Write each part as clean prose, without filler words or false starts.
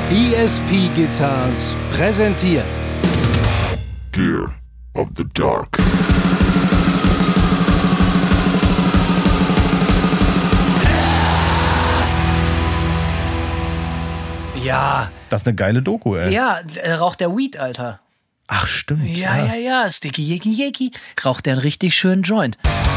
ESP Guitars präsentiert Gear of the Dark. Ja. Das ist eine geile Doku, ey. Ja, raucht der Weed, Alter. Ach, stimmt. Ja. Sticky Yeki Yeki. Raucht der einen richtig schönen Joint.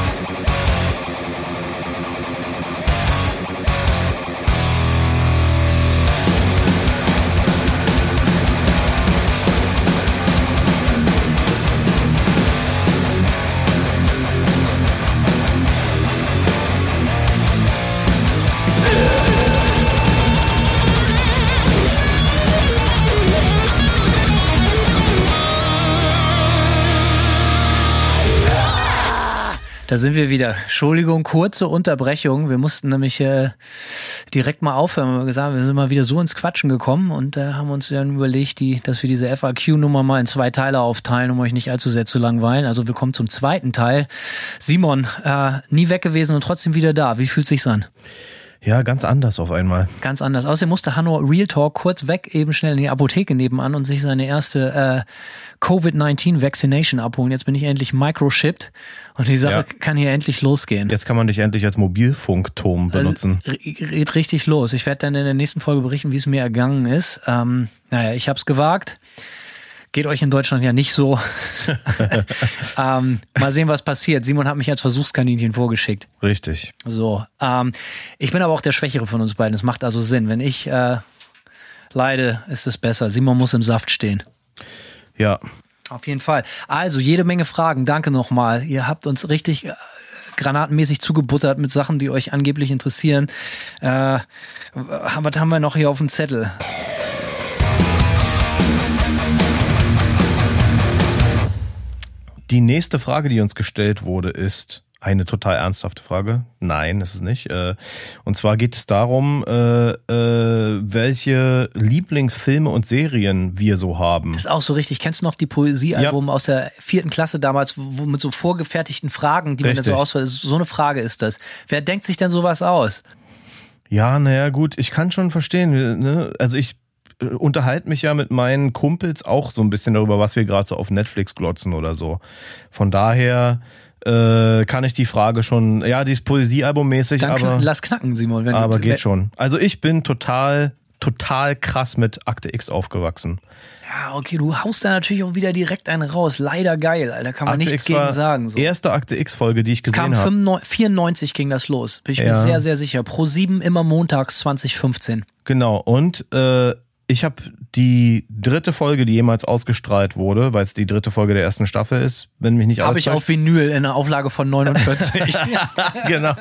Da sind wir wieder. Entschuldigung, kurze Unterbrechung. Wir mussten nämlich direkt mal aufhören. Wir haben gesagt, wir sind mal wieder so ins Quatschen gekommen und haben uns dann überlegt, dass wir diese FAQ-Nummer mal in 2 Teile aufteilen, um euch nicht allzu sehr zu langweilen. Also wir kommen zum 2. Teil. Simon, nie weg gewesen und trotzdem wieder da. Wie fühlt sich's an? Ja, ganz anders auf einmal. Ganz anders. Außerdem musste Hanno Real Talk kurz weg, eben schnell in die Apotheke nebenan und sich seine erste Covid-19-Vaccination abholen. Jetzt bin ich endlich microchipped und die Sache kann hier endlich losgehen. Jetzt kann man dich endlich als Mobilfunkturm benutzen. Geht richtig los. Ich werde dann in der nächsten Folge berichten, wie es mir ergangen ist. Ich habe es gewagt. Geht euch in Deutschland ja nicht so. Mal sehen, was passiert. Simon hat mich als Versuchskaninchen vorgeschickt. Richtig. So. Ich bin aber auch der Schwächere von uns beiden. Es macht also Sinn. Wenn ich leide, ist es besser. Simon muss im Saft stehen. Ja. Auf jeden Fall. Also, jede Menge Fragen. Danke nochmal. Ihr habt uns richtig granatenmäßig zugebuttert mit Sachen, die euch angeblich interessieren. Was haben wir noch hier auf dem Zettel? Die nächste Frage, die uns gestellt wurde, ist eine total ernsthafte Frage. Nein, ist es nicht. Und zwar geht es darum, welche Lieblingsfilme und Serien wir so haben. Das ist auch so richtig. Kennst du noch die Poesiealbum aus der 4. Klasse damals, wo mit so vorgefertigten Fragen, die man dann so auswählt? So eine Frage ist das. Wer denkt sich denn sowas aus? Ja, naja, gut. Ich kann schon verstehen. Ne? Also ich unterhalte mich ja mit meinen Kumpels auch so ein bisschen darüber, was wir gerade so auf Netflix glotzen oder so. Von daher kann ich die Frage schon, ja, die ist Poesiealbummäßig, aber lass knacken, Simon. Aber geht schon. Also ich bin total krass mit Akte X aufgewachsen. Ja, okay, du haust da natürlich auch wieder direkt einen raus. Leider geil, Alter, kann man Akte nichts X gegen sagen. So. Erste Akte X-Folge, die ich gesehen habe. 94 ging das los, bin ich mir sehr, sehr sicher. Pro7 immer montags 2015. Genau, und ich habe die 3. Folge, die jemals ausgestrahlt wurde, weil es die 3. Folge der 1. Staffel ist, wenn mich nicht Habe ich auf Vinyl in einer Auflage von 49. Genau.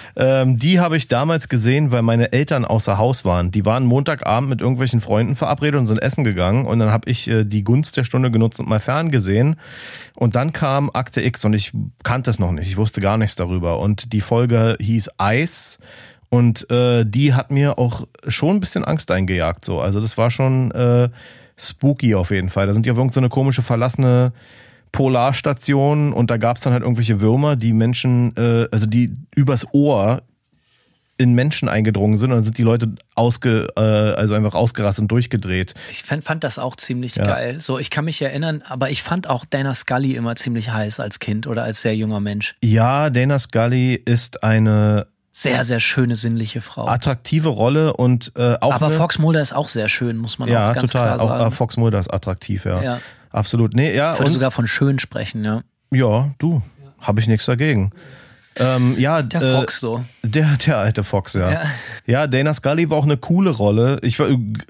Die habe ich damals gesehen, weil meine Eltern außer Haus waren. Die waren Montagabend mit irgendwelchen Freunden verabredet und sind essen gegangen. Und dann habe ich die Gunst der Stunde genutzt und mal ferngesehen. Und dann kam Akte X und ich kannte es noch nicht. Ich wusste gar nichts darüber. Und die Folge hieß Eis. Und die hat mir auch schon ein bisschen Angst eingejagt. So. Also das war schon spooky auf jeden Fall. Da sind die auf irgendeine komische verlassene Polarstation und da gab es dann halt irgendwelche Würmer, die Menschen, die übers Ohr in Menschen eingedrungen sind und dann sind die Leute einfach ausgerastet und durchgedreht. Ich fand das auch ziemlich geil. So, ich kann mich erinnern, aber ich fand auch Dana Scully immer ziemlich heiß als Kind oder als sehr junger Mensch. Ja, Dana Scully ist eine sehr, sehr schöne, sinnliche Frau. Attraktive Rolle und auch. Aber Fox Mulder ist auch sehr schön, muss man auch ganz klar sagen. Auch Fox Mulder ist attraktiv, ja. Absolut. Nee, ja. Ich würde sogar von schön sprechen, ja. Ja, du. Habe ich nichts dagegen. Der Fox so. Der alte Fox, ja. Ja, Dana Scully war auch eine coole Rolle. Ich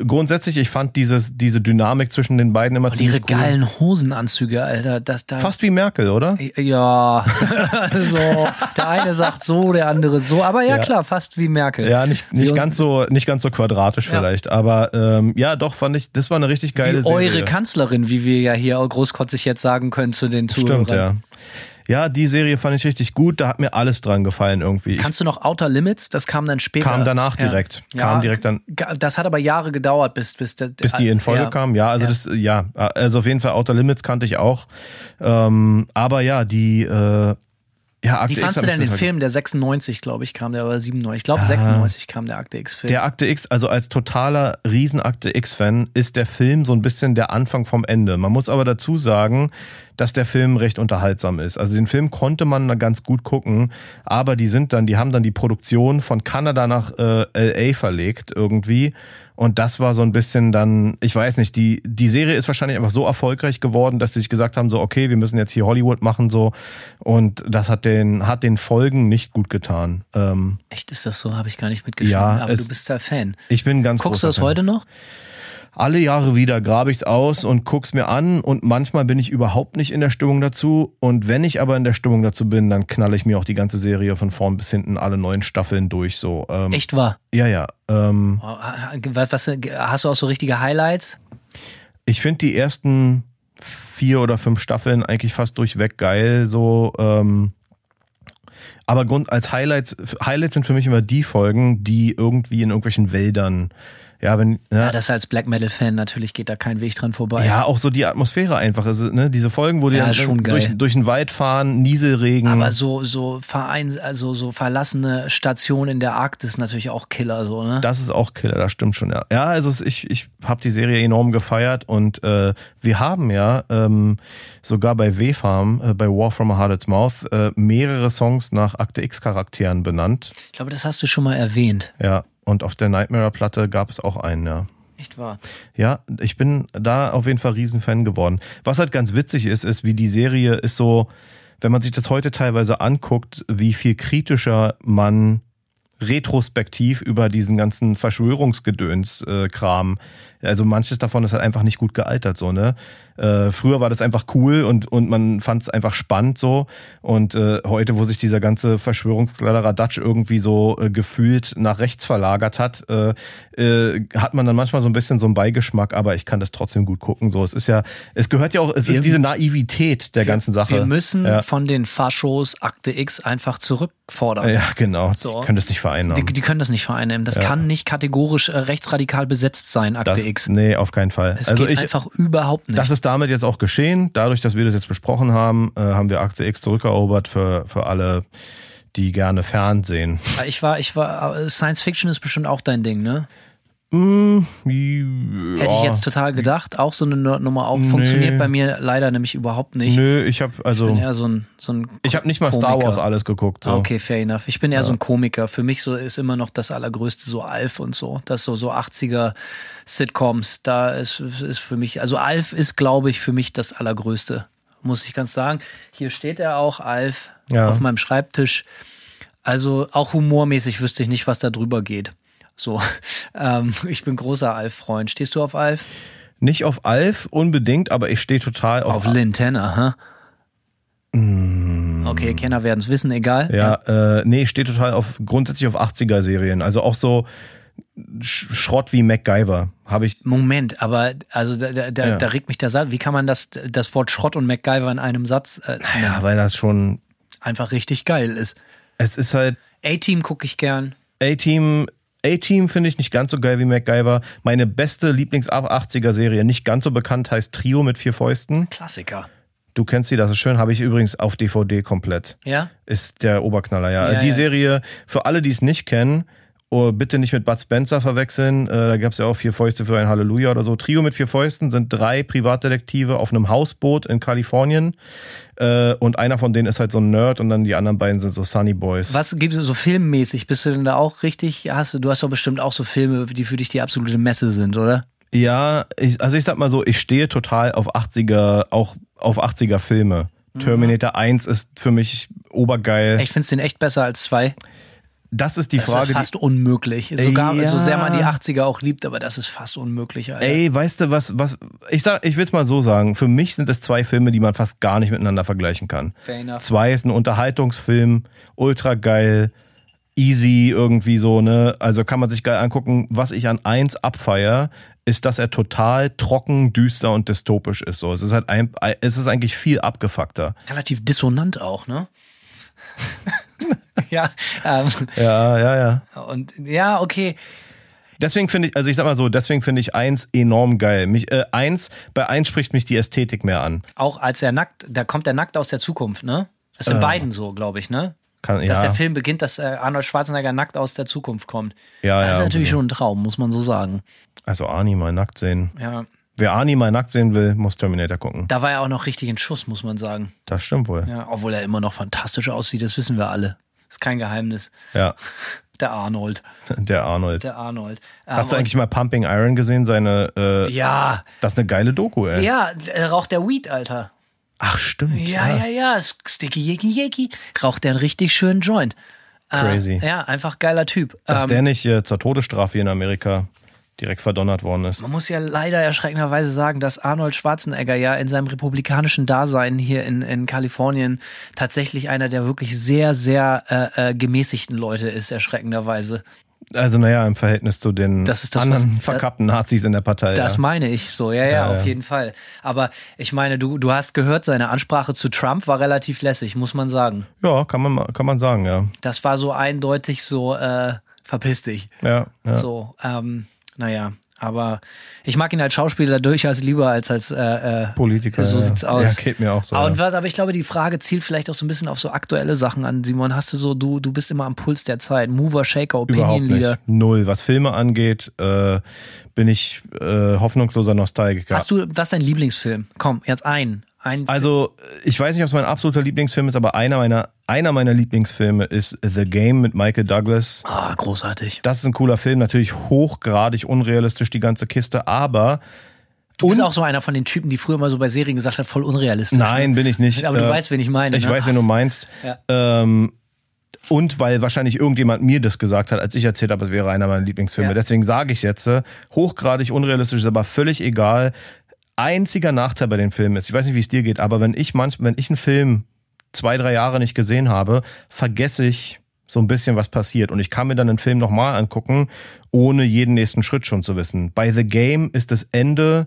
fand diese Dynamik zwischen den beiden immer ziemlich cool. Ihre geilen Hosenanzüge, Alter. Fast wie Merkel, oder? Ja, so. Der eine sagt so, der andere so. Aber ja klar, fast wie Merkel. Ja, nicht ganz so quadratisch vielleicht. Aber doch, fand ich, das war eine richtig geile Serie. Eure Kanzlerin, wie wir ja hier auch großkotzig jetzt sagen können zu den Zuhörern. Stimmt, ja. Ja, die Serie fand ich richtig gut, da hat mir alles dran gefallen irgendwie. Kannst du noch Outer Limits? Das kam dann später. Kam danach direkt. Kam direkt dann. Das hat aber Jahre gedauert, bis die in Folge kam. Ja, also also auf jeden Fall Outer Limits kannte ich auch. Aber ja, die Ja, Akte Wie X fandst du hab denn ich den total- Film? Der 96, glaube ich, kam der, oder 97. Ich glaube, 96 kam der Akte X-Film. Der Akte X, also als totaler Riesen-Akte X-Fan, ist der Film so ein bisschen der Anfang vom Ende. Man muss aber dazu sagen, dass der Film recht unterhaltsam ist. Also den Film konnte man da ganz gut gucken, aber die haben dann die Produktion von Kanada nach LA verlegt irgendwie. Und das war so ein bisschen dann, ich weiß nicht, die Serie ist wahrscheinlich einfach so erfolgreich geworden, dass sie sich gesagt haben, so okay, wir müssen jetzt hier Hollywood machen so. Und das hat den Folgen nicht gut getan. Echt, ist das so? Habe ich gar nicht mitgeschrieben. Ja, aber du bist da Fan. Ich bin ganz Guckst du großer das Fan. heute noch? Alle Jahre wieder grabe ich's aus und guck's mir an und manchmal bin ich überhaupt nicht in der Stimmung dazu und wenn ich aber in der Stimmung dazu bin, dann knalle ich mir auch die ganze Serie von vorn bis hinten alle 9 Staffeln durch so. Echt wahr? Ja. Was, hast du auch so richtige Highlights? Ich finde die ersten 4 oder 5 Staffeln eigentlich fast durchweg geil so. Aber als Highlights sind für mich immer die Folgen, die irgendwie in irgendwelchen Wäldern. Ja, Das als Black Metal Fan natürlich geht da kein Weg dran vorbei. Ja, auch so die Atmosphäre einfach. Also, ne, diese Folgen, wo die dann schon geil. durch den Wald fahren, Nieselregen. Aber so verlassene Stationen in der Arktis natürlich auch Killer, so, ne? Das ist auch Killer, das stimmt schon, ja. Ja, also ich habe die Serie enorm gefeiert und wir haben ja sogar bei W-Farm, bei War from a Heart's Mouth, mehrere Songs nach Akte X-Charakteren benannt. Ich glaube, das hast du schon mal erwähnt. Ja, und auf der Nightmare-Platte gab es auch einen, ja. Echt wahr? Ja, ich bin da auf jeden Fall Riesenfan geworden. Was halt ganz witzig ist, wie die Serie ist so, wenn man sich das heute teilweise anguckt, wie viel kritischer man retrospektiv über diesen ganzen Verschwörungsgedöns-Kram. Also manches davon ist halt einfach nicht gut gealtert, so, ne? Früher war das einfach cool und man fand es einfach spannend so. Und heute, wo sich dieser ganze Verschwörungskladderadatsch irgendwie so gefühlt nach rechts verlagert hat, hat man dann manchmal so ein bisschen so einen Beigeschmack, aber ich kann das trotzdem gut gucken. So, es ist diese Naivität der ganzen Sache. Wir müssen von den Faschos Akte X einfach zurückfordern. Ja, genau. So. Die können das nicht vereinnahmen. Die können das nicht vereinnahmen. Das kann nicht kategorisch rechtsradikal besetzt sein, Akte X. Nee, auf keinen Fall. Es geht einfach überhaupt nicht. Das ist damit jetzt auch geschehen. Dadurch, dass wir das jetzt besprochen haben, haben wir Akte X zurückerobert für alle, die gerne Fernsehen. Science Fiction ist bestimmt auch dein Ding, ne? Ja. Hätte ich jetzt total gedacht. Auch so eine Nummer funktioniert bei mir leider nämlich überhaupt nicht. Nö, ich bin eher so ein ich habe nicht mal Star Komiker. Wars alles geguckt. So. Okay, fair enough. Ich bin eher so ein Komiker. Für mich so ist immer noch das Allergrößte so Alf und so. Das so 80er Sitcoms. Da ist für mich, also Alf ist, glaube ich, für mich das Allergrößte. Muss ich ganz sagen. Hier steht er auch, Alf, auf meinem Schreibtisch. Also auch humormäßig wüsste ich nicht, was da drüber geht. So, ich bin großer Alf-Freund. Stehst du auf Alf? Nicht auf Alf unbedingt, aber ich stehe total auf Lynn Tanner, Okay, Kenner werden es wissen, egal. Ja, nee, ich stehe total grundsätzlich auf 80er-Serien. Also auch so Schrott wie MacGyver habe ich. Moment, aber also da regt mich der Satz. Wie kann man das Wort Schrott und MacGyver in einem Satz Ja, weil das schon einfach richtig geil ist. Es ist halt. A-Team gucke ich gern. A-Team finde ich nicht ganz so geil wie MacGyver. Meine beste Lieblings-80er-Serie, nicht ganz so bekannt, heißt Trio mit 4 Fäusten. Klassiker. Du kennst sie, das ist schön. Habe ich übrigens auf DVD komplett. Ja? Ist der Oberknaller, ja. Die Serie, für alle, die es nicht kennen, bitte nicht mit Bud Spencer verwechseln. Da gab es ja auch 4 Fäuste für ein Halleluja oder so. Trio mit 4 Fäusten sind 3 Privatdetektive auf einem Hausboot in Kalifornien. Und einer von denen ist halt so ein Nerd und dann die anderen beiden sind so Sunny Boys. Was gibt es so filmmäßig? Bist du denn da auch richtig? Du hast doch bestimmt auch so Filme, die für dich die absolute Messe sind, oder? Ja, ich sag mal so, ich stehe total auf 80er, auch auf 80er Filme. Terminator 1 ist für mich obergeil. Ich find's den echt besser als 2. Das ist die Frage. Das ist fast unmöglich. Sogar, so sehr man die 80er auch liebt, aber das ist fast unmöglich, Alter. Ey, weißt du was, ich will's mal so sagen, für mich sind es 2 Filme, die man fast gar nicht miteinander vergleichen kann. Fair enough. 2 ist ein Unterhaltungsfilm, ultra geil, easy irgendwie so, ne? Also kann man sich geil angucken. Was ich an 1 abfeier, ist, dass er total trocken, düster und dystopisch ist. So, es ist eigentlich viel abgefuckter. Relativ dissonant auch, ne? Ja. Ja. Und ja, okay. Deswegen finde ich 1 enorm geil. Bei 1 spricht mich die Ästhetik mehr an. Auch als da kommt er nackt aus der Zukunft, ne? Das ist in beiden so, glaube ich, ne? Dass der Film beginnt, dass Arnold Schwarzenegger nackt aus der Zukunft kommt. Ja, das ist natürlich schon ein Traum, muss man so sagen. Also Arnie mal nackt sehen. Ja. Wer Arnie mal nackt sehen will, muss Terminator gucken. Da war er auch noch richtig in Schuss, muss man sagen. Das stimmt wohl. Ja, obwohl er immer noch fantastisch aussieht, das wissen wir alle. Ist kein Geheimnis. Ja. Der Arnold. Hast du eigentlich mal Pumping Iron gesehen? Ja. Das ist eine geile Doku, ey. Ja, raucht der Weed, Alter. Ach, stimmt. Ja. Sticky Yeki. Raucht der einen richtig schönen Joint. Crazy. Ja, einfach geiler Typ. Dass der nicht zur Todesstrafe hier in Amerika direkt verdonnert worden ist. Man muss ja leider erschreckenderweise sagen, dass Arnold Schwarzenegger ja in seinem republikanischen Dasein hier in Kalifornien tatsächlich einer der wirklich sehr, sehr gemäßigten Leute ist, erschreckenderweise. Also naja, im Verhältnis zu den anderen verkappten Nazis in der Partei. Das meine ich so, ja, auf jeden Fall. Aber ich meine, du hast gehört, seine Ansprache zu Trump war relativ lässig, muss man sagen. Ja, kann man sagen, ja. Das war so eindeutig so, verpiss dich. Ja. So, naja, aber ich mag ihn als Schauspieler durchaus lieber als Politiker. So sieht's aus. Ja, geht mir auch so. Aber ich glaube, die Frage zielt vielleicht auch so ein bisschen auf so aktuelle Sachen an. Simon, du bist immer am Puls der Zeit. Mover, Shaker, Opinion-Lieder. Null. Was Filme angeht, bin ich hoffnungsloser Nostalgiker. Was ist dein Lieblingsfilm? Komm, jetzt ein. Also, ich weiß nicht, ob es mein absoluter Lieblingsfilm ist, aber einer meiner Lieblingsfilme ist The Game mit Michael Douglas. Ah, großartig. Das ist ein cooler Film, natürlich hochgradig unrealistisch, die ganze Kiste, aber... Du bist auch so einer von den Typen, die früher mal so bei Serien gesagt hat, voll unrealistisch. Nein, bin ich nicht. Aber du weißt, wen ich meine. Ich weiß, wen du meinst. Ja. Und weil wahrscheinlich irgendjemand mir das gesagt hat, als ich erzählt habe, es wäre einer meiner Lieblingsfilme. Ja. Deswegen sage ich jetzt, hochgradig unrealistisch ist aber völlig egal. Einziger Nachteil bei den Filmen ist, ich weiß nicht, wie es dir geht, aber wenn ich einen Film 2-3 Jahre nicht gesehen habe, vergesse ich so ein bisschen, was passiert. Und ich kann mir dann den Film nochmal angucken, ohne jeden nächsten Schritt schon zu wissen. Bei The Game ist das Ende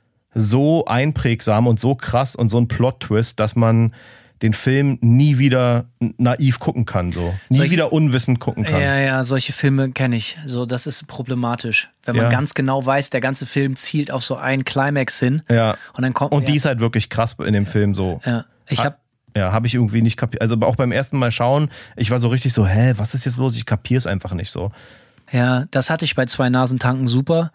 so einprägsam und so krass und so ein Plot-Twist, dass man den Film nie wieder naiv gucken kann, so. Nie wieder unwissend gucken kann. Ja, solche Filme kenne ich. So, das ist problematisch. Wenn man ganz genau weiß, der ganze Film zielt auf so einen Climax hin. Ja. Und dann kommt. Und die ist halt wirklich krass in dem Film so. Ja. Habe ich irgendwie nicht kapiert. Also auch beim ersten Mal schauen, ich war so richtig so, was ist jetzt los? Ich kapier's einfach nicht so. Ja, das hatte ich bei 2 Nasentanken super.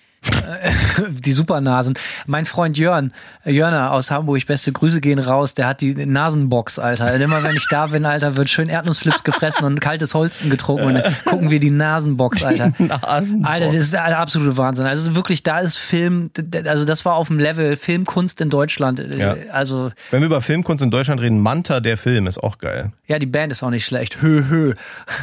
Die Supernasen. Mein Freund Jörner aus Hamburg, beste Grüße gehen raus, der hat die Nasenbox, Alter. Und immer wenn ich da bin, Alter, wird schön Erdnussflips gefressen und kaltes Holsten getrunken und dann gucken wir die Nasenbox, Alter. Nasenbox. Alter, das ist der absolute Wahnsinn. Also wirklich, da ist Film, also das war auf dem Level Filmkunst in Deutschland. Ja. Also wenn wir über Filmkunst in Deutschland reden, Manta, der Film, ist auch geil. Ja, die Band ist auch nicht schlecht. Hö.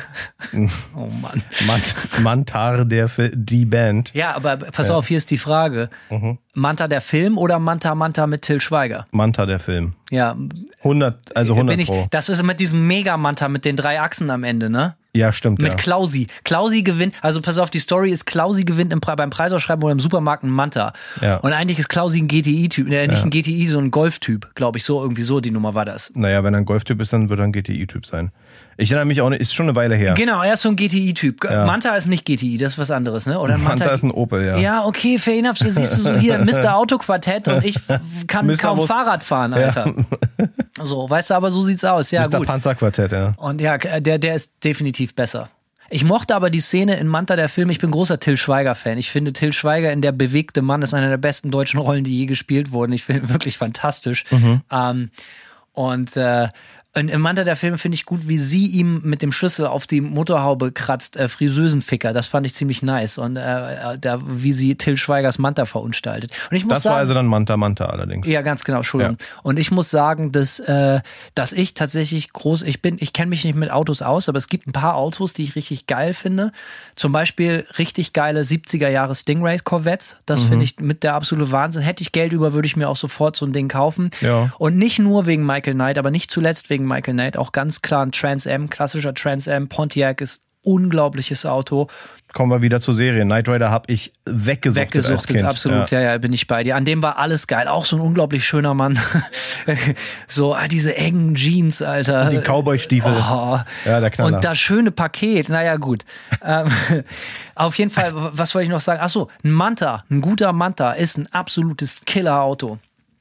Oh Mann. Mantar, die Band. Ja, aber pass auf, hier ist die Frage. Manta der Film oder Manta mit Till Schweiger? Manta der Film. Ja. 100 Pro. Das ist mit diesem Mega-Manta mit den 3 Achsen am Ende, ne? Ja, stimmt. Mit Klausi. Klausi gewinnt, also pass auf, die Story ist, Klausi gewinnt beim Preisausschreiben oder im Supermarkt ein Manta. Ja. Und eigentlich ist Klausi ein GTI-Typ, nicht ein GTI, so ein Golf-Typ, glaube ich, so irgendwie so, die Nummer war das. Naja, wenn er ein Golf-Typ ist, dann wird er ein GTI-Typ sein. Ich erinnere mich auch nicht, ist schon eine Weile her. Genau, er ist so ein GTI-Typ. Ja. Manta ist nicht GTI, das ist was anderes, ne? Oder Manta ist ein Opel, ja. Ja, okay, fair enough, siehst du so hier, Mr. Autoquartett und ich kann kaum Fahrrad fahren, Alter. Ja. So, weißt du, aber so sieht's aus, ja, Mr. gut. Panzerquartett, ja. Und ja, der ist definitiv besser. Ich mochte aber die Szene in Manta der Film, ich bin großer Till Schweiger-Fan. Ich finde, Till Schweiger in Der bewegte Mann ist einer der besten deutschen Rollen, die je gespielt wurden. Ich finde ihn wirklich fantastisch. In Manta der Film finde ich gut, wie sie ihm mit dem Schlüssel auf die Motorhaube kratzt, Friseusenficker. Das fand ich ziemlich nice. Und wie sie Till Schweigers Manta verunstaltet. Und ich muss das war also dann Manta allerdings. Ja, ganz genau, Entschuldigung. Ja. Und ich muss sagen, dass ich tatsächlich ich kenne mich nicht mit Autos aus, aber es gibt ein paar Autos, die ich richtig geil finde. Zum Beispiel richtig geile 70er Jahre Stingray Corvettes. Das finde ich mit der absolute Wahnsinn. Hätte ich Geld über, würde ich mir auch sofort so ein Ding kaufen. Ja. Und nicht nur wegen Michael Knight, aber nicht zuletzt wegen Michael Knight, auch ganz klar ein Trans Am, klassischer Trans Am. Pontiac ist unglaubliches Auto. Kommen wir wieder zur Serie. Knight Rider habe ich weggesuchtet als Kind. Absolut, ja, bin ich bei dir. An dem war alles geil. Auch so ein unglaublich schöner Mann. So, diese engen Jeans, Alter. Und die Cowboy-Stiefel. Oh. Ja, der Knaller. Und das schöne Paket. Naja, gut. Auf jeden Fall, was wollte ich noch sagen? Ach so, ein guter Manta ist ein absolutes Killer-Auto.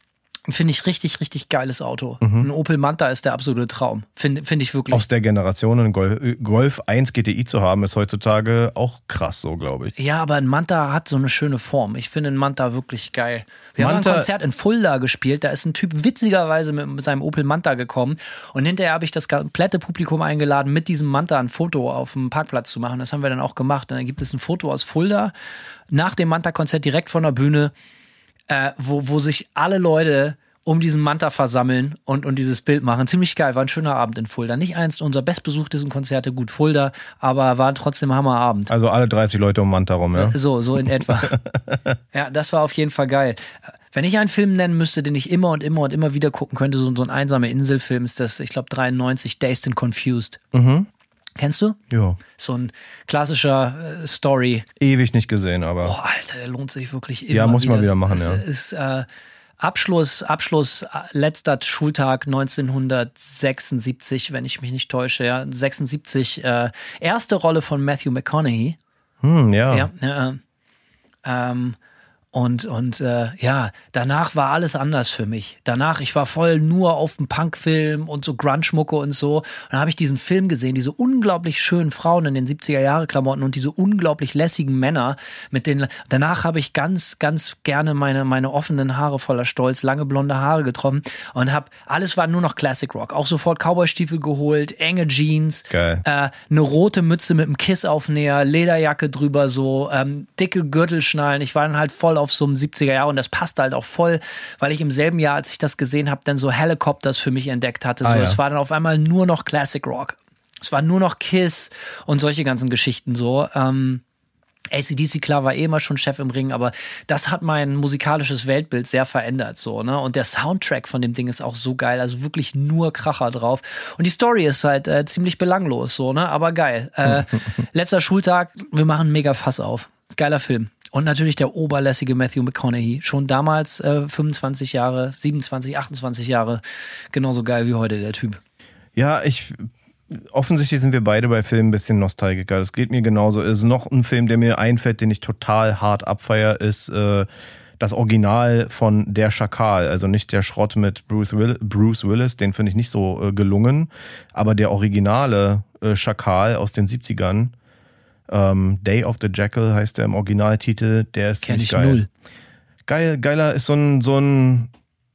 Finde ich richtig, richtig geiles Auto. Ein Opel Manta ist der absolute Traum. Finde ich wirklich. Aus der Generation einen Golf 1 GTI zu haben, ist heutzutage auch krass so, glaube ich. Ja, aber ein Manta hat so eine schöne Form. Ich finde einen Manta wirklich geil. Wir haben ein Konzert in Fulda gespielt, da ist ein Typ witzigerweise mit seinem Opel Manta gekommen und hinterher habe ich das komplette Publikum eingeladen, mit diesem Manta ein Foto auf dem Parkplatz zu machen. Das haben wir dann auch gemacht. Und dann gibt es ein Foto aus Fulda nach dem Manta-Konzert direkt von der Bühne, wo sich alle Leute um diesen Manta versammeln und dieses Bild machen. Ziemlich geil, war ein schöner Abend in Fulda. Nicht eins unserer bestbesuchtesten Konzerte, gut Fulda, aber war trotzdem ein Hammerabend. Also alle 30 Leute um Manta rum, ja? So in etwa. Ja, das war auf jeden Fall geil. Wenn ich einen Film nennen müsste, den ich immer und immer und immer wieder gucken könnte, so ein einsamer Inselfilm, ist das, ich glaube 93, Dazed and Confused. Kennst du? Ja. So ein klassischer Story. Ewig nicht gesehen, aber. Oh, Alter, der lohnt sich wirklich immer. Ja, muss ich mal wieder machen, das ja. Ist Abschluss, letzter Schultag 1976, wenn ich mich nicht täusche, ja. 76, erste Rolle von Matthew McConaughey. Ja. Ja, danach war alles anders für mich. Danach, ich war voll nur auf dem Punkfilm und so Grunge-Mucke und so. Und dann habe ich diesen Film gesehen, diese unglaublich schönen Frauen in den 70er-Jahre-Klamotten und diese unglaublich lässigen Männer. Danach habe ich ganz, ganz gerne meine offenen Haare voller Stolz, lange blonde Haare getroffen und alles war nur noch Classic Rock. Auch sofort Cowboystiefel geholt, enge Jeans, Geil. Eine rote Mütze mit einem Kissaufnäher, Lederjacke drüber, so dicke Gürtelschnallen. Ich war dann halt voll auf so einem 70er Jahr und das passte halt auch voll, weil ich im selben Jahr, als ich das gesehen habe, dann so Helicopters für mich entdeckt hatte. So, es war dann auf einmal nur noch Classic Rock. Es war nur noch Kiss und solche ganzen Geschichten so. AC/DC, klar, war immer schon Chef im Ring, aber das hat mein musikalisches Weltbild sehr verändert, so, ne? Und der Soundtrack von dem Ding ist auch so geil, also wirklich nur Kracher drauf. Und die Story ist halt ziemlich belanglos, so, ne? Aber geil. Letzter Schultag, wir machen einen mega Fass auf. Geiler Film. Und natürlich der oberlässige Matthew McConaughey. Schon damals 25 Jahre, 27, 28 Jahre. Genauso geil wie heute der Typ. Ja, offensichtlich sind wir beide bei Filmen ein bisschen Nostalgiker. Das geht mir genauso. Es ist noch ein Film, der mir einfällt, den ich total hart abfeier, ist das Original von Der Schakal. Also nicht der Schrott mit Bruce Willis, den finde ich nicht so gelungen. Aber der originale Schakal aus den 70ern, Day of the Jackal heißt der im Originaltitel, der ist ziemlich geil. Geiler ist so ein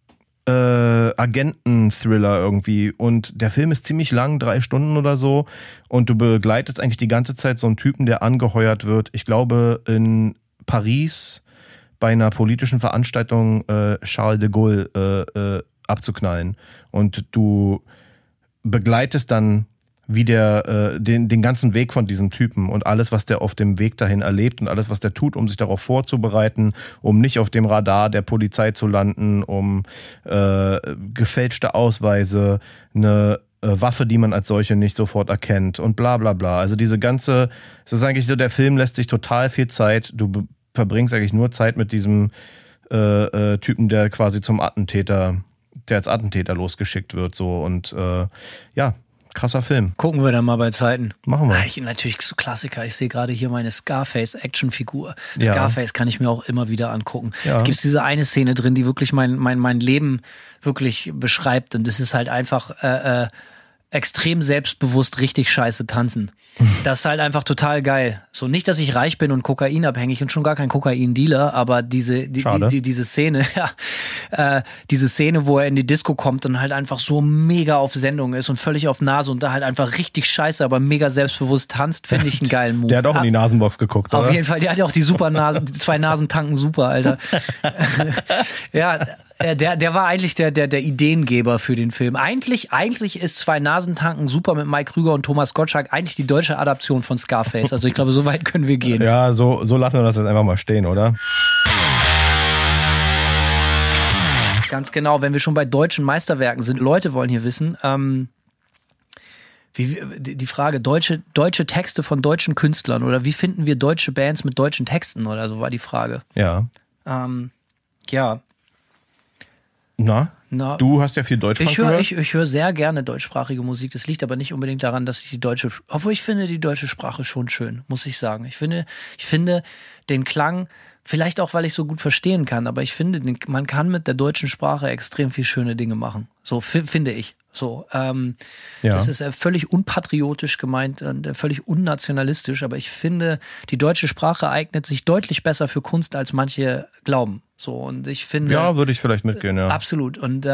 Agenten-Thriller irgendwie und der Film ist ziemlich lang, 3 Stunden oder so und du begleitest eigentlich die ganze Zeit so einen Typen, der angeheuert wird, ich glaube in Paris bei einer politischen Veranstaltung Charles de Gaulle abzuknallen und du begleitest dann wie der den ganzen Weg von diesem Typen und alles, was der auf dem Weg dahin erlebt und alles, was der tut, um sich darauf vorzubereiten, um nicht auf dem Radar der Polizei zu landen, um gefälschte Ausweise, eine Waffe, die man als solche nicht sofort erkennt und bla bla bla. Also es ist eigentlich so, der Film lässt sich total viel Zeit, du verbringst eigentlich nur Zeit mit diesem Typen, der quasi der als Attentäter losgeschickt wird, so und ja, krasser Film. Gucken wir dann mal bei Zeiten. Machen wir. Natürlich so Klassiker. Ich sehe gerade hier meine Scarface-Actionfigur. Ja. Scarface kann ich mir auch immer wieder angucken. Ja. Da gibt es diese eine Szene drin, die wirklich mein Leben wirklich beschreibt. Und es ist halt einfach extrem selbstbewusst richtig scheiße tanzen. Das ist halt einfach total geil. So, nicht, dass ich reich bin und kokainabhängig und schon gar kein Kokain-Dealer, aber diese Szene, diese Szene, wo er in die Disco kommt und halt einfach so mega auf Sendung ist und völlig auf Nase und da halt einfach richtig scheiße, aber mega selbstbewusst tanzt, finde ich einen geilen Move. Der hat auch in die Nasenbox geguckt, oder? Auf jeden Fall, der hat ja auch die super Nasen, 2 Nasen tanken super, Alter. Ja, der war eigentlich der Ideengeber für den Film. Eigentlich ist 2 Nasentanken super mit Mike Krüger und Thomas Gottschalk eigentlich die deutsche Adaption von Scarface. Also ich glaube, so weit können wir gehen. Ja, so lassen wir das jetzt einfach mal stehen, oder? Ganz genau, wenn wir schon bei deutschen Meisterwerken sind. Leute wollen hier wissen, die Frage, deutsche Texte von deutschen Künstlern oder wie finden wir deutsche Bands mit deutschen Texten oder so war die Frage. Ja. Ja. Na, du hast ja viel Deutschpunk gehört. Ich höre sehr gerne deutschsprachige Musik. Das liegt aber nicht unbedingt daran, dass ich obwohl ich finde die deutsche Sprache schon schön, muss ich sagen. Ich finde den Klang Vielleicht auch, weil ich so gut verstehen kann, aber ich finde, man kann mit der deutschen Sprache extrem viel schöne Dinge machen. So finde ich. So, das ist völlig unpatriotisch gemeint und völlig unnationalistisch, aber ich finde, die deutsche Sprache eignet sich deutlich besser für Kunst, als manche glauben. So, und ich finde. Ja, würde ich vielleicht mitgehen, ja. Absolut. Und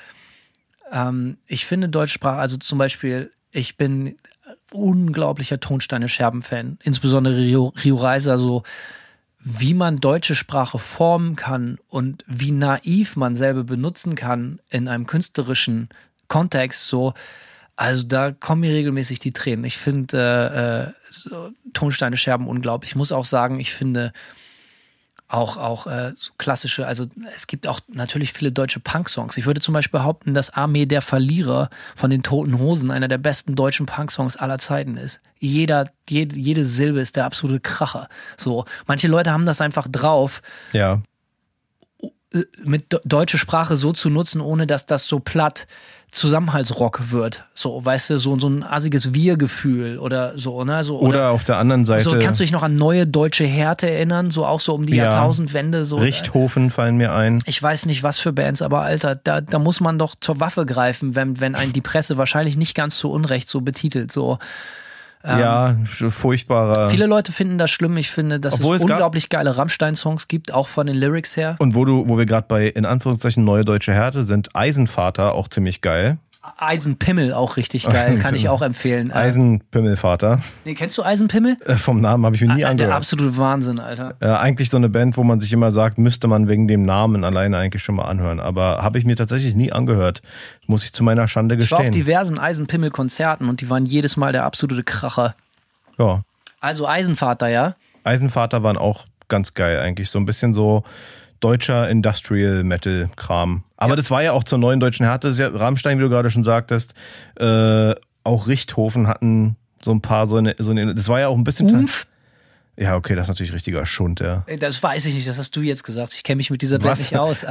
ich finde deutsche Sprache, also zum Beispiel, ich bin unglaublicher Tonsteine-Scherben-Fan, insbesondere Rio Reiser, so wie man deutsche Sprache formen kann und wie naiv man selber benutzen kann in einem künstlerischen Kontext, so, also da kommen mir regelmäßig die Tränen. Ich finde Tonsteine Scherben unglaublich. Ich muss auch sagen, ich finde auch so klassische, also es gibt auch natürlich viele deutsche Punk-Songs. Ich würde zum Beispiel behaupten, dass Armee der Verlierer von den Toten Hosen einer der besten deutschen Punk-Songs aller Zeiten ist. Jede Silbe ist der absolute Kracher. So, manche Leute haben das einfach drauf, Ja. mit deutsche Sprache so zu nutzen, ohne dass das so platt Zusammenhaltsrock wird. So, weißt du, so ein assiges Wir-Gefühl oder so, ne? So, Oder auf der anderen Seite. so, kannst du dich noch an neue deutsche Härte erinnern? So auch so um die Jahrtausendwende. So, Richthofen fallen mir ein. ich weiß nicht, was für Bands, aber Alter, da muss man doch zur Waffe greifen, wenn einen die Presse wahrscheinlich nicht ganz zu Unrecht so betitelt. So. Ja, furchtbarer. Viele Leute finden das schlimm. Ich finde, dass Obwohl es unglaublich geile Rammstein-Songs gibt, auch von den Lyrics her. Und wo wir gerade bei, in Anführungszeichen, neue deutsche Härte sind, Eisenvater auch ziemlich geil. Eisenpimmel auch richtig geil, kann ich auch empfehlen. Eisenpimmelvater. Nee, kennst du Eisenpimmel? Vom Namen habe ich mir nie Der angehört. absolute Wahnsinn, Alter. Eigentlich so eine Band, wo man sich immer sagt, müsste man wegen dem Namen alleine eigentlich schon mal anhören. Aber habe ich mir tatsächlich nie angehört. Muss ich zu meiner Schande Ich war auf gestehen. diversen Eisenpimmel-Konzerten und die waren jedes Mal der absolute Kracher. Ja. Also Eisenvater, ja? Eisenvater waren auch ganz geil eigentlich. So ein bisschen so deutscher Industrial Metal Kram. Aber das war ja auch zur neuen deutschen Härte. Das ist ja Rammstein, wie du gerade schon sagtest. Auch Richthofen hatten so ein paar das war ja auch ein bisschen. Umf? Ja, okay, das ist natürlich richtiger Schund, ja. Das weiß ich nicht, das hast du jetzt gesagt. Ich kenne mich mit dieser Band nicht aus.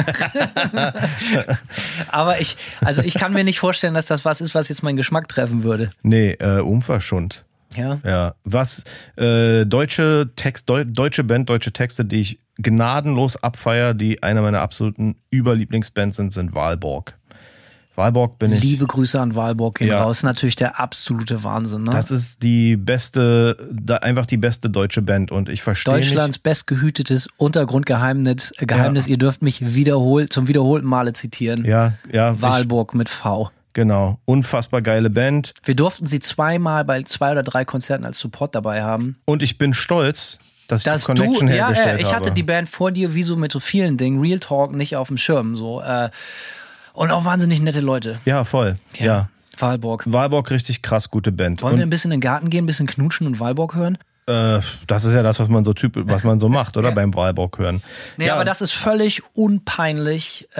Aber ich kann mir nicht vorstellen, dass das was ist, was jetzt meinen Geschmack treffen würde. Nee, Umf war Schund. Ja. Ja, was deutsche Band, deutsche Texte, die ich gnadenlos abfeier, die eine meiner absoluten Überlieblingsbands sind Walborg. Walborg bin ich. Liebe Grüße an Walborg gehen Ja. raus. Natürlich der absolute Wahnsinn. Ne? Das ist einfach die beste deutsche Band und ich verstehe Deutschlands bestgehütetes Untergrundgeheimnis. Ja. Ihr dürft mich zum wiederholten Male zitieren. Ja, Walborg mit V. Genau, unfassbar geile Band. Wir durften sie zweimal bei 2 oder 3 Konzerten als Support dabei haben. Und ich bin stolz, dass ich Dass die Connection du, hergestellt habe. ich hatte die Band vor dir, wie so mit so vielen Dingen, Real Talk nicht auf dem Schirm. So, und auch wahnsinnig nette Leute. Ja, voll. Ja. Walborg. Walborg, richtig krass gute Band. Wollen wir ein bisschen in den Garten gehen, ein bisschen knutschen und Walborg hören? Das ist ja das, was man so macht, oder? Ja. Beim Walborg hören. Nee, ja, aber das ist völlig unpeinlich.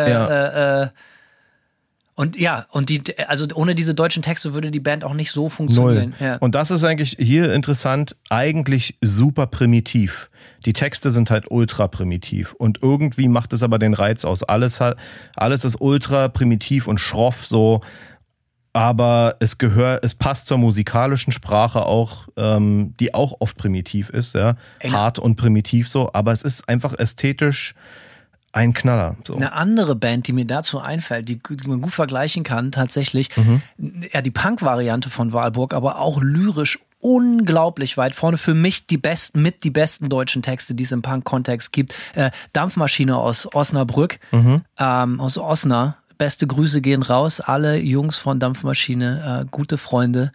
Und also ohne diese deutschen Texte würde die Band auch nicht so funktionieren. Null. Ja. Und das ist eigentlich hier interessant, eigentlich super primitiv. Die Texte sind halt ultra primitiv. Und irgendwie macht es aber den Reiz aus. Alles ist ultra primitiv und schroff so. Aber es passt zur musikalischen Sprache auch, die auch oft primitiv ist, ja. Hart und primitiv so. Aber es ist einfach ästhetisch ein Knaller. So. Eine andere Band, die mir dazu einfällt, die man gut vergleichen kann, tatsächlich, ja, die Punk-Variante von Walborg, aber auch lyrisch unglaublich weit vorne. Für mich die besten deutschen Texte, die es im Punk-Kontext gibt. Dampfmaschine aus Osnabrück, aus Osna. Beste Grüße gehen raus. Alle Jungs von Dampfmaschine, gute Freunde.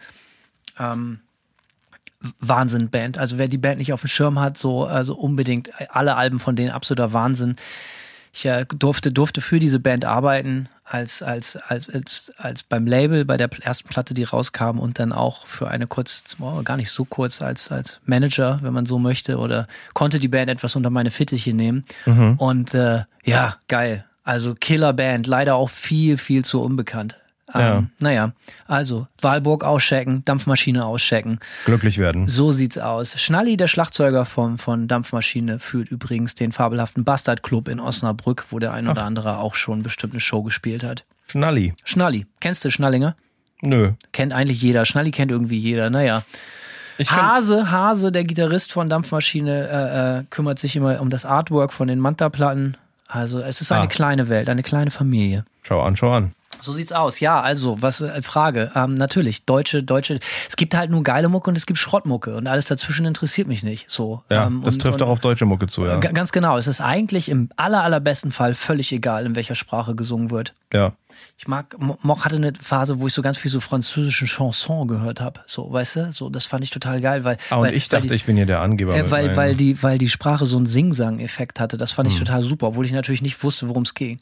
Wahnsinn-Band. Also wer die Band nicht auf dem Schirm hat, also unbedingt alle Alben von denen absoluter Wahnsinn. Ich durfte für diese Band arbeiten, als beim Label, bei der ersten Platte, die rauskam, und dann auch für eine gar nicht so kurz, als Manager, wenn man so möchte, oder konnte die Band etwas unter meine Fittiche nehmen. Und ja, geil. Also Killerband, leider auch viel, viel zu unbekannt. Naja, also Walborg auschecken, Dampfmaschine auschecken. Glücklich werden. So sieht's aus. Schnalli, der Schlagzeuger von Dampfmaschine, führt übrigens den fabelhaften Bastard Club in Osnabrück, wo der ein oder andere auch schon bestimmt eine Show gespielt hat. Schnalli. Schnalli. Kennst du Schnallinger? Nö. Kennt eigentlich jeder. Schnalli kennt irgendwie jeder. Naja. Hase, der Gitarrist von Dampfmaschine, kümmert sich immer um das Artwork von den Manta-Platten. Also es ist eine kleine Welt, eine kleine Familie. Schau an. So sieht's aus. Ja, also, Frage. Natürlich, deutsche, es gibt halt nur geile Mucke und es gibt Schrottmucke und alles dazwischen interessiert mich nicht. So. Ja, das trifft auch auf deutsche Mucke zu, ja. Ganz genau. Es ist eigentlich im allerbesten Fall völlig egal, in welcher Sprache gesungen wird. Ja. Ich hatte eine Phase, wo ich so ganz viel so französischen Chanson gehört habe. So, weißt du? So, das fand ich total geil, weil. Ich dachte, ich bin hier der Angeber. Weil die Sprache so einen Sing-Sang-Effekt hatte. Das fand ich total super, obwohl ich natürlich nicht wusste, worum es ging.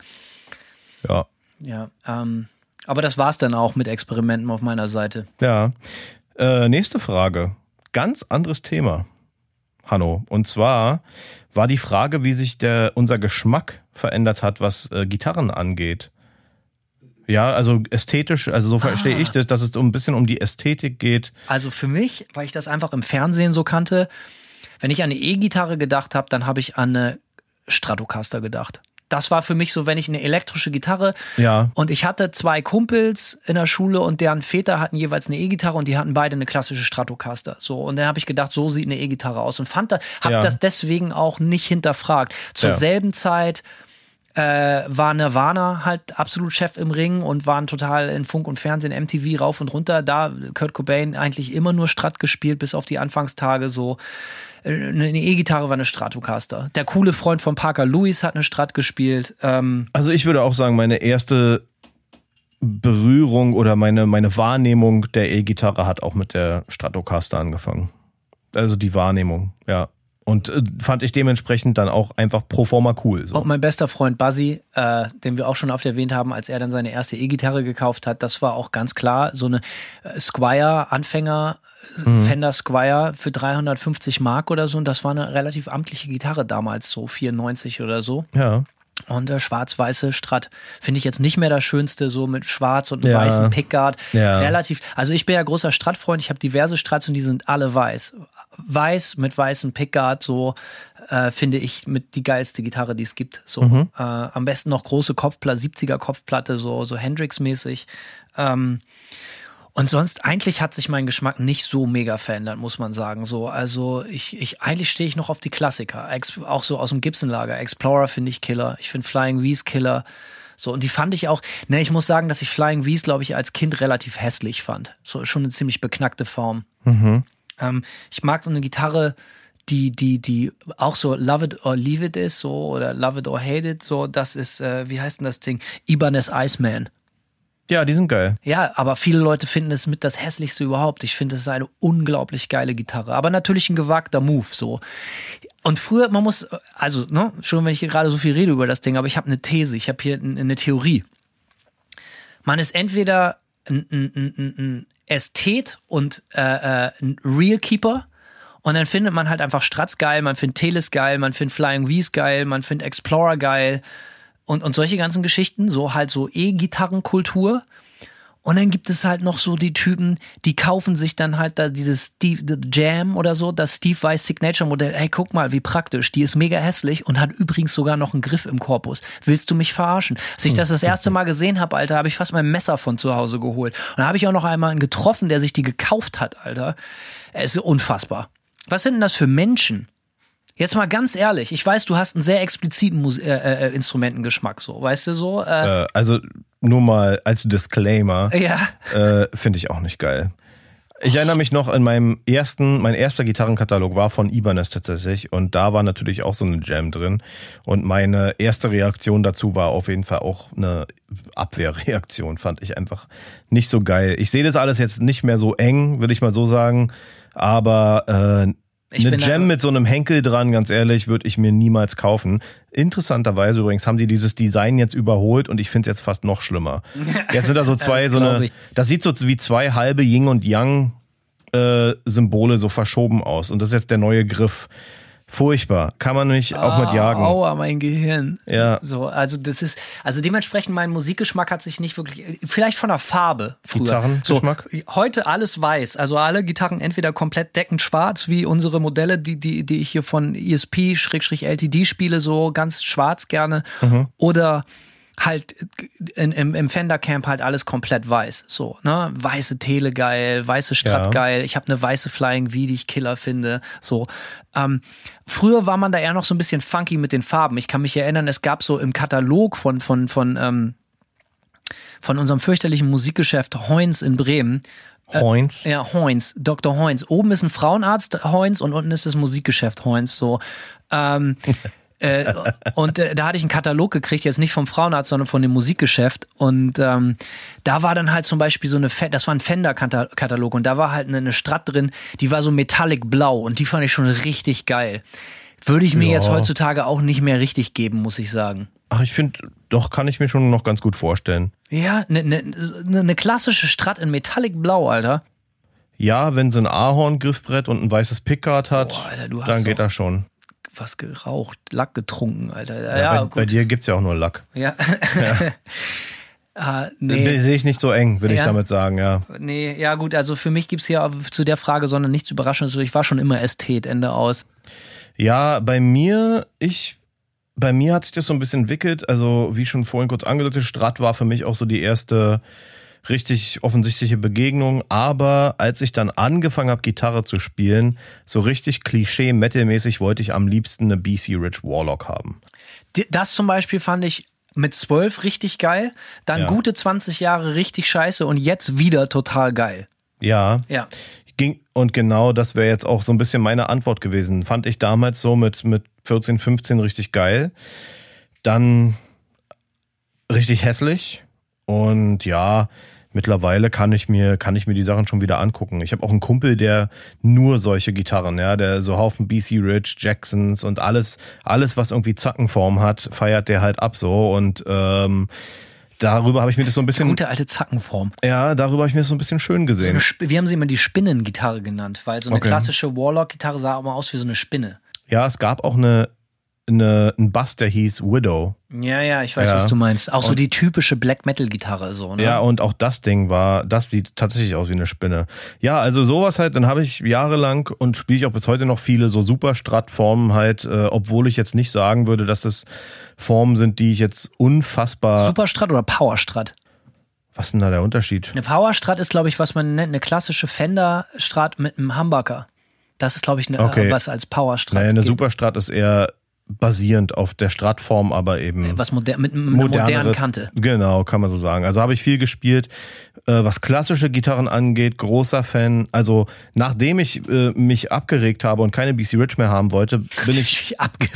Ja. Ja, aber das war's dann auch mit Experimenten auf meiner Seite. Ja, nächste Frage. Ganz anderes Thema, Hanno. Und zwar war die Frage, wie sich unser Geschmack verändert hat, was Gitarren angeht. Ja, also ästhetisch, also so verstehe ich das, dass es ein bisschen um die Ästhetik geht. Also für mich, weil ich das einfach im Fernsehen so kannte, wenn ich an eine E-Gitarre gedacht habe, dann habe ich an eine Stratocaster gedacht. Das war für mich so, wenn ich eine elektrische Gitarre und ich hatte 2 Kumpels in der Schule und deren Väter hatten jeweils eine E-Gitarre und die hatten beide eine klassische Stratocaster. So, und dann habe ich gedacht, so sieht eine E-Gitarre aus und habe das deswegen auch nicht hinterfragt. Zur selben Zeit war Nirvana halt absolut Chef im Ring und waren total in Funk und Fernsehen, MTV rauf und runter. Da Kurt Cobain eigentlich immer nur Strat gespielt, bis auf die Anfangstage so. Eine E-Gitarre war eine Stratocaster. Der coole Freund von Parker Lewis hat eine Strat gespielt. Also ich würde auch sagen, meine erste Berührung oder meine Wahrnehmung der E-Gitarre hat auch mit der Stratocaster angefangen. Also die Wahrnehmung, ja. Und fand ich dementsprechend dann auch einfach pro forma cool. So. Und mein bester Freund Buzzy, den wir auch schon oft erwähnt haben, als er dann seine erste E-Gitarre gekauft hat, das war auch ganz klar so eine Squier-Anfänger, Fender Squier für 350 Mark oder so. Und das war eine relativ amtliche Gitarre damals, so 94 oder so. Ja. Und der schwarz-weiße Strat finde ich jetzt nicht mehr das Schönste, so mit schwarz und weißem Pickguard. Ja. Also ich bin ja großer Strat-Freund, ich habe diverse Strats und die sind alle weiß. Weiß mit weißem Pickguard, so finde ich mit die geilste Gitarre, die es gibt. So am besten noch große Kopfplatte, 70er Kopfplatte, so Hendrix-mäßig. Und sonst, eigentlich hat sich mein Geschmack nicht so mega verändert, muss man sagen. So, also eigentlich stehe ich noch auf die Klassiker. Auch so aus dem Gibson-Lager. Explorer finde ich Killer. Ich finde Flying V's Killer. So, und die fand ich auch, ich muss sagen, dass ich Flying V's, glaube ich, als Kind relativ hässlich fand. So, schon eine ziemlich beknackte Form. Ich mag so eine Gitarre, die auch so Love It or Leave It ist, so, oder Love It or Hate It, so, das ist, wie heißt denn das Ding? Ibanez Iceman. Ja, die sind geil. Ja, aber viele Leute finden es mit das hässlichste überhaupt. Ich finde, es ist eine unglaublich geile Gitarre. Aber natürlich ein gewagter Move, so. Und früher, schon wenn ich hier gerade so viel rede über das Ding, aber ich habe eine These, ich habe hier eine Theorie. Man ist entweder ein Ästhet und ein Realkeeper und dann findet man halt einfach Strats geil, man findet Teles geil, man findet Flying V's geil, man findet Explorer geil. Und solche ganzen Geschichten, so halt so E-Gitarrenkultur. Und dann gibt es halt noch so die Typen, die kaufen sich dann halt da dieses Steve Jam oder so, das Steve Vai Signature Modell. Ey, guck mal, wie praktisch. Die ist mega hässlich und hat übrigens sogar noch einen Griff im Korpus. Willst du mich verarschen? Als ich das erste Mal gesehen habe, Alter, habe ich fast mein Messer von zu Hause geholt. Und da habe ich auch noch einmal einen getroffen, der sich die gekauft hat, Alter. Es ist unfassbar. Was sind denn das für Menschen? Jetzt mal ganz ehrlich, ich weiß, du hast einen sehr expliziten Instrumentengeschmack, so, weißt du so? Also nur mal als Disclaimer, finde ich auch nicht geil. Ich erinnere mich noch an mein erster Gitarrenkatalog war von Ibanez tatsächlich und da war natürlich auch so eine Jam drin und meine erste Reaktion dazu war auf jeden Fall auch eine Abwehrreaktion, fand ich einfach nicht so geil. Ich sehe das alles jetzt nicht mehr so eng, würde ich mal so sagen, aber eine Jam mit so einem Henkel dran, ganz ehrlich, würde ich mir niemals kaufen. Interessanterweise übrigens haben die dieses Design jetzt überholt und ich finde es jetzt fast noch schlimmer. Jetzt sind da so zwei, das sieht so wie 2 halbe Yin und Yang Symbole so verschoben aus und das ist jetzt der neue Griff. Furchtbar. Kann man nicht auch mit jagen. Aua, mein Gehirn. Ja. So, also dementsprechend mein Musikgeschmack hat sich nicht wirklich, vielleicht von der Farbe früher. Gitarrengeschmack? So, heute alles weiß. Also alle Gitarren entweder komplett deckend schwarz, wie unsere Modelle, die ich hier von ESP/LTD spiele, so ganz schwarz gerne. Oder halt im Fender Camp halt alles komplett weiß. So, ne? Weiße Tele geil, weiße Strat geil. Ich habe eine weiße Flying V, die ich Killer finde. So. Früher war man da eher noch so ein bisschen funky mit den Farben. Ich kann mich erinnern, es gab so im Katalog von unserem fürchterlichen Musikgeschäft Hoyns in Bremen. Hoyns? Ja, Hoyns, Dr. Hoyns. Oben ist ein Frauenarzt Hoyns und unten ist das Musikgeschäft Hoyns. So. Und da hatte ich einen Katalog gekriegt, jetzt nicht vom Frauenarzt, sondern von dem Musikgeschäft. Und da war dann halt zum Beispiel das war ein Fender-Katalog und da war halt eine Strat drin, die war so metallic blau und die fand ich schon richtig geil. Würde ich mir jetzt heutzutage auch nicht mehr richtig geben, muss ich sagen. Ach, ich finde, doch kann ich mir schon noch ganz gut vorstellen. Ja, eine klassische Strat in metallic blau, Alter. Ja, wenn sie ein Ahorn-Griffbrett und ein weißes Pickguard hat, Alter, dann geht das schon. Was geraucht, Lack getrunken, Alter. Ja, bei dir gibt's ja auch nur Lack. Ja. Nee. Sehe ich nicht so eng, will ich damit sagen, ja. Nee, ja gut, also für mich gibt's hier zu der Frage, sondern nichts Überraschendes. Ich war schon immer Ästhet, Ende aus. Ja, bei mir hat sich das so ein bisschen entwickelt. Also, wie schon vorhin kurz angedeutet, Strat war für mich auch so die erste richtig offensichtliche Begegnung, aber als ich dann angefangen habe, Gitarre zu spielen, so richtig Klischee-Metal-mäßig wollte ich am liebsten eine BC Rich Warlock haben. Das zum Beispiel fand ich mit 12 richtig geil, dann gute 20 Jahre richtig scheiße und jetzt wieder total geil. Ja. Und genau das wäre jetzt auch so ein bisschen meine Antwort gewesen. Fand ich damals so mit 14, 15 richtig geil. Dann richtig hässlich. Und ja, mittlerweile kann ich mir die Sachen schon wieder angucken. Ich habe auch einen Kumpel, der nur solche Gitarren, der so Haufen BC Rich, Jacksons und alles, was irgendwie Zackenform hat, feiert der halt ab so. Und darüber habe ich mir das so ein bisschen... Gute alte Zackenform. Ja, darüber habe ich mir das so ein bisschen schön gesehen. Wir haben sie immer die Spinnengitarre genannt, weil so eine klassische Warlock-Gitarre sah immer aus wie so eine Spinne. Ja, es gab auch einen Bass, der hieß Widow. Ja, ich weiß, was du meinst. Auch so die typische Black-Metal-Gitarre so, ne? Ja, und auch das sieht tatsächlich aus wie eine Spinne. Ja, also sowas halt, dann habe ich jahrelang und spiele ich auch bis heute noch viele so Super-Strat-Formen halt, obwohl ich jetzt nicht sagen würde, dass das Formen sind, die ich jetzt unfassbar... Superstrat oder Powerstrat? Was ist denn da der Unterschied? Eine Powerstrat ist, glaube ich, was man nennt, eine klassische Fender-Strat mit einem Humbucker. Das ist, glaube ich, was als Powerstrat Naja, eine Superstrat ist eher basierend auf der Stratform, aber eben was mit einer modernen Kante. Genau, kann man so sagen. Also habe ich viel gespielt, was klassische Gitarren angeht, großer Fan. Also nachdem ich mich abgeregt habe und keine BC Rich mehr haben wollte, bin ich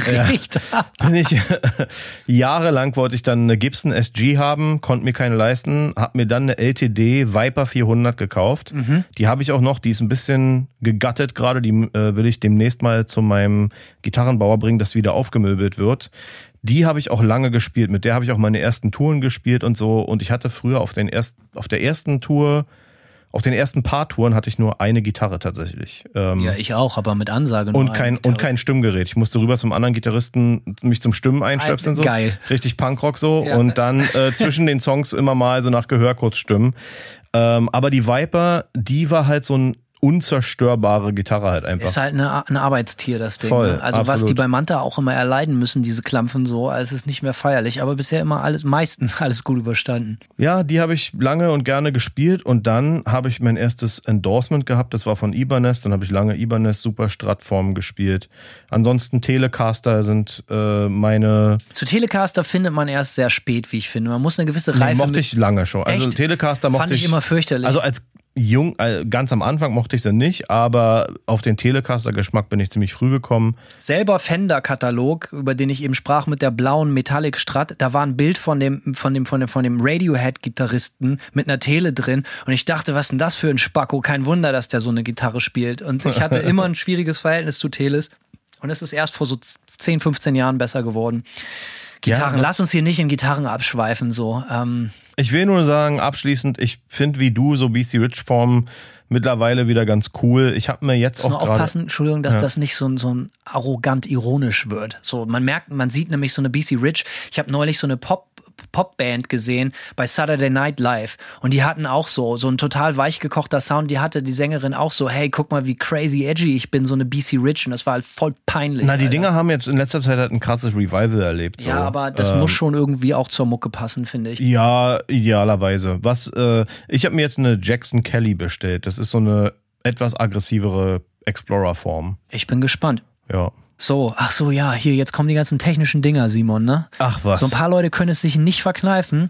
jahrelang wollte ich dann eine Gibson SG haben, konnte mir keine leisten, habe mir dann eine LTD Viper 400 gekauft. Die habe ich auch noch, die ist ein bisschen gegattet gerade, die will ich demnächst mal zu meinem Gitarrenbauer bringen, dass wieder aufgemöbelt wird. Die habe ich auch lange gespielt. Mit der habe ich auch meine ersten Touren gespielt und so. Und ich hatte früher auf den ersten paar Touren hatte ich nur eine Gitarre tatsächlich. Ja, ich auch, aber mit Ansage nur und kein Stimmgerät. Ich musste rüber zum anderen Gitarristen, mich zum Stimmen einstöpseln so. Geil. Richtig Punkrock so. Ja. Und dann zwischen den Songs immer mal so nach Gehör kurz stimmen. Aber die Viper, die war halt so ein unzerstörbare Gitarre halt einfach. Ist halt ein Arbeitstier, das Ding. Voll, ne? Also absolut. was die bei Manta auch immer erleiden müssen, diese Klampfen so, es ist nicht mehr feierlich, aber bisher meistens alles gut überstanden. Ja, die habe ich lange und gerne gespielt und dann habe ich mein erstes Endorsement gehabt, das war von Ibanez, dann habe ich lange Ibanez Super Strat-Formen gespielt. Ansonsten Telecaster sind meine... Zu Telecaster findet man erst sehr spät, wie ich finde. Man muss eine gewisse Reife... mochte ich lange schon. Also Echt? Telecaster mochte Fand ich immer fürchterlich. Also als ganz am Anfang mochte ich sie nicht, aber auf den Telecaster-Geschmack bin ich ziemlich früh gekommen. Selber Fender-Katalog, über den ich eben sprach mit der blauen Metallic Strat, da war ein Bild von dem Radiohead-Gitarristen mit einer Tele drin und ich dachte, was ist denn das für ein Spacko? Kein Wunder, dass der so eine Gitarre spielt. Und ich hatte immer ein schwieriges Verhältnis zu Teles und es ist erst vor so 10, 15 Jahren besser geworden. Gitarren, lass uns hier nicht in Gitarren abschweifen, so. Ich will nur sagen, abschließend, ich finde wie du so BC Rich Formen mittlerweile wieder ganz cool. Ich habe mir jetzt auch nur aufpassen, Entschuldigung, dass das nicht so ein arrogant ironisch wird. So, man sieht nämlich so eine BC Rich. Ich habe neulich so eine Popband gesehen bei Saturday Night Live und die hatten auch so ein total weichgekochter Sound. Die hatte die Sängerin auch so, hey, guck mal, wie crazy edgy ich bin, so eine BC Rich und das war halt voll peinlich. Na, die Dinger haben jetzt in letzter Zeit halt ein krasses Revival erlebt. So. Ja, aber das muss schon irgendwie auch zur Mucke passen, finde ich. Ja, idealerweise. Ich habe mir jetzt eine Jackson Kelly bestellt. Das ist so eine etwas aggressivere Explorer-Form. Ich bin gespannt. Ja. So, ach so, ja, hier, jetzt kommen die ganzen technischen Dinger, Simon, ne? Ach was. So ein paar Leute können es sich nicht verkneifen.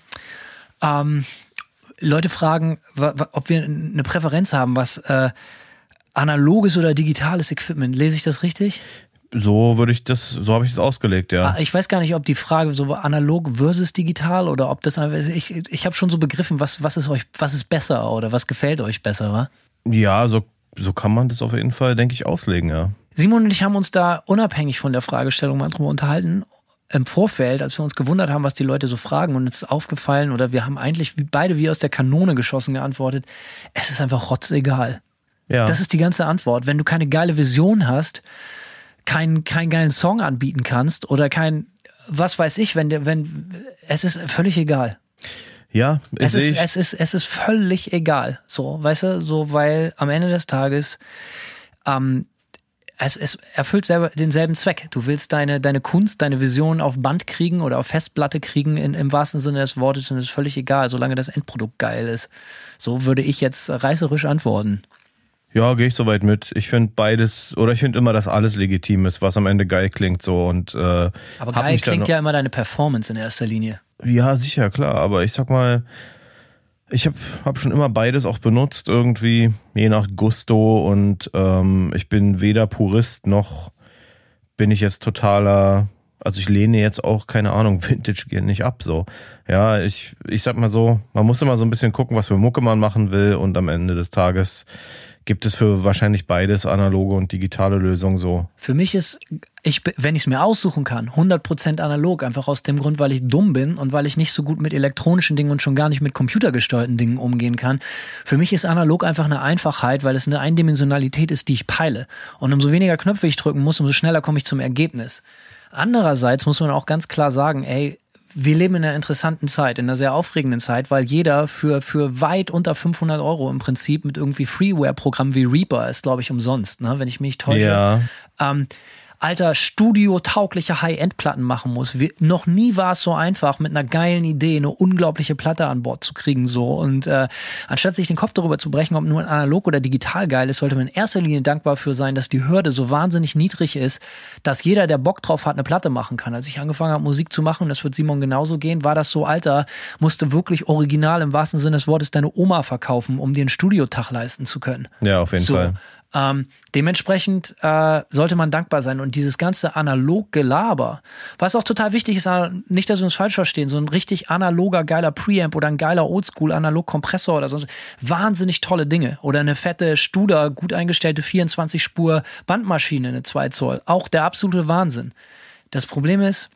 Leute fragen, ob wir eine Präferenz haben, was analoges oder digitales Equipment. Lese ich das richtig? So habe ich das ausgelegt, ja. Ich weiß gar nicht, ob die Frage so analog versus digital oder ob das einfach, ich habe schon so begriffen, was ist besser oder was gefällt euch besser, wa? Ja, so kann man das auf jeden Fall, denke ich, auslegen, ja. Simon und ich haben uns da unabhängig von der Fragestellung mal drüber unterhalten. Im Vorfeld, als wir uns gewundert haben, was die Leute so fragen und uns ist aufgefallen oder wir haben eigentlich beide wie aus der Kanone geschossen geantwortet, es ist einfach rotzegal. Ja. Das ist die ganze Antwort. Wenn du keine geile Vision hast, keinen geilen Song anbieten kannst oder was weiß ich, es ist völlig egal. Ja, es ist völlig egal. So, weißt du, so, weil am Ende des Tages, es erfüllt selber denselben Zweck. Du willst deine Kunst, deine Vision auf Band kriegen oder auf Festplatte kriegen, im wahrsten Sinne des Wortes, und es ist völlig egal, solange das Endprodukt geil ist. So würde ich jetzt reißerisch antworten. Ja, gehe ich soweit mit. Ich finde beides, oder ich finde immer, dass alles legitim ist, was am Ende geil klingt so und aber geil klingt ja immer deine Performance in erster Linie. Ja, sicher, klar, aber ich sag mal, ich hab schon immer beides auch benutzt, irgendwie, je nach Gusto und ich bin weder Purist noch bin ich jetzt totaler, also ich lehne jetzt auch, keine Ahnung, Vintage Gear nicht ab, so. Ja, ich sag mal so, man muss immer so ein bisschen gucken, was für Mucke man machen will und am Ende des Tages gibt es für wahrscheinlich beides, analoge und digitale Lösungen so. Für mich ist, wenn ich es mir aussuchen kann, 100% analog, einfach aus dem Grund, weil ich dumm bin und weil ich nicht so gut mit elektronischen Dingen und schon gar nicht mit computergesteuerten Dingen umgehen kann. Für mich ist analog einfach eine Einfachheit, weil es eine Eindimensionalität ist, die ich peile. Und umso weniger Knöpfe ich drücken muss, umso schneller komme ich zum Ergebnis. Andererseits muss man auch ganz klar sagen, ey, wir leben in einer interessanten Zeit, in einer sehr aufregenden Zeit, weil jeder für weit unter 500 € im Prinzip mit irgendwie Freeware-Programmen wie Reaper ist, glaube ich, umsonst, ne, wenn ich mich nicht täusche. Ja. Alter, studiotaugliche High-End-Platten machen muss. Noch nie war es so einfach, mit einer geilen Idee eine unglaubliche Platte an Bord zu kriegen. So. Und anstatt sich den Kopf darüber zu brechen, ob nur ein analog oder digital geil ist, sollte man in erster Linie dankbar für sein, dass die Hürde so wahnsinnig niedrig ist, dass jeder, der Bock drauf hat, eine Platte machen kann. Als ich angefangen habe, Musik zu machen, und das wird Simon genauso gehen, war das so, Alter, musste wirklich original im wahrsten Sinne des Wortes deine Oma verkaufen, um dir einen Studiotag leisten zu können. Ja, auf jeden Fall. Dementsprechend sollte man dankbar sein und dieses ganze Analog-Gelaber, was auch total wichtig ist, nicht, dass wir uns falsch verstehen, so ein richtig analoger, geiler Preamp oder ein geiler Oldschool-Analog-Kompressor oder sonst, wahnsinnig tolle Dinge oder eine fette Studer, gut eingestellte 24-Spur-Bandmaschine, eine 2 Zoll, auch der absolute Wahnsinn. Das Problem ist,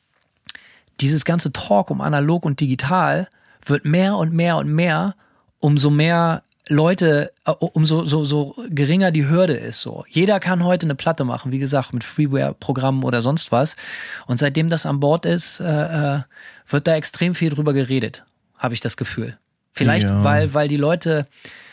dieses ganze Talk um analog und digital wird mehr und mehr und mehr, umso mehr Leute, umso geringer die Hürde ist so. Jeder kann heute eine Platte machen, wie gesagt, mit Freeware-Programmen oder sonst was. Und seitdem das an Bord ist, wird da extrem viel drüber geredet, habe ich das Gefühl. Vielleicht, ja. weil die Leute,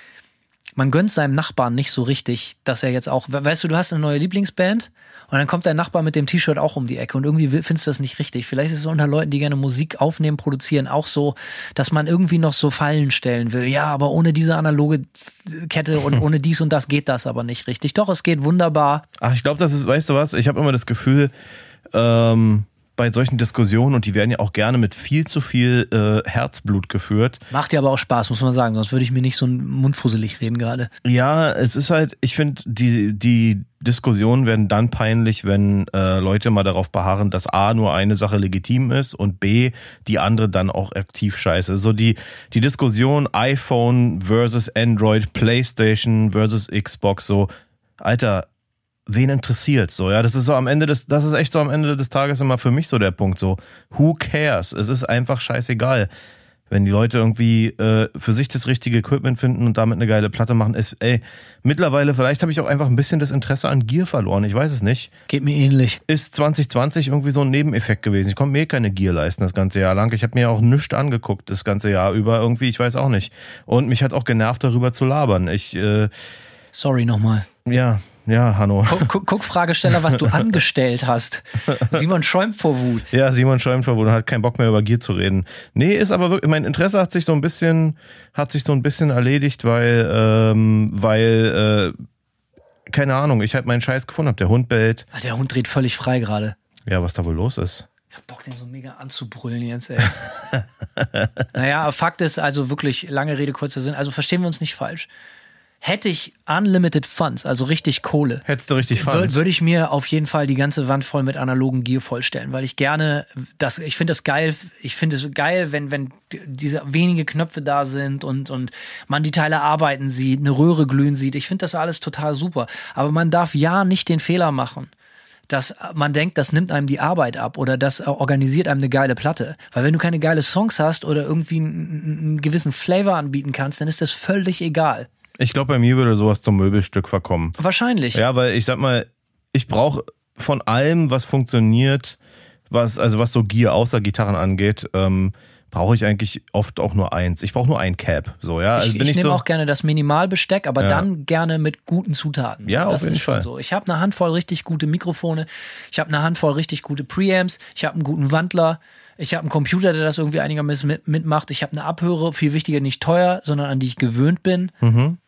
man gönnt seinem Nachbarn nicht so richtig, dass er jetzt auch, weißt du hast eine neue Lieblingsband und dann kommt dein Nachbar mit dem T-Shirt auch um die Ecke und irgendwie findest du das nicht richtig. Vielleicht ist es unter Leuten, die gerne Musik aufnehmen, produzieren, auch so, dass man irgendwie noch so Fallen stellen will. Ja, aber ohne diese analoge Kette und ohne dies und das geht das aber nicht richtig. Doch, es geht wunderbar. Ach, ich glaube, das ist, weißt du was, ich habe immer das Gefühl, bei solchen Diskussionen, und die werden ja auch gerne mit viel zu viel Herzblut geführt. Macht ja aber auch Spaß, muss man sagen, sonst würde ich mir nicht so mundfusselig reden gerade. Ja, es ist halt, ich finde, die Diskussionen werden dann peinlich, wenn Leute mal darauf beharren, dass A, nur eine Sache legitim ist und B, die andere dann auch aktiv scheiße. So die Diskussion iPhone versus Android, PlayStation versus Xbox, so, Alter, wen interessiert so, ja, das ist echt so am Ende des Tages immer für mich so der Punkt, so, who cares? Es ist einfach scheißegal. wenn die Leute irgendwie für sich das richtige Equipment finden und damit eine geile Platte machen, mittlerweile, vielleicht habe ich auch einfach ein bisschen das Interesse an Gear verloren, ich weiß es nicht. Geht mir ähnlich. Ist 2020 irgendwie so ein Nebeneffekt gewesen. Ich konnte mir keine Gear leisten das ganze Jahr lang. Ich habe mir auch nichts angeguckt das ganze Jahr über irgendwie, ich weiß auch nicht. Und mich hat auch genervt, darüber zu labern. Sorry nochmal. Ja, Hanno. Guck Fragesteller, was du angestellt hast. Simon schäumt vor Wut. Ja, Simon schäumt vor Wut und hat keinen Bock mehr über Gear zu reden. Nee, ist aber wirklich, mein Interesse hat sich so ein bisschen erledigt, weil keine Ahnung, ich halt meinen Scheiß gefunden habe. Der Hund bellt. Der Hund dreht völlig frei gerade. Ja, was da wohl los ist. Ich hab Bock, den so mega anzubrüllen jetzt, ey. Naja, Fakt ist also wirklich, lange Rede, kurzer Sinn. Also verstehen wir uns nicht falsch. Hätte ich unlimited Funds, also richtig Kohle, hättest du richtig Funds, würde ich mir auf jeden Fall die ganze Wand voll mit analogen Gear vollstellen, weil ich finde es geil, wenn diese wenige Knöpfe da sind und man die Teile arbeiten sieht, eine Röhre glühen sieht. Ich finde das alles total super. Aber man darf ja nicht den Fehler machen, dass man denkt, das nimmt einem die Arbeit ab oder das organisiert einem eine geile Platte. Weil wenn du keine geile Songs hast oder irgendwie einen gewissen Flavor anbieten kannst, dann ist das völlig egal. Ich glaube, bei mir würde sowas zum Möbelstück verkommen. Wahrscheinlich. Ja, weil ich sag mal, ich brauche von allem, was funktioniert, was so Gear außer Gitarren angeht, brauche ich eigentlich oft auch nur eins. Ich brauche nur ein Cap. So, ja. Ich nehme auch gerne das Minimalbesteck, aber dann gerne mit guten Zutaten. Ja, das auf jeden Fall. So. Ich habe eine Handvoll richtig gute Mikrofone, ich habe eine Handvoll richtig gute Preamps, ich habe einen guten Wandler, ich habe einen Computer, der das irgendwie einigermaßen mitmacht, ich habe eine Abhöre, viel wichtiger, nicht teuer, sondern an die ich gewöhnt bin. Mhm.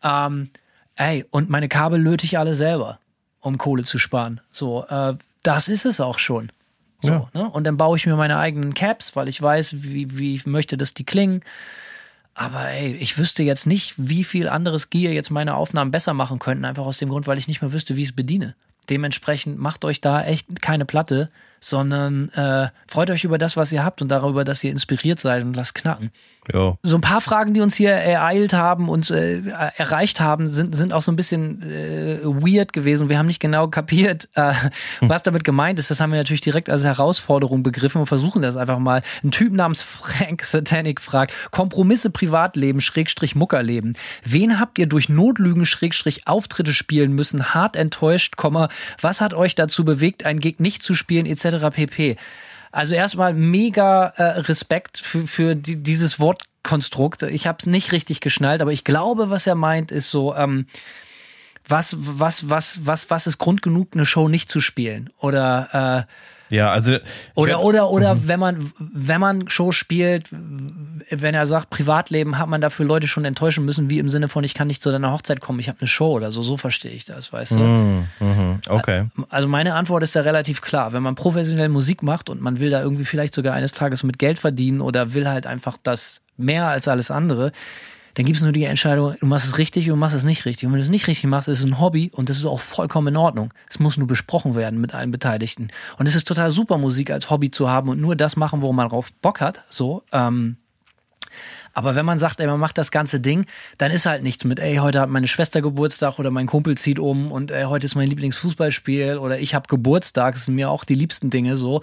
Und meine Kabel löte ich alle selber, um Kohle zu sparen. So, das ist es auch schon. So, ja. Ne? Und dann baue ich mir meine eigenen Caps, weil ich weiß, wie ich möchte, dass die klingen. Aber ich wüsste jetzt nicht, wie viel anderes Gear jetzt meine Aufnahmen besser machen könnten, einfach aus dem Grund, weil ich nicht mehr wüsste, wie ich es bediene. Dementsprechend macht euch da echt keine Platte, sondern freut euch über das, was ihr habt und darüber, dass ihr inspiriert seid und lasst knacken. Jo. So ein paar Fragen, die uns hier ereilt haben und erreicht haben, sind auch so ein bisschen weird gewesen. Wir haben nicht genau kapiert, was damit gemeint ist. Das haben wir natürlich direkt als Herausforderung begriffen und versuchen das einfach mal. Ein Typ namens Frank Satanic fragt, Kompromisse Privatleben / Muckerleben. Wen habt ihr durch Notlügen / Auftritte spielen müssen, hart enttäuscht, was hat euch dazu bewegt, einen Gig nicht zu spielen, etc. pp. Also erstmal mega Respekt für dieses Wortkonstrukt. Ich habe es nicht richtig geschnallt, aber ich glaube, was er meint, ist so, was ist Grund genug, eine Show nicht zu spielen? Oder ja, also oder wenn man Show spielt, wenn er sagt, Privatleben, hat man dafür Leute schon enttäuschen müssen, wie im Sinne von, ich kann nicht zu deiner Hochzeit kommen, ich habe eine Show oder so verstehe ich das, weißt du? Okay. Also meine Antwort ist da relativ klar. Wenn man professionell Musik macht und man will da irgendwie vielleicht sogar eines Tages mit Geld verdienen oder will halt einfach das mehr als alles andere, dann gibt es nur die Entscheidung, du machst es richtig und du machst es nicht richtig. Und wenn du es nicht richtig machst, ist es ein Hobby und das ist auch vollkommen in Ordnung. Es muss nur besprochen werden mit allen Beteiligten. Und es ist total super, Musik als Hobby zu haben und nur das machen, worum man drauf Bock hat. So, aber wenn man sagt, man macht das ganze Ding, dann ist halt nichts mit, heute hat meine Schwester Geburtstag oder mein Kumpel zieht um und heute ist mein Lieblingsfußballspiel oder ich habe Geburtstag, das sind mir auch die liebsten Dinge so.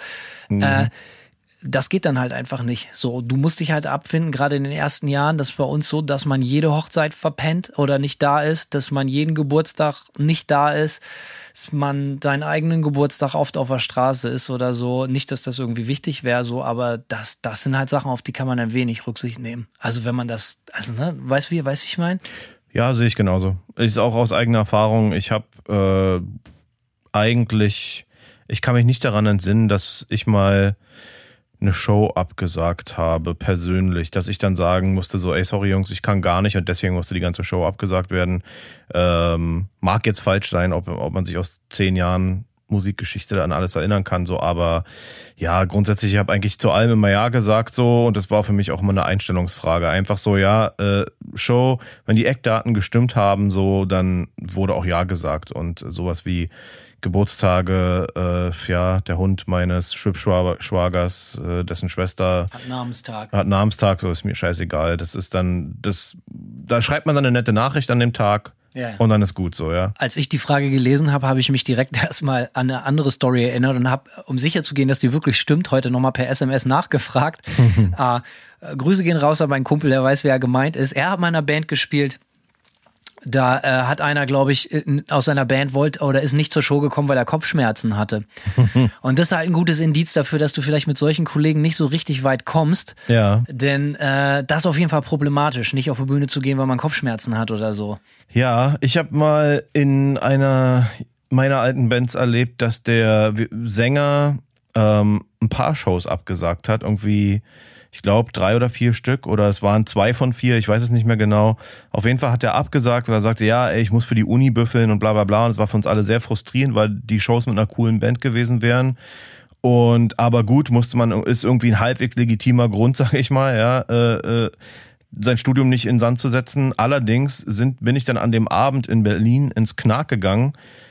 Das geht dann halt einfach nicht. So, du musst dich halt abfinden, gerade in den ersten Jahren, das ist bei uns so, dass man jede Hochzeit verpennt oder nicht da ist, dass man jeden Geburtstag nicht da ist, dass man seinen eigenen Geburtstag oft auf der Straße ist oder so. Nicht, dass das irgendwie wichtig wäre, so, aber das sind halt Sachen, auf die kann man ein wenig Rücksicht nehmen. Also wenn man das, weißt du, wie ich meine? Ja, sehe ich genauso. Ist auch aus eigener Erfahrung. Ich habe ich kann mich nicht daran entsinnen, dass ich mal eine Show abgesagt habe, persönlich, dass ich dann sagen musste, so, sorry Jungs, ich kann gar nicht und deswegen musste die ganze Show abgesagt werden. Mag jetzt falsch sein, ob man sich aus 10 Jahren Musikgeschichte an alles erinnern kann, so, aber ja, grundsätzlich, ich habe eigentlich zu allem immer Ja gesagt, so, und das war für mich auch immer eine Einstellungsfrage. Einfach so, ja, Show, wenn die Eckdaten gestimmt haben, so, dann wurde auch Ja gesagt und sowas wie Geburtstage, der Hund meines Schwibschwagers, dessen Schwester hat Namenstag, so ist mir scheißegal. Das ist dann, da schreibt man dann eine nette Nachricht an dem Tag. Ja. Und dann ist gut so, ja. Als ich die Frage gelesen habe, habe ich mich direkt erstmal an eine andere Story erinnert und habe, um sicher zu gehen, dass die wirklich stimmt, heute nochmal per SMS nachgefragt. Grüße gehen raus an meinen Kumpel, der weiß, wer gemeint ist. Er hat in meiner Band gespielt. Da hat einer, glaube ich, aus seiner Band ist nicht zur Show gekommen, weil er Kopfschmerzen hatte. Und das ist halt ein gutes Indiz dafür, dass du vielleicht mit solchen Kollegen nicht so richtig weit kommst. Ja. Denn das ist auf jeden Fall problematisch, nicht auf die Bühne zu gehen, weil man Kopfschmerzen hat oder so. Ja, ich habe mal in einer meiner alten Bands erlebt, dass der Sänger ein paar Shows abgesagt hat. Irgendwie, ich glaube 3 oder 4 Stück oder es waren 2 von 4, ich weiß es nicht mehr genau. Auf jeden Fall hat er abgesagt, weil er sagte, ja, ey, ich muss für die Uni büffeln und bla bla bla. Und es war für uns alle sehr frustrierend, weil die Shows mit einer coolen Band gewesen wären. Aber gut, ist irgendwie ein halbwegs legitimer Grund, sag ich mal, ja, sein Studium nicht in den Sand zu setzen. Allerdings bin ich dann an dem Abend in Berlin ins Knark gegangen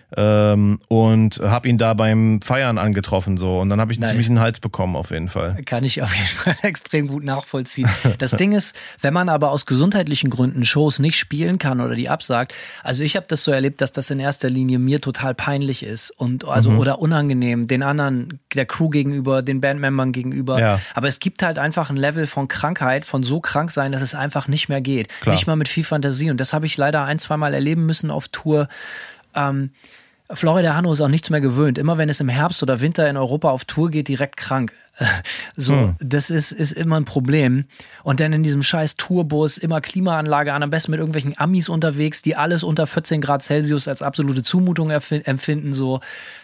und habe ihn da beim Feiern angetroffen so und dann habe ich einen ziemlichen Hals bekommen auf jeden Fall. Kann ich auf jeden Fall extrem gut nachvollziehen. Das Ding ist, wenn man aber aus gesundheitlichen Gründen Shows nicht spielen kann oder die absagt, also ich habe das so erlebt, dass das in erster Linie mir total peinlich ist und oder unangenehm, den anderen, der Crew gegenüber, den Bandmembern gegenüber. Ja. Aber es gibt halt einfach ein Level von Krankheit, von so krank sein, dass es einfach nicht mehr geht. Klar. Nicht mal mit viel Fantasie und das habe ich leider 1-2 Mal erleben müssen auf Tour. Florida Hanno ist auch nichts mehr gewöhnt. Immer wenn es im Herbst oder Winter in Europa auf Tour geht, direkt krank. Das ist immer ein Problem. Und dann in diesem scheiß Tourbus immer Klimaanlage an, am besten mit irgendwelchen Amis unterwegs, die alles unter 14 Grad Celsius als absolute Zumutung empfinden. So.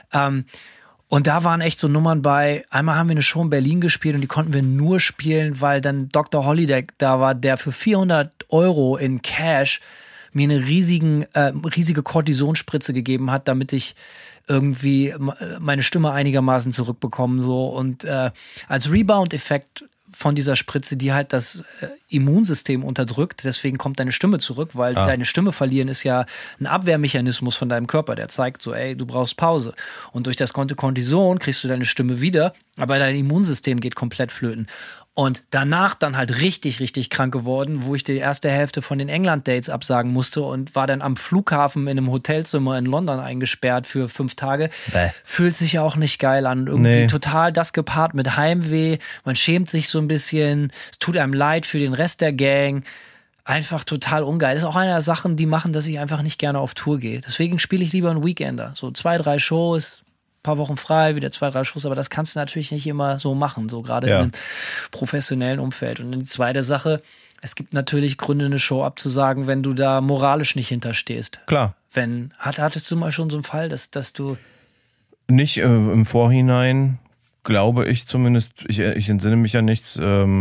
Und da waren echt so Nummern bei. Einmal haben wir eine Show in Berlin gespielt und die konnten wir nur spielen, weil dann Dr. Holiday da war, der für 400 € in Cash mir eine riesige Kortisonspritze gegeben hat, damit ich irgendwie meine Stimme einigermaßen zurückbekomme. So. Und als Rebound-Effekt von dieser Spritze, die halt das Immunsystem unterdrückt, deswegen kommt deine Stimme zurück, weil deine Stimme verlieren ist ja ein Abwehrmechanismus von deinem Körper, der zeigt so, ey, du brauchst Pause. Und durch das Cortison kriegst du deine Stimme wieder, aber dein Immunsystem geht komplett flöten. Und danach dann halt richtig, richtig krank geworden, wo ich die erste Hälfte von den England-Dates absagen musste und war dann am Flughafen in einem Hotelzimmer in London eingesperrt für 5 Tage. Fühlt sich ja auch nicht geil an. Irgendwie total das gepaart mit Heimweh. Man schämt sich so ein bisschen. Es tut einem leid für den Rest der Gang. Einfach total ungeil. Das ist auch eine der Sachen, die machen, dass ich einfach nicht gerne auf Tour gehe. Deswegen spiele ich lieber einen Weekender. So 2, 3 Shows, paar Wochen frei, wieder 2, 3 Shows, aber das kannst du natürlich nicht immer so machen, so gerade in einem professionellen Umfeld. Und die zweite Sache, es gibt natürlich Gründe, eine Show abzusagen, wenn du da moralisch nicht hinterstehst. Klar. Hattest du mal schon so einen Fall, dass du... Nicht im Vorhinein, glaube ich zumindest, ich entsinne mich ja nichts.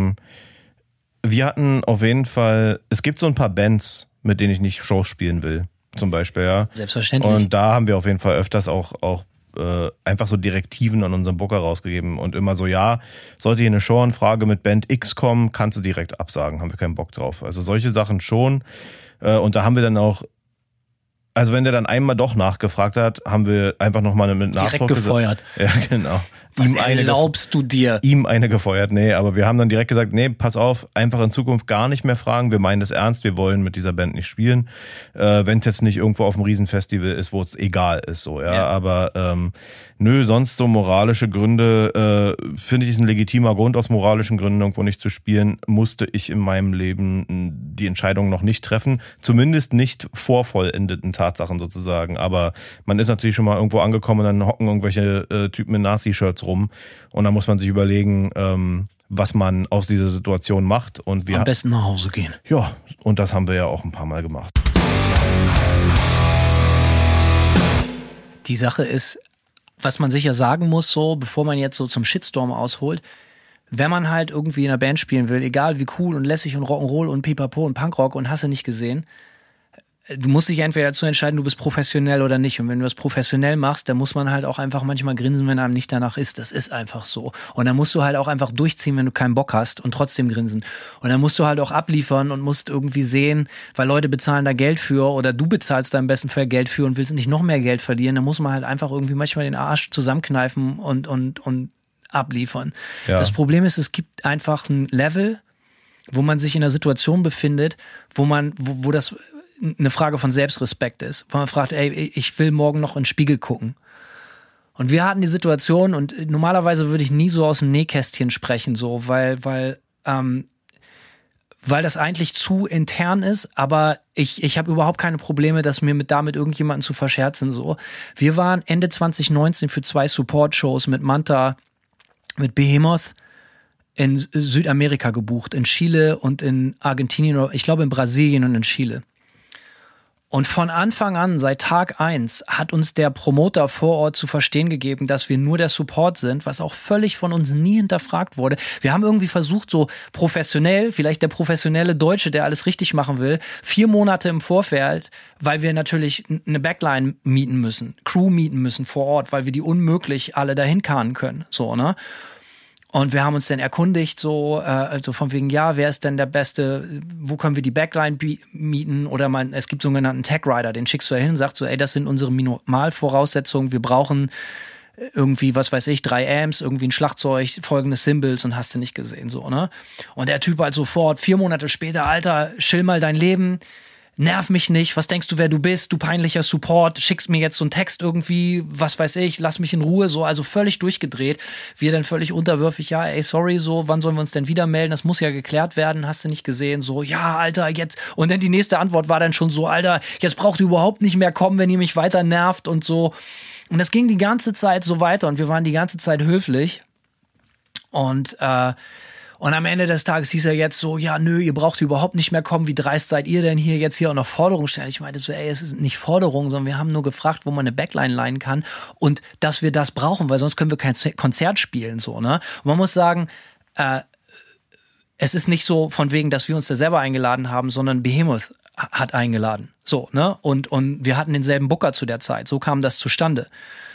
Wir hatten auf jeden Fall, es gibt so ein paar Bands, mit denen ich nicht Shows spielen will, zum Beispiel, ja. Selbstverständlich. Und da haben wir auf jeden Fall öfters auch einfach so Direktiven an unseren Booker rausgegeben und immer so, ja, sollte hier eine Showanfrage mit Band X kommen, kannst du direkt absagen, haben wir keinen Bock drauf. Also solche Sachen schon. Und da haben wir dann auch, also wenn der dann einmal doch nachgefragt hat, haben wir einfach nochmal mit Nachdruck direkt gefeuert. Ja, genau. Was erlaubst du dir? Ihm eine gefeuert, nee, aber wir haben dann direkt gesagt, nee, pass auf, einfach in Zukunft gar nicht mehr fragen, wir meinen das ernst, wir wollen mit dieser Band nicht spielen, wenn es jetzt nicht irgendwo auf einem Riesenfestival ist, wo es egal ist, so, ja. Aber sonst so moralische Gründe, finde ich, ist ein legitimer Grund, aus moralischen Gründen irgendwo nicht zu spielen, musste ich in meinem Leben die Entscheidung noch nicht treffen, zumindest nicht vor vollendeten Tatsachen sozusagen, aber man ist natürlich schon mal irgendwo angekommen und dann hocken irgendwelche Typen in Nazi-Shirts rum und dann muss man sich überlegen, was man aus dieser Situation macht. Und wir am besten nach Hause gehen. Ja, und das haben wir ja auch ein paar Mal gemacht. Die Sache ist, was man sicher sagen muss, so bevor man jetzt so zum Shitstorm ausholt, wenn man halt irgendwie in einer Band spielen will, egal wie cool und lässig und Rock'n'Roll und Pipapo und Punkrock und hast du nicht gesehen, du musst dich entweder dazu entscheiden, du bist professionell oder nicht. Und wenn du das professionell machst, dann muss man halt auch einfach manchmal grinsen, wenn einem nicht danach ist. Das ist einfach so. Und dann musst du halt auch einfach durchziehen, wenn du keinen Bock hast und trotzdem grinsen. Und dann musst du halt auch abliefern und musst irgendwie sehen, weil Leute bezahlen da Geld für oder du bezahlst da im besten Fall Geld für und willst nicht noch mehr Geld verlieren. Dann muss man halt einfach irgendwie manchmal den Arsch zusammenkneifen und abliefern. Ja. Das Problem ist, es gibt einfach ein Level, wo man sich in einer Situation befindet, wo das eine Frage von Selbstrespekt ist. Wo man fragt, ey, ich will morgen noch in den Spiegel gucken. Und wir hatten die Situation, und normalerweise würde ich nie so aus dem Nähkästchen sprechen, so, weil das eigentlich zu intern ist, aber ich habe überhaupt keine Probleme, das mir damit irgendjemanden zu verscherzen. So. Wir waren Ende 2019 für 2 Support-Shows mit Manta, mit Behemoth in Südamerika gebucht, in Chile und in Argentinien, ich glaube in Brasilien und in Chile. Und von Anfang an, seit Tag 1, hat uns der Promoter vor Ort zu verstehen gegeben, dass wir nur der Support sind, was auch völlig von uns nie hinterfragt wurde. Wir haben irgendwie versucht, so professionell, vielleicht der professionelle Deutsche, der alles richtig machen will, 4 Monate im Vorfeld, weil wir natürlich eine Backline mieten müssen, Crew mieten müssen vor Ort, weil wir die unmöglich alle dahin karren können, so, ne? Und wir haben uns dann erkundigt, so, also von wegen, ja, wer ist denn der Beste, wo können wir die Backline mieten? Oder es gibt sogenannten Tech Rider, den schickst du da hin und sagst so, ey, das sind unsere Minimalvoraussetzungen, wir brauchen irgendwie, was weiß ich, 3 Amps, irgendwie ein Schlagzeug, folgende Cymbals und hast du nicht gesehen, so, ne? Und der Typ halt sofort, 4 Monate später, Alter, chill mal dein Leben, nerv mich nicht, was denkst du, wer du bist, du peinlicher Support, schickst mir jetzt so einen Text irgendwie, was weiß ich, lass mich in Ruhe, so, also völlig durchgedreht. Wir dann völlig unterwürfig, ja, ey, sorry, so, wann sollen wir uns denn wieder melden, das muss ja geklärt werden, hast du nicht gesehen, so, ja, Alter, jetzt, und dann die nächste Antwort war dann schon so, Alter, jetzt braucht ihr überhaupt nicht mehr kommen, wenn ihr mich weiter nervt und so. Und das ging die ganze Zeit so weiter und wir waren die ganze Zeit höflich und am Ende des Tages hieß er jetzt so, ja, nö, ihr braucht überhaupt nicht mehr kommen, wie dreist seid ihr denn hier jetzt hier auch noch Forderungen stellen? Ich meinte so, ey, es ist nicht Forderung, sondern wir haben nur gefragt, wo man eine Backline leihen kann und dass wir das brauchen, weil sonst können wir kein Konzert spielen, so, ne? Und man muss sagen, es ist nicht so von wegen, dass wir uns da selber eingeladen haben, sondern Behemoth hat eingeladen, so, ne? Und wir hatten denselben Booker zu der Zeit, so kam das zustande.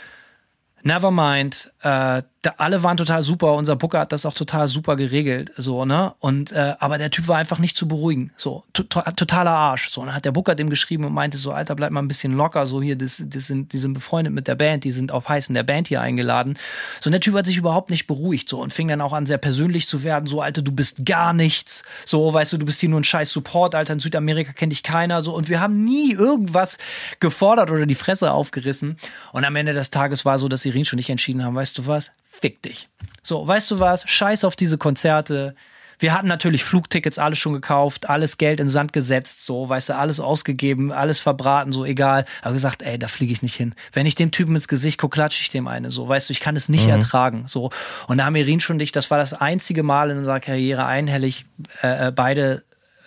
Nevermind, alle waren total super, unser Booker hat das auch total super geregelt, so, ne, und, aber der Typ war einfach nicht zu beruhigen, so, totaler Arsch, so, und dann hat der Booker dem geschrieben und meinte so, Alter, bleib mal ein bisschen locker, so, hier, die sind befreundet mit der Band, die sind auf Heiß in der Band hier eingeladen, so, und der Typ hat sich überhaupt nicht beruhigt, so, und fing dann auch an, sehr persönlich zu werden, so, Alter, du bist gar nichts, so, weißt du bist hier nur ein scheiß Support, Alter, in Südamerika kennt dich keiner, so, und wir haben nie irgendwas gefordert oder die Fresse aufgerissen, und am Ende des Tages war so, dass Irin schon nicht entschieden haben, weißt du was? Fick dich. So, weißt du was? Scheiß auf diese Konzerte. Wir hatten natürlich Flugtickets alles schon gekauft, alles Geld in den Sand gesetzt, so, weißt du, alles ausgegeben, alles verbraten, so, egal. Aber gesagt, ey, da fliege ich nicht hin. Wenn ich dem Typen ins Gesicht gucke, klatsche ich dem eine, so, weißt du, ich kann es nicht ertragen, so. Und da haben Irin schon dich, das war das einzige Mal in unserer Karriere einhellig, beide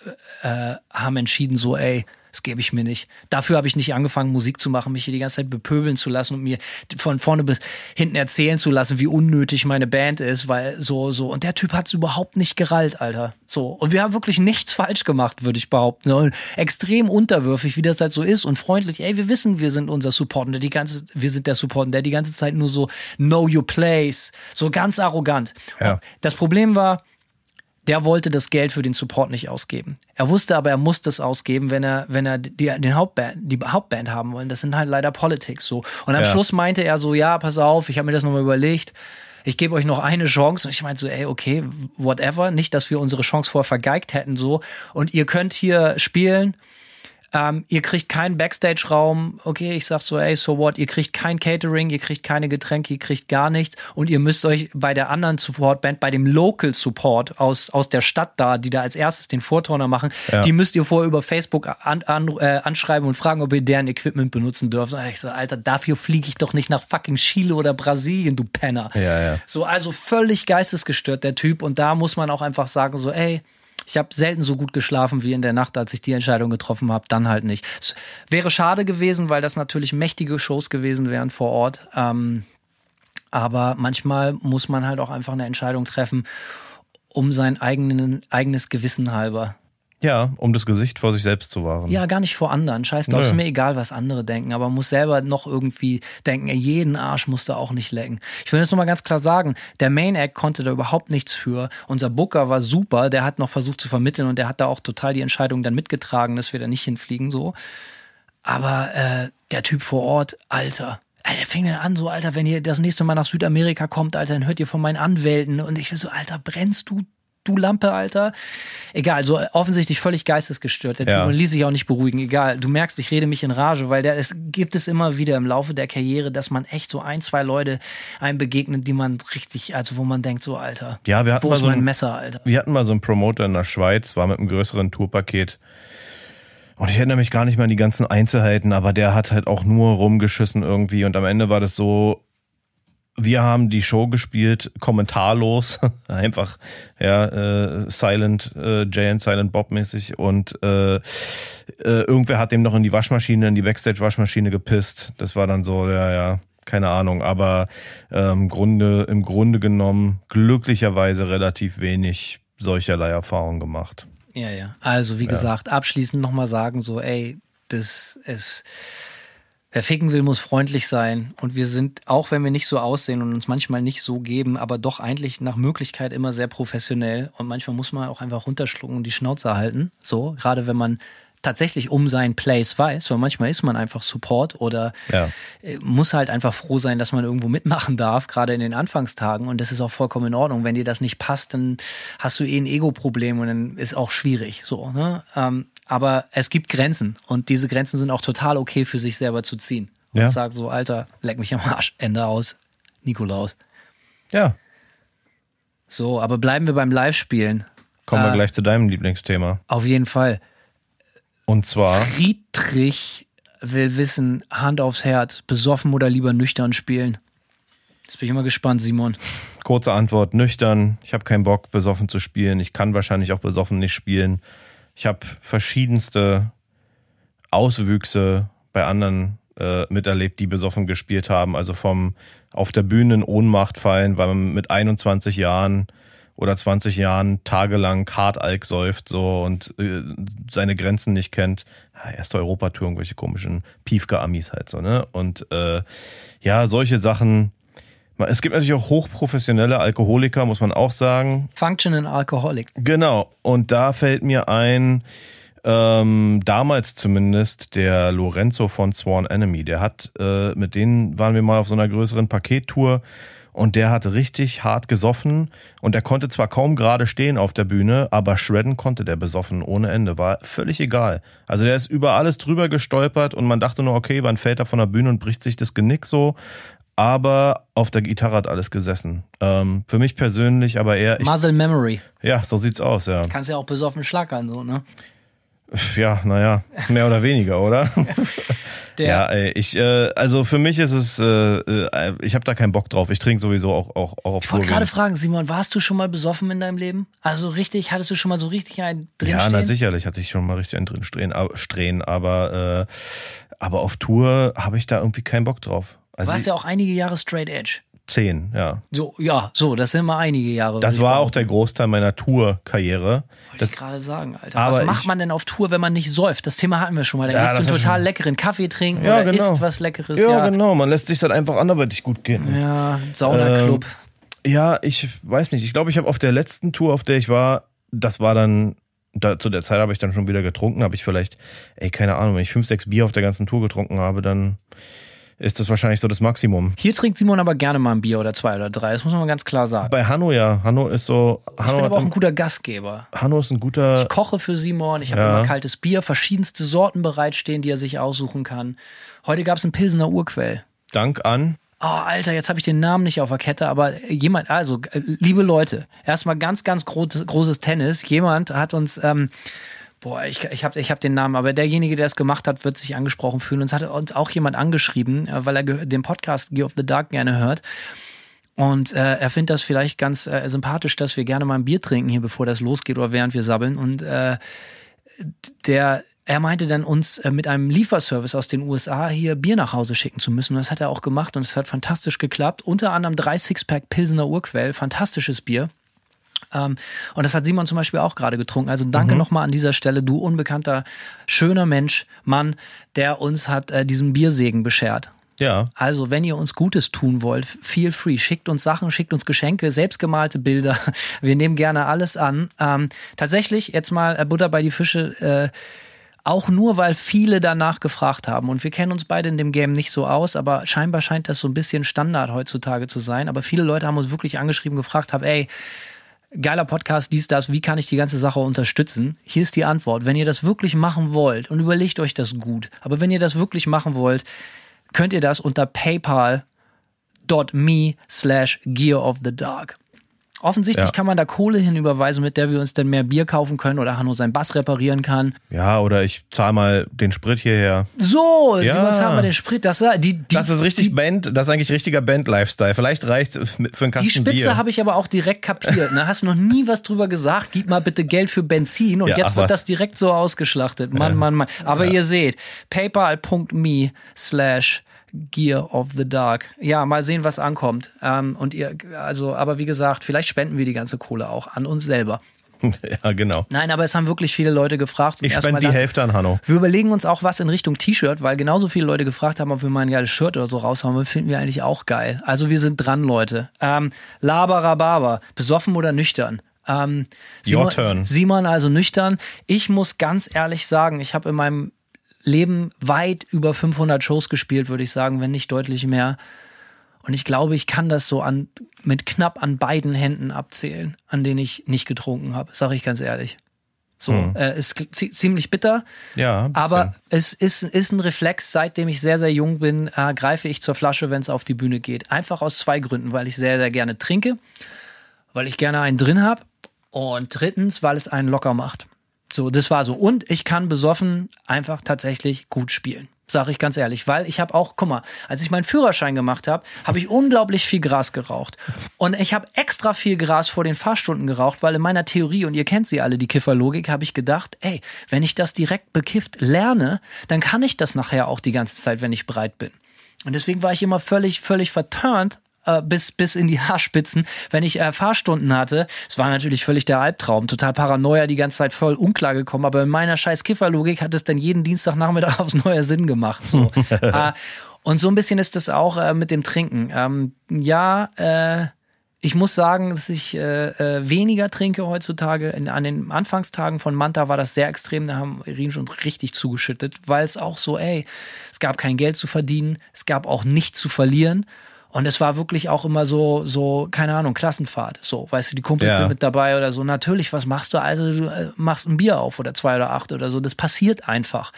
haben entschieden, so, ey, das gebe ich mir nicht. Dafür habe ich nicht angefangen, Musik zu machen, mich hier die ganze Zeit bepöbeln zu lassen und mir von vorne bis hinten erzählen zu lassen, wie unnötig meine Band ist, weil so. Und der Typ hat es überhaupt nicht gerallt, Alter. So. Und wir haben wirklich nichts falsch gemacht, würde ich behaupten. Und extrem unterwürfig, wie das halt so ist und freundlich. Ey, wir wissen, wir sind unser Support und wir sind der Support und der die ganze Zeit nur so know your place. So ganz arrogant. Ja. Das Problem war, der wollte das Geld für den Support nicht ausgeben. Er wusste aber, er muss das ausgeben, wenn er die Hauptband haben wollen. Das sind halt leider Politics, so. Und am Schluss meinte er so, ja, pass auf, ich habe mir das nochmal überlegt. Ich gebe euch noch eine Chance. Und ich meinte so, ey, okay, whatever. Nicht, dass wir unsere Chance vorher vergeigt hätten, so. Und ihr könnt hier spielen. Ihr kriegt keinen Backstage-Raum, okay, ich sag so, ey, so what, ihr kriegt kein Catering, ihr kriegt keine Getränke, ihr kriegt gar nichts und ihr müsst euch bei der anderen Support-Band, bei dem Local Support aus der Stadt da, die da als erstes den Vorturner machen, die müsst ihr vorher über Facebook anschreiben und fragen, ob ihr deren Equipment benutzen dürft. Und ich so, Alter, dafür fliege ich doch nicht nach fucking Chile oder Brasilien, du Penner. Ja. So, also völlig geistesgestört, der Typ, und da muss man auch einfach sagen, so, ey, ich habe selten so gut geschlafen wie in der Nacht, als ich die Entscheidung getroffen habe, dann halt nicht. Es wäre schade gewesen, weil das natürlich mächtige Shows gewesen wären vor Ort. Aber manchmal muss man halt auch einfach eine Entscheidung treffen, um sein eigenes Gewissen halber. Ja, um das Gesicht vor sich selbst zu wahren. Ja, gar nicht vor anderen. Scheiß drauf, ist mir egal, was andere denken, aber man muss selber noch irgendwie denken, jeden Arsch musst du auch nicht lecken. Ich will jetzt nochmal ganz klar sagen, der Main Act konnte da überhaupt nichts für. Unser Booker war super, der hat noch versucht zu vermitteln und der hat da auch total die Entscheidung dann mitgetragen, dass wir da nicht hinfliegen, so. Aber der Typ vor Ort, Alter, der fing dann an, so, Alter, wenn ihr das nächste Mal nach Südamerika kommt, Alter, dann hört ihr von meinen Anwälten. Und ich so, Alter, brennst du du Lampe, Alter. Egal, so offensichtlich völlig geistesgestört. Der Typ und ließ sich auch nicht beruhigen. Egal, du merkst, ich rede mich in Rage, weil es gibt es immer wieder im Laufe der Karriere, dass man echt so 1, 2 Leute einem begegnet, die man richtig, also wo man denkt, so Alter, ja, wir hatten wo ist mein Messer, Alter? Wir hatten mal so einen Promoter in der Schweiz, war mit einem größeren Tourpaket. Und ich erinnere mich gar nicht mehr an die ganzen Einzelheiten, aber der hat halt auch nur rumgeschissen irgendwie. Und am Ende war das so, wir haben die Show gespielt, kommentarlos, einfach Silent Jay und Silent Bob mäßig und irgendwer hat dem noch in die Backstage-Waschmaschine gepisst. Das war dann so, keine Ahnung, aber im Grunde genommen glücklicherweise relativ wenig solcherlei Erfahrungen gemacht. Ja. Also wie gesagt, abschließend nochmal sagen so, ey, wer ficken will, muss freundlich sein. Und wir sind, auch wenn wir nicht so aussehen und uns manchmal nicht so geben, aber doch eigentlich nach Möglichkeit immer sehr professionell. Und manchmal muss man auch einfach runterschlucken und die Schnauze halten. So, gerade wenn man tatsächlich um seinen Place weiß, weil manchmal ist man einfach Support oder muss halt einfach froh sein, dass man irgendwo mitmachen darf, gerade in den Anfangstagen. Und das ist auch vollkommen in Ordnung. Wenn dir das nicht passt, dann hast du ein Ego-Problem und dann ist auch schwierig. So, ne? Aber es gibt Grenzen und diese Grenzen sind auch total okay für sich selber zu ziehen. Und sag so, Alter, leck mich am Arsch, Ende aus, Nikolaus. Ja. So, aber bleiben wir beim Live-Spielen. Kommen wir gleich zu deinem Lieblingsthema. Auf jeden Fall. Und zwar? Friedrich will wissen, Hand aufs Herz, besoffen oder lieber nüchtern spielen? Jetzt bin ich immer gespannt, Simon. Kurze Antwort, nüchtern. Ich habe keinen Bock, besoffen zu spielen. Ich kann wahrscheinlich auch besoffen nicht spielen. Ich habe verschiedenste Auswüchse bei anderen miterlebt, die besoffen gespielt haben. Also vom auf der Bühne in Ohnmacht fallen, weil man mit 21 Jahren oder 20 Jahren tagelang Hard-Alk säuft so und seine Grenzen nicht kennt. Erste Europatour, irgendwelche komischen Piefke-Amis halt so, ne? Und solche Sachen. Es gibt natürlich auch hochprofessionelle Alkoholiker, muss man auch sagen. Functional Alcoholic. Genau. Und da fällt mir ein, damals zumindest, der Lorenzo von Sworn Enemy. Der hat, mit denen waren wir mal auf so einer größeren Pakettour und der hat richtig hart gesoffen und er konnte zwar kaum gerade stehen auf der Bühne, aber shredden konnte der besoffen ohne Ende. War völlig egal. Also der ist über alles drüber gestolpert und man dachte nur, okay, wann fällt er von der Bühne und bricht sich das Genick so? Aber auf der Gitarre hat alles gesessen. Für mich persönlich, aber eher... Muscle Memory. Ja, so sieht's aus, ja. Kannst ja auch besoffen schlackern, so, ne? Ja, naja, mehr oder weniger, oder? Also für mich ist es, ich habe da keinen Bock drauf. Ich trinke sowieso auch auf Tour. Ich wollte gerade fragen, Simon, warst du schon mal besoffen in deinem Leben? Also richtig, hattest du schon mal so richtig einen drinstehen? Ja, na sicherlich hatte ich schon mal richtig einen drinstehen, aber auf Tour habe ich da irgendwie keinen Bock drauf. Also du warst ja auch einige Jahre Straight Edge. 10, ja. So, das sind mal einige Jahre. Das war auch der Großteil meiner Tour-Karriere. Wollte ich gerade sagen, Alter. Was macht man denn auf Tour, wenn man nicht säuft? Das Thema hatten wir schon mal. Da gehst du einen total leckeren Kaffee trinken oder isst was Leckeres. Ja, genau. Man lässt sich dann einfach anderweitig gut gehen. Ja, Saunaclub. Ich weiß nicht. Ich glaube, ich habe auf der letzten Tour, auf der ich war, das war dann... zu der Zeit habe ich dann schon wieder getrunken, habe ich vielleicht, keine Ahnung, wenn ich 5, 6 Bier auf der ganzen Tour getrunken habe, dann ist das wahrscheinlich so das Maximum. Hier trinkt Simon aber gerne mal ein Bier oder 2 oder 3, das muss man mal ganz klar sagen. Bei Hanno ja, Hanno ist so... Ich bin aber auch ein guter Gastgeber. Hanno ist ein guter... Ich koche für Simon, ich habe immer kaltes Bier, verschiedenste Sorten bereitstehen, die er sich aussuchen kann. Heute gab es einen Pilsener Urquell. Dank an... Oh, Alter, jetzt habe ich den Namen nicht auf der Kette, aber liebe Leute, erstmal ganz, ganz großes Tennis. Jemand hat uns, ich hab den Namen, aber derjenige, der es gemacht hat, wird sich angesprochen fühlen. Uns hat uns auch jemand angeschrieben, weil er den Podcast Gear of the Dark gerne hört. Und er findet das vielleicht ganz sympathisch, dass wir gerne mal ein Bier trinken hier, bevor das losgeht oder während wir sabbeln. Und er meinte dann, uns mit einem Lieferservice aus den USA hier Bier nach Hause schicken zu müssen. Und das hat er auch gemacht und es hat fantastisch geklappt. Unter anderem 3 Sixpack Pilsener Urquell, fantastisches Bier. Und das hat Simon zum Beispiel auch gerade getrunken. Also danke nochmal an dieser Stelle, du unbekannter, schöner Mensch, Mann, der uns hat diesen Biersegen beschert. Ja. Also, wenn ihr uns Gutes tun wollt, feel free. Schickt uns Sachen, schickt uns Geschenke, selbstgemalte Bilder. Wir nehmen gerne alles an. Tatsächlich, jetzt mal Butter bei die Fische, auch nur, weil viele danach gefragt haben. Und wir kennen uns beide in dem Game nicht so aus, aber scheinbar scheint das so ein bisschen Standard heutzutage zu sein. Aber viele Leute haben uns wirklich angeschrieben, gefragt haben, geiler Podcast, dies, das, wie kann ich die ganze Sache unterstützen? Hier ist die Antwort. Wenn ihr das wirklich machen wollt, und überlegt euch das gut, aber wenn ihr das wirklich machen wollt, könnt ihr das unter paypal.me/gearofthedark. Offensichtlich kann man da Kohle hinüberweisen, mit der wir uns dann mehr Bier kaufen können oder Hanno seinen Bass reparieren kann. Ja, oder ich zahle mal den Sprit hierher. So, ja. zahlen wir den Sprit. Das ist richtig das ist eigentlich richtiger Band-Lifestyle. Vielleicht reicht es für einen Kasten Die Spitze Bier. habe ich aber auch direkt kapiert. Ne? Hast noch nie was drüber gesagt. Gib mal bitte Geld für Benzin. Und jetzt wird das direkt so ausgeschlachtet. Mann. Aber ihr seht, paypal.me/Gear of the Dark. Ja, mal sehen, was ankommt. Aber wie gesagt, vielleicht spenden wir die ganze Kohle auch an uns selber. Ja, genau. Nein, aber es haben wirklich viele Leute gefragt. Ich spende die Hälfte an Hanno. Wir überlegen uns auch was in Richtung T-Shirt, weil genauso viele Leute gefragt haben, ob wir mal ein geiles Shirt oder so raushauen. Das finden wir eigentlich auch geil. Also wir sind dran, Leute. Laber, besoffen oder nüchtern? Your turn. Simon also nüchtern. Ich muss ganz ehrlich sagen, ich habe in meinem Leben weit über 500 Shows gespielt, würde ich sagen, wenn nicht deutlich mehr. Und ich glaube, ich kann das so mit knapp an beiden Händen abzählen, an denen ich nicht getrunken habe, sage ich ganz ehrlich. So, ist ziemlich bitter, ja, aber es ist ein Reflex, seitdem ich sehr, sehr jung bin, greife ich zur Flasche, wenn es auf die Bühne geht. Einfach aus 2 Gründen, weil ich sehr, sehr gerne trinke, weil ich gerne einen drin habe und drittens, weil es einen locker macht. So, das war so. Und ich kann besoffen einfach tatsächlich gut spielen. Sag ich ganz ehrlich. Weil ich habe auch, guck mal, als ich meinen Führerschein gemacht habe, habe ich unglaublich viel Gras geraucht. Und ich habe extra viel Gras vor den Fahrstunden geraucht, weil in meiner Theorie, und ihr kennt sie alle, die Kifferlogik, habe ich gedacht, ey, wenn ich das direkt bekifft lerne, dann kann ich das nachher auch die ganze Zeit, wenn ich bereit bin. Und deswegen war ich immer völlig verturnt, bis in die Haarspitzen, wenn ich Fahrstunden hatte. Es war natürlich völlig der Albtraum, total Paranoia, die ganze Zeit voll unklar gekommen, aber in meiner scheiß Kifferlogik hat es dann jeden Dienstagnachmittag aufs neue Sinn gemacht. So. Und so ein bisschen ist das auch mit dem Trinken. Ich muss sagen, dass ich weniger trinke heutzutage. An den Anfangstagen von Manta war das sehr extrem, da haben Irin schon richtig zugeschüttet, weil es auch so, es gab kein Geld zu verdienen, es gab auch nichts zu verlieren. Und es war wirklich auch immer so, keine Ahnung, Klassenfahrt. So, weißt du, die Kumpels sind mit dabei oder so. Natürlich, was machst du? Also, du machst ein Bier auf oder 2 oder 8 oder so. Das passiert einfach.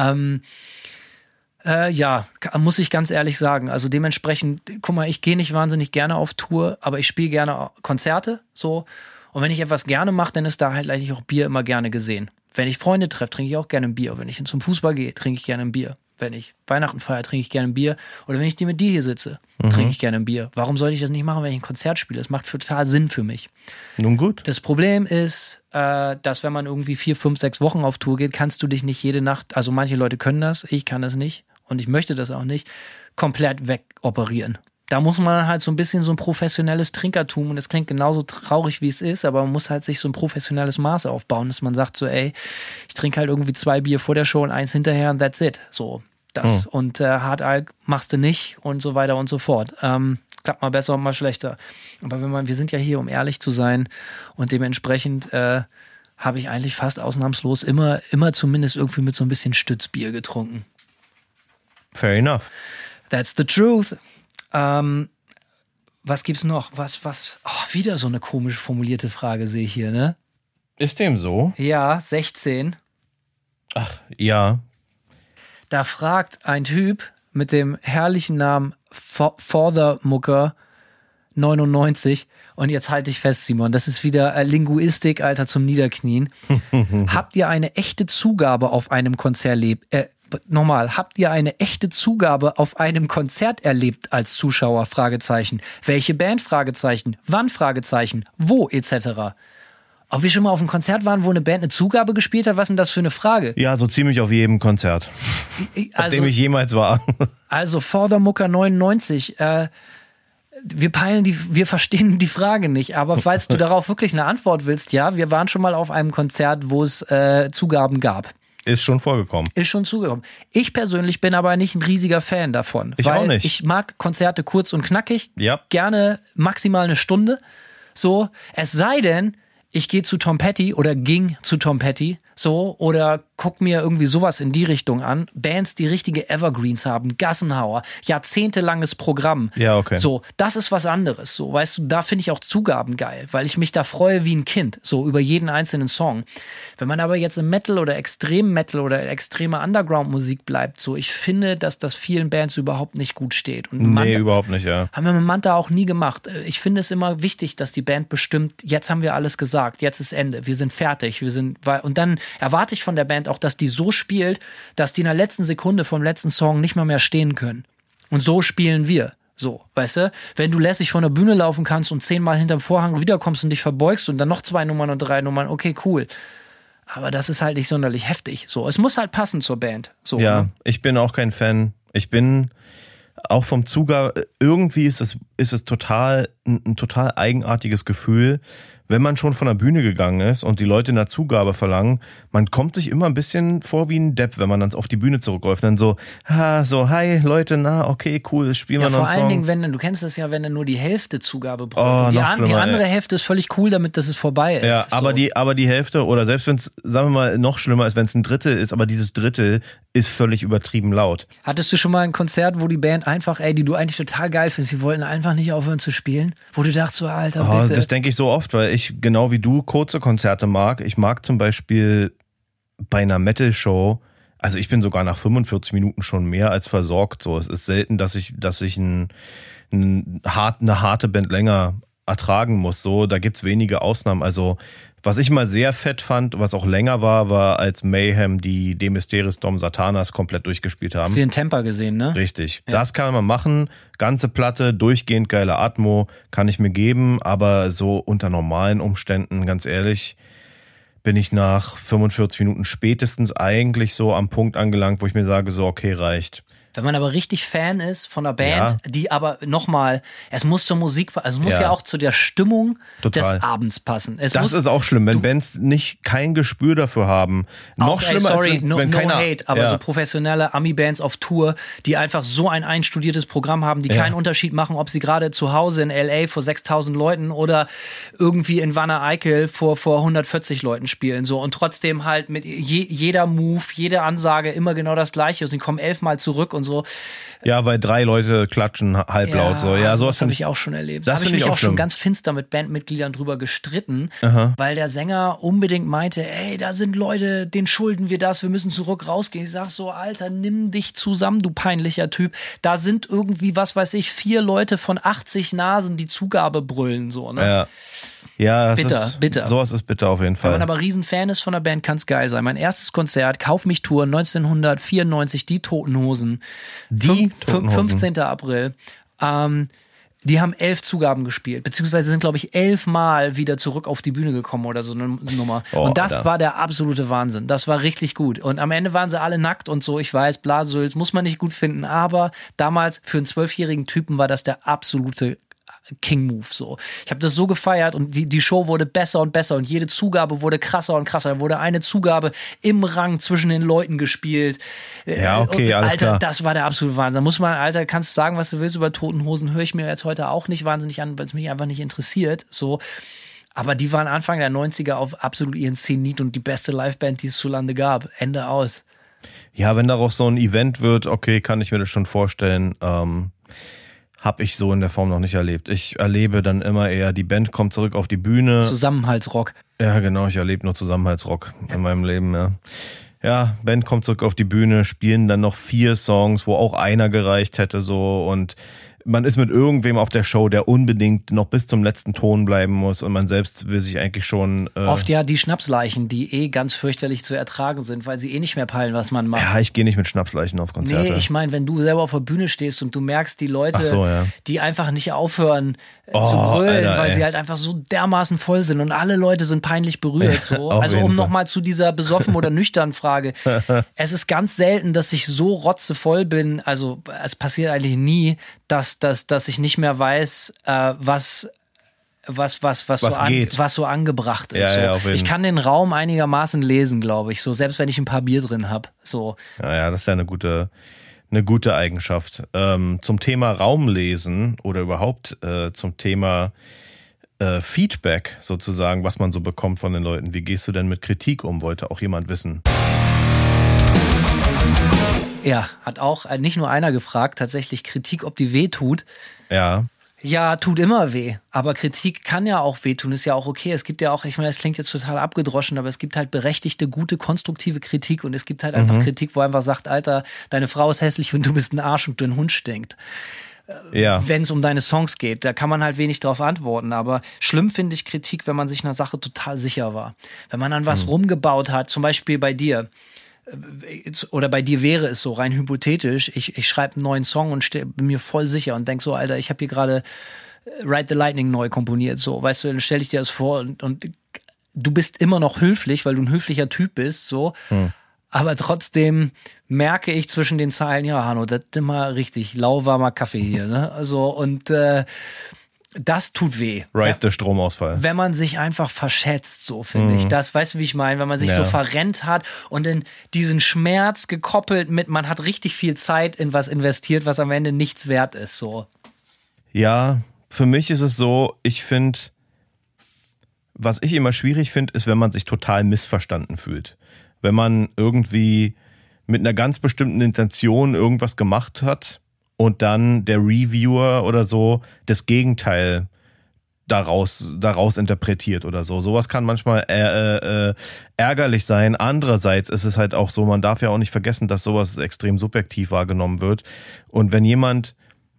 Muss ich ganz ehrlich sagen. Also dementsprechend, guck mal, ich gehe nicht wahnsinnig gerne auf Tour, aber ich spiele gerne Konzerte, so. Und wenn ich etwas gerne mache, dann ist da halt eigentlich auch Bier immer gerne gesehen. Wenn ich Freunde treffe, trinke ich auch gerne ein Bier. Wenn ich zum Fußball gehe, trinke ich gerne ein Bier. Wenn ich Weihnachten feiere, trinke ich gerne ein Bier. Oder wenn ich mit dir hier sitze, trinke ich gerne ein Bier. Warum sollte ich das nicht machen, wenn ich ein Konzert spiele? Das macht total Sinn für mich. Nun gut. Das Problem ist, dass wenn man irgendwie 4, 5, 6 Wochen auf Tour geht, kannst du dich nicht jede Nacht, also manche Leute können das, ich kann das nicht und ich möchte das auch nicht, komplett wegoperieren. Da muss man halt so ein bisschen so ein professionelles Trinkertum, und das klingt genauso traurig, wie es ist, aber man muss halt sich so ein professionelles Maß aufbauen, dass man sagt so, ich trinke halt irgendwie 2 Bier vor der Show und 1 hinterher und that's it. So, das. Und Hartalk machst du nicht und so weiter und so fort. Klappt mal besser und mal schlechter. Aber wir sind ja hier, um ehrlich zu sein, und dementsprechend habe ich eigentlich fast ausnahmslos immer zumindest irgendwie mit so ein bisschen Stützbier getrunken. Fair enough. That's the truth. Was gibt's noch? Wieder so eine komisch formulierte Frage sehe ich hier, ne? Ist dem so? Ja, 16. Ach, ja. Da fragt ein Typ mit dem herrlichen Namen Fathermucker 99, und jetzt halte ich fest, Simon, das ist wieder Linguistik, Alter, zum Niederknien. Habt ihr eine echte Zugabe auf einem Konzert habt ihr eine echte Zugabe auf einem Konzert erlebt als Zuschauer? Fragezeichen. Welche Band? Fragezeichen. Wann? Fragezeichen. Wo? Etc. Ob wir schon mal auf einem Konzert waren, wo eine Band eine Zugabe gespielt hat? Was ist denn das für eine Frage? Ja, so ziemlich auf jedem Konzert. Auf dem ich jemals war. Also Fathermucker 99, wir verstehen die Frage nicht, aber falls du darauf wirklich eine Antwort willst, ja, wir waren schon mal auf einem Konzert, wo es Zugaben gab. Ist schon vorgekommen. Ist schon zugekommen. Ich persönlich bin aber nicht ein riesiger Fan davon. Ich auch nicht. Ich mag Konzerte kurz und knackig. Ja. Gerne maximal eine Stunde. So, es sei denn, ich gehe zu Tom Petty oder ging zu Tom Petty, so, oder guck mir irgendwie sowas in die Richtung an. Bands, die richtige Evergreens haben, Gassenhauer, jahrzehntelanges Programm. Ja, okay. So, das ist was anderes. So, weißt du, da finde ich auch Zugaben geil, weil ich mich da freue wie ein Kind, so über jeden einzelnen Song. Wenn man aber jetzt im Metal oder Extrem-Metal oder extreme Underground-Musik bleibt, so, ich finde, dass das vielen Bands überhaupt nicht gut steht. Und überhaupt nicht, ja. Haben wir mit Manta auch nie gemacht. Ich finde es immer wichtig, dass die Band bestimmt, jetzt haben wir alles gesagt, jetzt ist Ende, wir sind fertig, und dann erwarte ich von der Band auch, dass die so spielt, dass die in der letzten Sekunde vom letzten Song nicht mal mehr stehen können. Und so spielen wir. So, weißt du? Wenn du lässig von der Bühne laufen kannst und 10-mal hinterm Vorhang wiederkommst und dich verbeugst und dann noch 2 Nummern und 3 Nummern, okay, cool. Aber das ist halt nicht sonderlich heftig. So, es muss halt passen zur Band. So, ja, ne? Ich bin auch kein Fan. Ich bin auch vom Zugabe, irgendwie ist es total ein total eigenartiges Gefühl, wenn man schon von der Bühne gegangen ist und die Leute eine Zugabe verlangen, man kommt sich immer ein bisschen vor wie ein Depp, wenn man dann auf die Bühne zurückläuft. Dann so, hi Leute, okay, cool, spielen wir noch einen Song. Vor allen Dingen, du kennst das ja, wenn er nur die Hälfte Zugabe braucht. Oh, die schlimmer, andere Hälfte ist völlig cool, damit das es vorbei ist. Ja, aber die Hälfte, oder selbst wenn es, sagen wir mal, noch schlimmer ist, wenn es ein Drittel ist, aber dieses Drittel ist völlig übertrieben laut. Hattest du schon mal ein Konzert, wo die Band einfach, die du eigentlich total geil findest, die wollten einfach nicht aufhören zu spielen? Wo du dachtest so, Alter, bitte. Das denke ich so oft, weil ich, genau wie du, kurze Konzerte mag. Ich mag zum Beispiel bei einer Metal-Show, also ich bin sogar nach 45 Minuten schon mehr als versorgt. So, es ist selten, dass ich eine harte Band länger ertragen muss. So, da gibt's wenige Ausnahmen. Also was ich mal sehr fett fand, was auch länger war, als Mayhem die De Mysteris Dom Satanas komplett durchgespielt haben. Hast du in Tampa gesehen, ne? Richtig. Ja. Das kann man machen. Ganze Platte, durchgehend geile Atmo, kann ich mir geben. Aber so unter normalen Umständen, ganz ehrlich, bin ich nach 45 Minuten spätestens eigentlich so am Punkt angelangt, wo ich mir sage, so okay, reicht. Wenn man aber richtig Fan ist von einer Band, die aber nochmal, es muss zur Musik, also es muss ja auch zu der Stimmung des Abends passen. Das ist auch schlimm, wenn Bands kein Gespür dafür haben. Noch schlimmer als wenn keiner, hate, aber so professionelle Ami-Bands auf Tour, die einfach so ein einstudiertes Programm haben, die keinen Unterschied machen, ob sie gerade zu Hause in L.A. vor 6.000 Leuten oder irgendwie in Wanne-Eickel vor 140 Leuten spielen. So, und trotzdem halt mit jeder Move, jede Ansage immer genau das Gleiche. Und sie kommen 11-mal zurück und so. Ja, weil 3 Leute klatschen halblaut so. Ja, sowas habe ich auch schon erlebt. Da habe ich mich auch schon ganz finster mit Bandmitgliedern drüber gestritten, weil der Sänger unbedingt meinte, da sind Leute, denen schulden wir das, wir müssen zurück rausgehen. Ich sag so, Alter, nimm dich zusammen, du peinlicher Typ. Da sind irgendwie, was weiß ich, 4 Leute von 80 Nasen, die Zugabe brüllen, so, ne? Ja, bitter. Sowas ist bitter auf jeden Fall. Wenn man aber Riesenfan ist von der Band, kann es geil sein. Mein erstes Konzert, Kauf mich Tour, 1994, die Toten Hosen. 15. April. Die haben 11 Zugaben gespielt, beziehungsweise sind, glaube ich, 11 Mal wieder zurück auf die Bühne gekommen oder so eine Nummer. Und das war der absolute Wahnsinn. Das war richtig gut. Und am Ende waren sie alle nackt und so. Ich weiß, Blasöls muss man nicht gut finden, aber damals für einen 12-jährigen Typen war das der absolute King-Move, so. Ich habe das so gefeiert und die Show wurde besser und besser und jede Zugabe wurde krasser und krasser. Da wurde eine Zugabe im Rang zwischen den Leuten gespielt. Ja, okay, alles Alter, klar. Das war der absolute Wahnsinn. Alter, kannst du sagen, was du willst über Toten Hosen, höre ich mir jetzt heute auch nicht wahnsinnig an, weil es mich einfach nicht interessiert, so. Aber die waren Anfang der 90er auf absolut ihren Zenit und die beste Liveband, die es zu Lande gab. Ende aus. Ja, wenn daraus so ein Event wird, okay, kann ich mir das schon vorstellen. Habe ich so in der Form noch nicht erlebt. Ich erlebe dann immer eher, die Band kommt zurück auf die Bühne. Zusammenhaltsrock. Ja, genau, ich erlebe nur Zusammenhaltsrock in meinem Leben, ja. Ja, Band kommt zurück auf die Bühne, spielen dann noch 4 Songs, wo auch einer gereicht hätte, so, und man ist mit irgendwem auf der Show, der unbedingt noch bis zum letzten Ton bleiben muss und man selbst will sich eigentlich schon... Oft ja die Schnapsleichen, die ganz fürchterlich zu ertragen sind, weil sie nicht mehr peilen, was man macht. Ja, ich gehe nicht mit Schnapsleichen auf Konzerte. Nee, ich meine, wenn du selber auf der Bühne stehst und du merkst, die Leute, die einfach nicht aufhören zu brüllen, Alter, weil sie halt einfach so dermaßen voll sind und alle Leute sind peinlich berührt. So. Also um nochmal zu dieser besoffen oder nüchtern Frage. Es ist ganz selten, dass ich so rotzevoll bin, also es passiert eigentlich nie, dass ich nicht mehr weiß, was so angebracht ist. Ja, so. Ich kann den Raum einigermaßen lesen, glaube ich, so, selbst wenn ich ein paar Bier drin habe. So. Ja, das ist ja eine gute Eigenschaft. Zum Thema Raumlesen oder überhaupt zum Thema Feedback sozusagen, was man so bekommt von den Leuten. Wie gehst du denn mit Kritik um, wollte auch jemand wissen. Ja, hat auch nicht nur einer gefragt, tatsächlich Kritik, ob die weh tut. Ja. Ja, tut immer weh. Aber Kritik kann ja auch wehtun, ist ja auch okay. Es gibt ja auch, ich meine, das klingt jetzt total abgedroschen, aber es gibt halt berechtigte, gute, konstruktive Kritik und es gibt halt einfach Kritik, wo einfach sagt, Alter, deine Frau ist hässlich und du bist ein Arsch und dein Hund stinkt. Ja. Wenn es um deine Songs geht, da kann man halt wenig drauf antworten. Aber schlimm finde ich Kritik, wenn man sich einer Sache total sicher war. Wenn man an was rumgebaut hat, zum Beispiel bei dir. Oder bei dir wäre es so, rein hypothetisch, ich schreibe einen neuen Song und bin mir voll sicher und denk so, Alter, ich habe hier gerade Ride the Lightning neu komponiert, so, weißt du, dann stell ich dir das vor und du bist immer noch höflich, weil du ein höflicher Typ bist, so, aber trotzdem merke ich zwischen den Zeilen, ja, Hanno, das ist immer richtig, lauwarmer Kaffee hier, ne, also und das tut weh. Der Stromausfall. Wenn man sich einfach verschätzt, so finde ich. Das, weißt du, wie ich meine? Wenn man sich so verrennt hat und in diesen Schmerz gekoppelt mit, man hat richtig viel Zeit in was investiert, was am Ende nichts wert ist, so. Ja, für mich ist es so, ich finde, was ich immer schwierig finde, ist, wenn man sich total missverstanden fühlt. Wenn man irgendwie mit einer ganz bestimmten Intention irgendwas gemacht hat, und dann der Reviewer oder so das Gegenteil daraus interpretiert oder so. Sowas kann manchmal ärgerlich sein. Andererseits ist es halt auch so, man darf ja auch nicht vergessen, dass sowas extrem subjektiv wahrgenommen wird. Und wenn jemand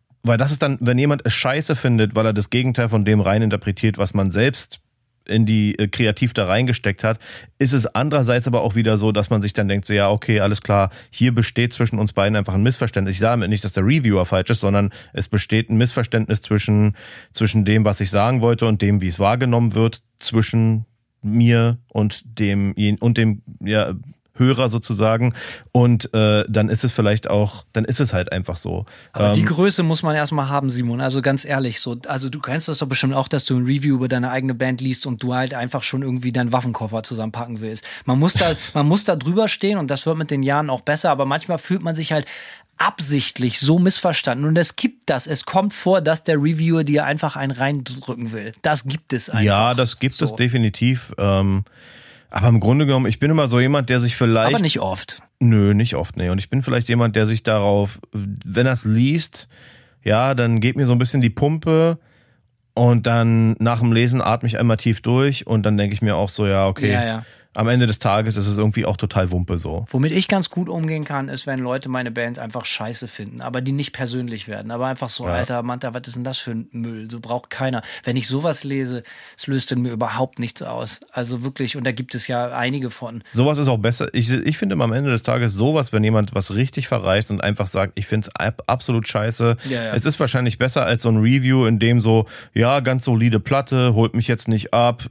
es scheiße findet, weil er das Gegenteil von dem rein interpretiert, was man selbst in die kreativ da reingesteckt hat, ist es andererseits aber auch wieder so, dass man sich dann denkt, so ja, okay, alles klar, hier besteht zwischen uns beiden einfach ein Missverständnis. Ich sage damit nicht, dass der Reviewer falsch ist, sondern es besteht ein Missverständnis zwischen dem, was ich sagen wollte und dem, wie es wahrgenommen wird, zwischen mir und dem Hörer sozusagen und dann ist es halt einfach so. Aber die Größe muss man erstmal haben, Simon, also ganz ehrlich, so, also du kennst das doch bestimmt auch, dass du ein Review über deine eigene Band liest und du halt einfach schon irgendwie deinen Waffenkoffer zusammenpacken willst. Man muss da drüber stehen und das wird mit den Jahren auch besser, aber manchmal fühlt man sich halt absichtlich so missverstanden und es kommt vor, dass der Reviewer dir einfach einen reindrücken will. Das gibt es einfach. Ja, das gibt es definitiv. Aber im Grunde genommen, ich bin immer so jemand, der sich vielleicht... Aber nicht oft. Nö, nicht oft, nee. Und ich bin vielleicht jemand, der sich darauf, wenn er es liest, ja, dann geht mir so ein bisschen die Pumpe und dann nach dem Lesen atme ich einmal tief durch und dann denke ich mir auch so, ja, okay, ja. Am Ende des Tages ist es irgendwie auch total Wumpe so. Womit ich ganz gut umgehen kann, ist, wenn Leute meine Band einfach scheiße finden, aber die nicht persönlich werden, aber einfach so, Alter, Manta, was ist denn das für ein Müll? So braucht keiner. Wenn ich sowas lese, es löst in mir überhaupt nichts aus. Also wirklich, und da gibt es ja einige von. Sowas ist auch besser. Ich finde immer am Ende des Tages sowas, wenn jemand was richtig verreißt und einfach sagt, ich finde es absolut scheiße. Ja. Es ist wahrscheinlich besser als so ein Review, in dem so, ja, ganz solide Platte, holt mich jetzt nicht ab,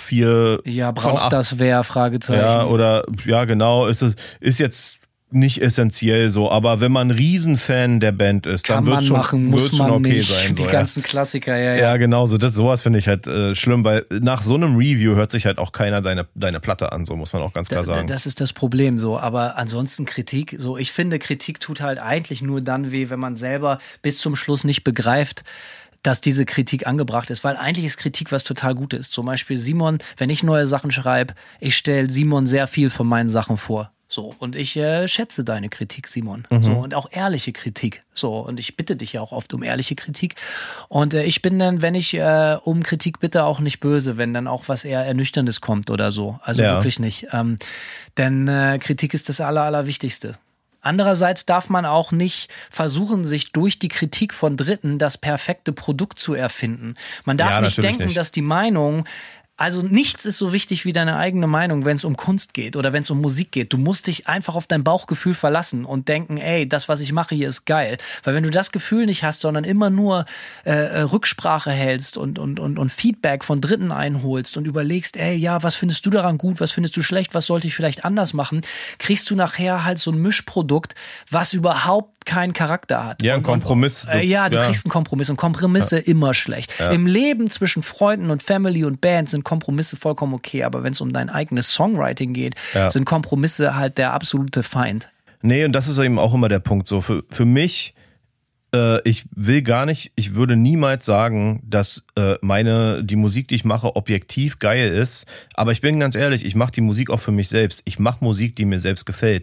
4 Ja, braucht das wer? Fragezeichen. Ja, oder, ja, genau, ist jetzt nicht essentiell so, aber wenn man ein Riesenfan der Band ist, dann wird es schon okay sein. Die ganzen Klassiker, ja. Ja, genau, sowas finde ich halt schlimm, weil nach so einem Review hört sich halt auch keiner deine Platte an, so muss man auch ganz klar sagen. Das ist das Problem so, aber ansonsten Kritik, so, ich finde, Kritik tut halt eigentlich nur dann weh, wenn man selber bis zum Schluss nicht begreift, dass diese Kritik angebracht ist, weil eigentlich ist Kritik was total Gutes. Zum Beispiel Simon, wenn ich neue Sachen schreibe, ich stelle Simon sehr viel von meinen Sachen vor. So, und ich schätze deine Kritik, Simon. So, und auch ehrliche Kritik. So, und ich bitte dich ja auch oft um ehrliche Kritik. Und ich bin dann, wenn ich um Kritik bitte, auch nicht böse, wenn dann auch was eher Ernüchterndes kommt oder so. Also wirklich nicht. Denn Kritik ist das Allerwichtigste. Andererseits darf man auch nicht versuchen, sich durch die Kritik von Dritten das perfekte Produkt zu erfinden. Man darf nicht denken, dass die Meinung... Also nichts ist so wichtig wie deine eigene Meinung, wenn es um Kunst geht oder wenn es um Musik geht. Du musst dich einfach auf dein Bauchgefühl verlassen und denken, ey, das, was ich mache hier, ist geil. Weil wenn du das Gefühl nicht hast, sondern immer nur Rücksprache hältst und Feedback von Dritten einholst und überlegst, ey, ja, was findest du daran gut, was findest du schlecht, was sollte ich vielleicht anders machen, kriegst du nachher halt so ein Mischprodukt, was überhaupt keinen Charakter hat. Ja, ein Kompromiss. Du kriegst einen Kompromiss und Kompromisse immer schlecht. Ja. Im Leben zwischen Freunden und Family und Band sind Kompromisse vollkommen okay, aber wenn es um dein eigenes Songwriting geht, sind Kompromisse halt der absolute Feind. Nee, und das ist eben auch immer der Punkt so. Für mich, ich würde niemals sagen, dass die Musik, die ich mache, objektiv geil ist, aber ich bin ganz ehrlich, ich mache die Musik auch für mich selbst. Ich mache Musik, die mir selbst gefällt.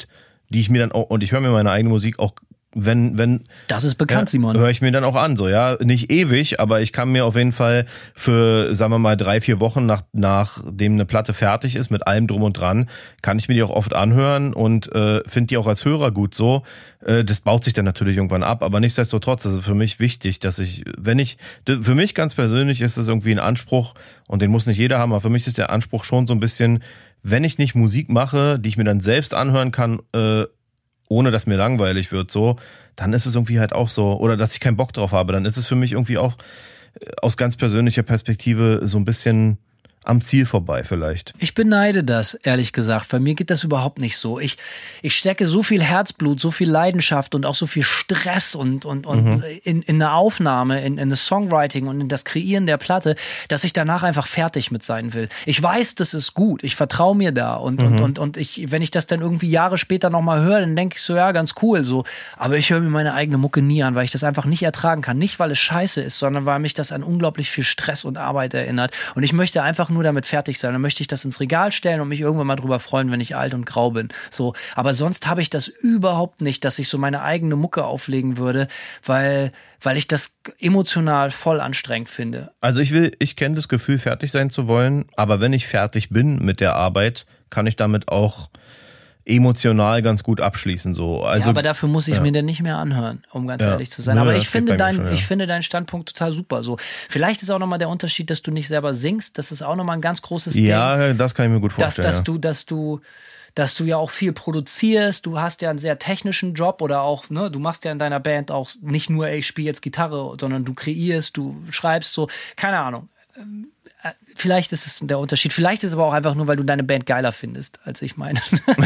die ich mir dann auch, und ich höre mir meine eigene Musik auch, wenn Das ist bekannt, Simon. höre ich mir dann auch an, so, ja, nicht ewig, aber ich kann mir auf jeden Fall für, sagen wir mal, 3-4 Wochen nachdem eine Platte fertig ist, mit allem drum und dran, kann ich mir die auch oft anhören und finde die auch als Hörer gut so. Das baut sich dann natürlich irgendwann ab, aber nichtsdestotrotz ist es für mich wichtig, dass für mich ganz persönlich ist es irgendwie ein Anspruch, und den muss nicht jeder haben, aber für mich ist der Anspruch schon so ein bisschen, wenn ich nicht Musik mache, die ich mir dann selbst anhören kann, ohne dass mir langweilig wird, so, dann ist es irgendwie halt auch so, oder dass ich keinen Bock drauf habe, dann ist es für mich irgendwie auch aus ganz persönlicher Perspektive so ein bisschen am Ziel vorbei vielleicht. Ich beneide das, ehrlich gesagt. Bei mir geht das überhaupt nicht so. Ich stecke so viel Herzblut, so viel Leidenschaft und auch so viel Stress und in eine Aufnahme, in das Songwriting und in das Kreieren der Platte, dass ich danach einfach fertig mit sein will. Ich weiß, das ist gut. Ich vertraue mir da und wenn ich das dann irgendwie Jahre später nochmal höre, dann denke ich so, ja, ganz cool so. Aber ich höre mir meine eigene Mucke nie an, weil ich das einfach nicht ertragen kann. Nicht, weil es scheiße ist, sondern weil mich das an unglaublich viel Stress und Arbeit erinnert. Und ich möchte einfach nur damit fertig sein. Dann möchte ich das ins Regal stellen und mich irgendwann mal drüber freuen, wenn ich alt und grau bin. So, aber sonst habe ich das überhaupt nicht, dass ich so meine eigene Mucke auflegen würde, weil ich das emotional voll anstrengend finde. Also ich kenne das Gefühl, fertig sein zu wollen, aber wenn ich fertig bin mit der Arbeit, kann ich damit auch emotional ganz gut abschließen, so. Also, ja, aber dafür muss ich mir denn nicht mehr anhören, um ganz ehrlich zu sein. Nö, Aber das ich finde geht bei mir schon, ich finde deinen Standpunkt total super. So, vielleicht ist auch nochmal der Unterschied, dass du nicht selber singst. Das ist auch nochmal ein ganz großes Ding. Ja, das kann ich mir gut vorstellen. Dass du ja auch viel produzierst, du hast ja einen sehr technischen Job oder auch, ne, du machst ja in deiner Band auch nicht nur, ey, ich spiele jetzt Gitarre, sondern du kreierst, du schreibst so, keine Ahnung. Vielleicht ist es der Unterschied. Vielleicht ist es aber auch einfach nur, weil du deine Band geiler findest, als ich meine.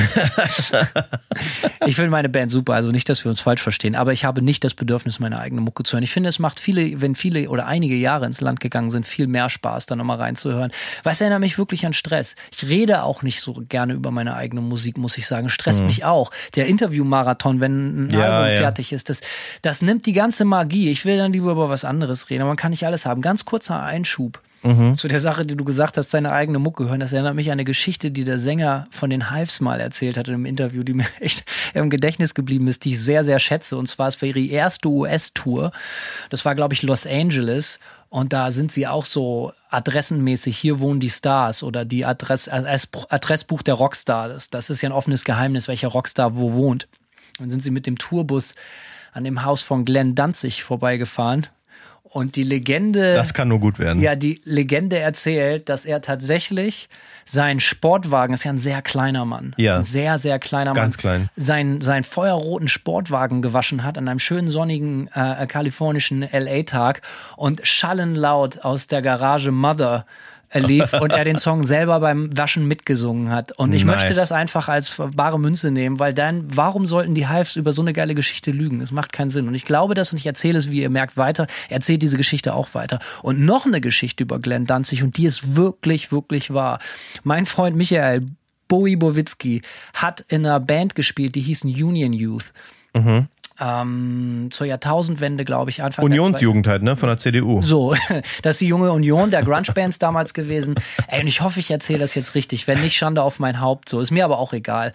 Ich finde meine Band super, also nicht, dass wir uns falsch verstehen, aber ich habe nicht das Bedürfnis, meine eigene Mucke zu hören. Ich finde, es macht wenn viele oder einige Jahre ins Land gegangen sind, viel mehr Spaß, da nochmal reinzuhören. Weil es erinnert mich wirklich an Stress. Ich rede auch nicht so gerne über meine eigene Musik, muss ich sagen. Stresst mich auch. Der Interview-Marathon, wenn ein Album fertig ist, das nimmt die ganze Magie. Ich will dann lieber über was anderes reden, aber man kann nicht alles haben. Ganz kurzer Einschub. Zu der Sache, die du gesagt hast, seine eigene Mucke hören, das erinnert mich an eine Geschichte, die der Sänger von den Hives mal erzählt hat in einem Interview, die mir echt im Gedächtnis geblieben ist, die ich sehr, sehr schätze. Und zwar, es war ihre erste US-Tour. Das war, glaube ich, Los Angeles. Und da sind sie auch so adressenmäßig, hier wohnen die Stars oder die Adressbuch der Rockstar. Das ist ja ein offenes Geheimnis, welcher Rockstar wo wohnt. Dann sind sie mit dem Tourbus an dem Haus von Glenn Danzig vorbeigefahren. Und die Legende... Das kann nur gut werden. Ja, die Legende erzählt, dass er tatsächlich seinen Sportwagen, das ist ja ein sehr kleiner Mann, ein sehr, sehr kleiner Mann, ganz klein, seinen feuerroten Sportwagen gewaschen hat an einem schönen sonnigen kalifornischen LA-Tag und schallenlaut aus der Garage Mother lief und er den Song selber beim Waschen mitgesungen hat. Und ich möchte das einfach als bare Münze nehmen, weil warum sollten die Hives über so eine geile Geschichte lügen? Das macht keinen Sinn. Und ich glaube das und ich erzähle es, wie ihr merkt, weiter. Er erzählt diese Geschichte auch weiter. Und noch eine Geschichte über Glenn Danzig und die ist wirklich, wirklich wahr. Mein Freund Michael Bowitzki hat in einer Band gespielt, die hießen Union Youth. Zur Jahrtausendwende, glaube ich, Anfang Unionsjugend halt, ne, von der CDU. So, das ist die junge Union der Grunge-Bands damals gewesen. Ey, und ich hoffe, ich erzähle das jetzt richtig. Wenn nicht, Schande auf mein Haupt. So, ist mir aber auch egal.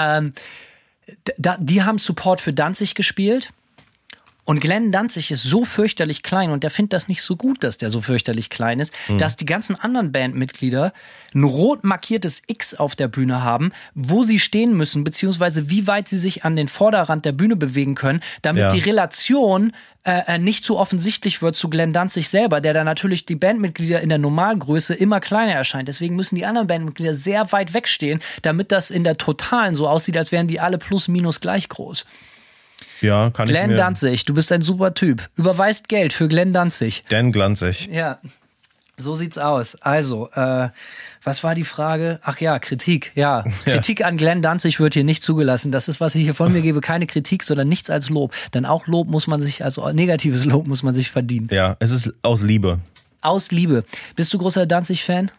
Die haben Support für Danzig gespielt. Und Glenn Danzig ist so fürchterlich klein und der findet das nicht so gut, dass der so fürchterlich klein ist, dass die ganzen anderen Bandmitglieder ein rot markiertes X auf der Bühne haben, wo sie stehen müssen, beziehungsweise wie weit sie sich an den Vorderrand der Bühne bewegen können, damit die Relation nicht so offensichtlich wird zu Glenn Danzig selber, der da natürlich die Bandmitglieder in der Normalgröße immer kleiner erscheint. Deswegen müssen die anderen Bandmitglieder sehr weit wegstehen, damit das in der Totalen so aussieht, als wären die alle plus minus gleich groß. Ja, kann Glenn Danzig, du bist ein super Typ. Überweist Geld für Glenn Danzig. Dan Glanzig. Ja, so sieht's aus. Also, was war die Frage? Ach ja, Kritik. Ja, Kritik an Glenn Danzig wird hier nicht zugelassen. Das ist, was ich hier von mir gebe. Keine Kritik, sondern nichts als Lob. Denn auch Lob muss man sich, also negatives Lob muss man sich verdienen. Ja, es ist aus Liebe. Aus Liebe. Bist du großer Danzig-Fan?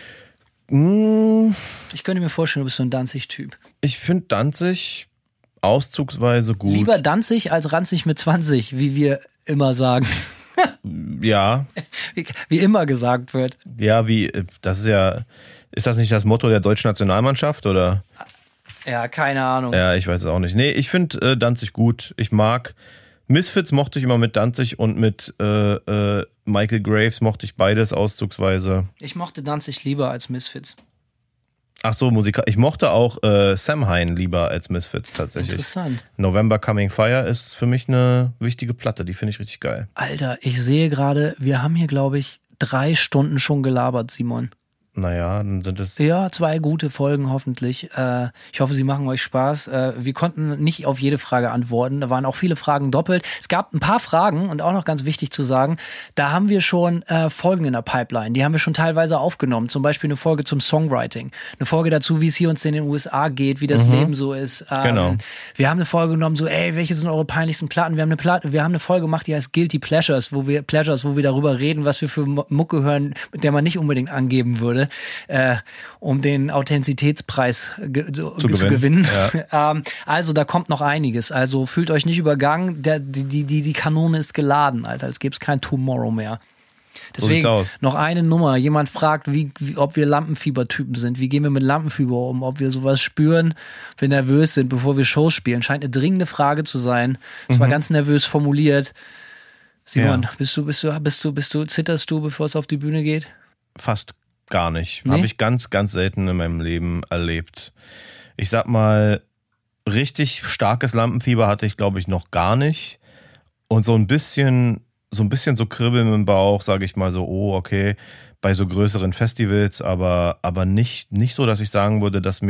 Ich könnte mir vorstellen, du bist so ein Danzig-Typ. Ich finde Danzig auszugsweise gut. Lieber Danzig als ranzig mit 20, wie wir immer sagen. Ja. Wie immer gesagt wird. Ja, ist das nicht das Motto der deutschen Nationalmannschaft, oder? Ja, keine Ahnung. Ja, ich weiß es auch nicht. Nee, ich finde Danzig gut. Ich mag Misfits mochte ich immer mit Danzig und mit Michael Graves mochte ich beides auszugsweise. Ich mochte Danzig lieber als Misfits. Ach so, Musiker. Ich mochte auch Samhain lieber als Misfits tatsächlich. Interessant. November Coming Fire ist für mich eine wichtige Platte. Die finde ich richtig geil. Alter, ich sehe gerade, wir haben hier, glaube ich, 3 Stunden schon gelabert, Simon. Naja, dann sind es... Ja, 2 gute Folgen hoffentlich. Ich hoffe, sie machen euch Spaß. Wir konnten nicht auf jede Frage antworten. Da waren auch viele Fragen doppelt. Es gab ein paar Fragen und auch noch ganz wichtig zu sagen, da haben wir schon Folgen in der Pipeline. Die haben wir schon teilweise aufgenommen. Zum Beispiel eine Folge zum Songwriting. Eine Folge dazu, wie es hier uns in den USA geht, wie das Leben so ist. Genau. Wir haben eine Folge genommen, so, welche sind eure peinlichsten Platten? Wir haben eine Folge gemacht, die heißt Guilty Pleasures, wo wir darüber reden, was wir für Mucke hören, mit der man nicht unbedingt angeben würde. Um den Authentizitätspreis zu gewinnen. Ja. Also da kommt noch einiges. Also fühlt euch nicht übergangen. Die Kanone ist geladen, Alter. Es gibt kein Tomorrow mehr. Deswegen noch eine Nummer. Jemand fragt, ob wir Lampenfiebertypen sind. Wie gehen wir mit Lampenfieber um? Ob wir sowas spüren, wenn wir nervös sind, bevor wir Shows spielen. Scheint eine dringende Frage zu sein. Es war ganz nervös formuliert. Simon, zitterst du, bevor es auf die Bühne geht? Fast gar nicht. Nee? Habe ich ganz, ganz selten in meinem Leben erlebt. Ich sag mal, richtig starkes Lampenfieber hatte ich, glaube ich, noch gar nicht. Und so ein bisschen so Kribbeln im Bauch, sage ich mal so, oh, okay, bei so größeren Festivals, aber nicht so, dass ich sagen würde, dass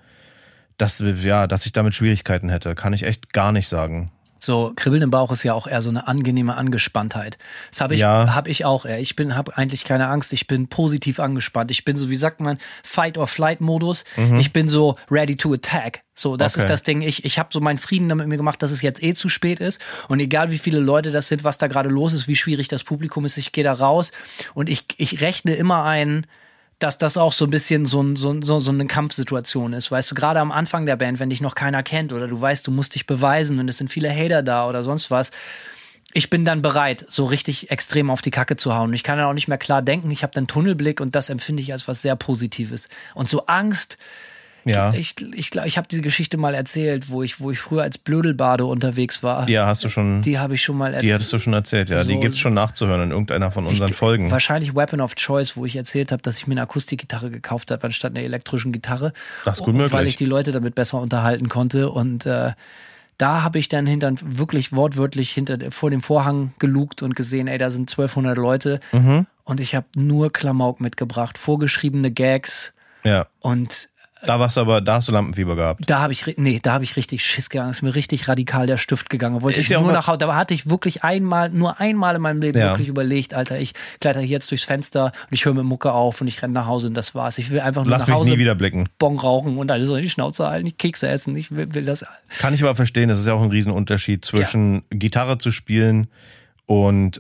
ich damit Schwierigkeiten hätte. Kann ich echt gar nicht sagen. So, Kribbeln im Bauch ist ja auch eher so eine angenehme Angespanntheit. Das habe ich auch eher. Ich habe eigentlich keine Angst. Ich bin positiv angespannt. Ich bin so, wie sagt man, Fight-or-Flight-Modus. Ich bin so ready to attack. So, das ist das Ding. Ich habe so meinen Frieden damit mir gemacht, dass es jetzt zu spät ist. Und egal wie viele Leute das sind, was da gerade los ist, wie schwierig das Publikum ist, ich gehe da raus und ich rechne immer ein, dass das auch so ein bisschen so eine Kampfsituation ist. Weißt du, gerade am Anfang der Band, wenn dich noch keiner kennt oder du weißt, du musst dich beweisen und es sind viele Hater da oder sonst was. Ich bin dann bereit, so richtig extrem auf die Kacke zu hauen. Ich kann dann auch nicht mehr klar denken. Ich habe dann Tunnelblick und das empfinde ich als was sehr Positives. Und so Angst... Ja. Ich habe diese Geschichte mal erzählt, wo ich früher als Blödelbade unterwegs war. Ja, hast du schon. Die habe ich schon mal erzählt. Die hattest du schon erzählt, ja. So, die gibt's schon nachzuhören in irgendeiner von unseren Folgen. Wahrscheinlich Weapon of Choice, wo ich erzählt habe, dass ich mir eine Akustikgitarre gekauft habe, anstatt einer elektrischen Gitarre. Das ist gut möglich. Weil ich die Leute damit besser unterhalten konnte. Und da habe ich dann wirklich wortwörtlich vor dem Vorhang gelugt und gesehen, da sind 1200 Leute. Und ich habe nur Klamauk mitgebracht, vorgeschriebene Gags. Ja. Und da hast du Lampenfieber gehabt. Da habe ich richtig Schiss gegangen. Ist mir richtig radikal der Stift gegangen. Da hatte ich wirklich nur einmal in meinem Leben wirklich überlegt, Alter, ich kletter hier jetzt durchs Fenster und ich höre mit Mucke auf und ich renne nach Hause und das war's. Ich will einfach nur nach Hause. Lass mich nie wieder blicken. Bon rauchen und alles so in die Schnauze halten, ich Kekse essen, ich will das. Kann ich aber verstehen, das ist ja auch ein Riesenunterschied zwischen Gitarre zu spielen und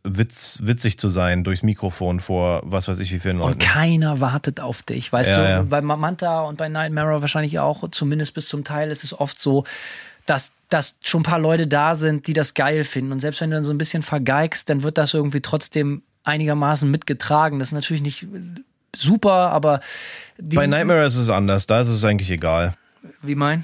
witzig zu sein durchs Mikrofon vor was weiß ich wie vielen Leuten. Und keiner wartet auf dich. Weißt du, bei Manta und bei Nightmare wahrscheinlich auch, zumindest bis zum Teil ist es oft so, dass schon ein paar Leute da sind, die das geil finden. Und selbst wenn du dann so ein bisschen vergeigst, dann wird das irgendwie trotzdem einigermaßen mitgetragen. Das ist natürlich nicht super, aber... Bei Nightmare ist es anders, da ist es eigentlich egal. Wie mein?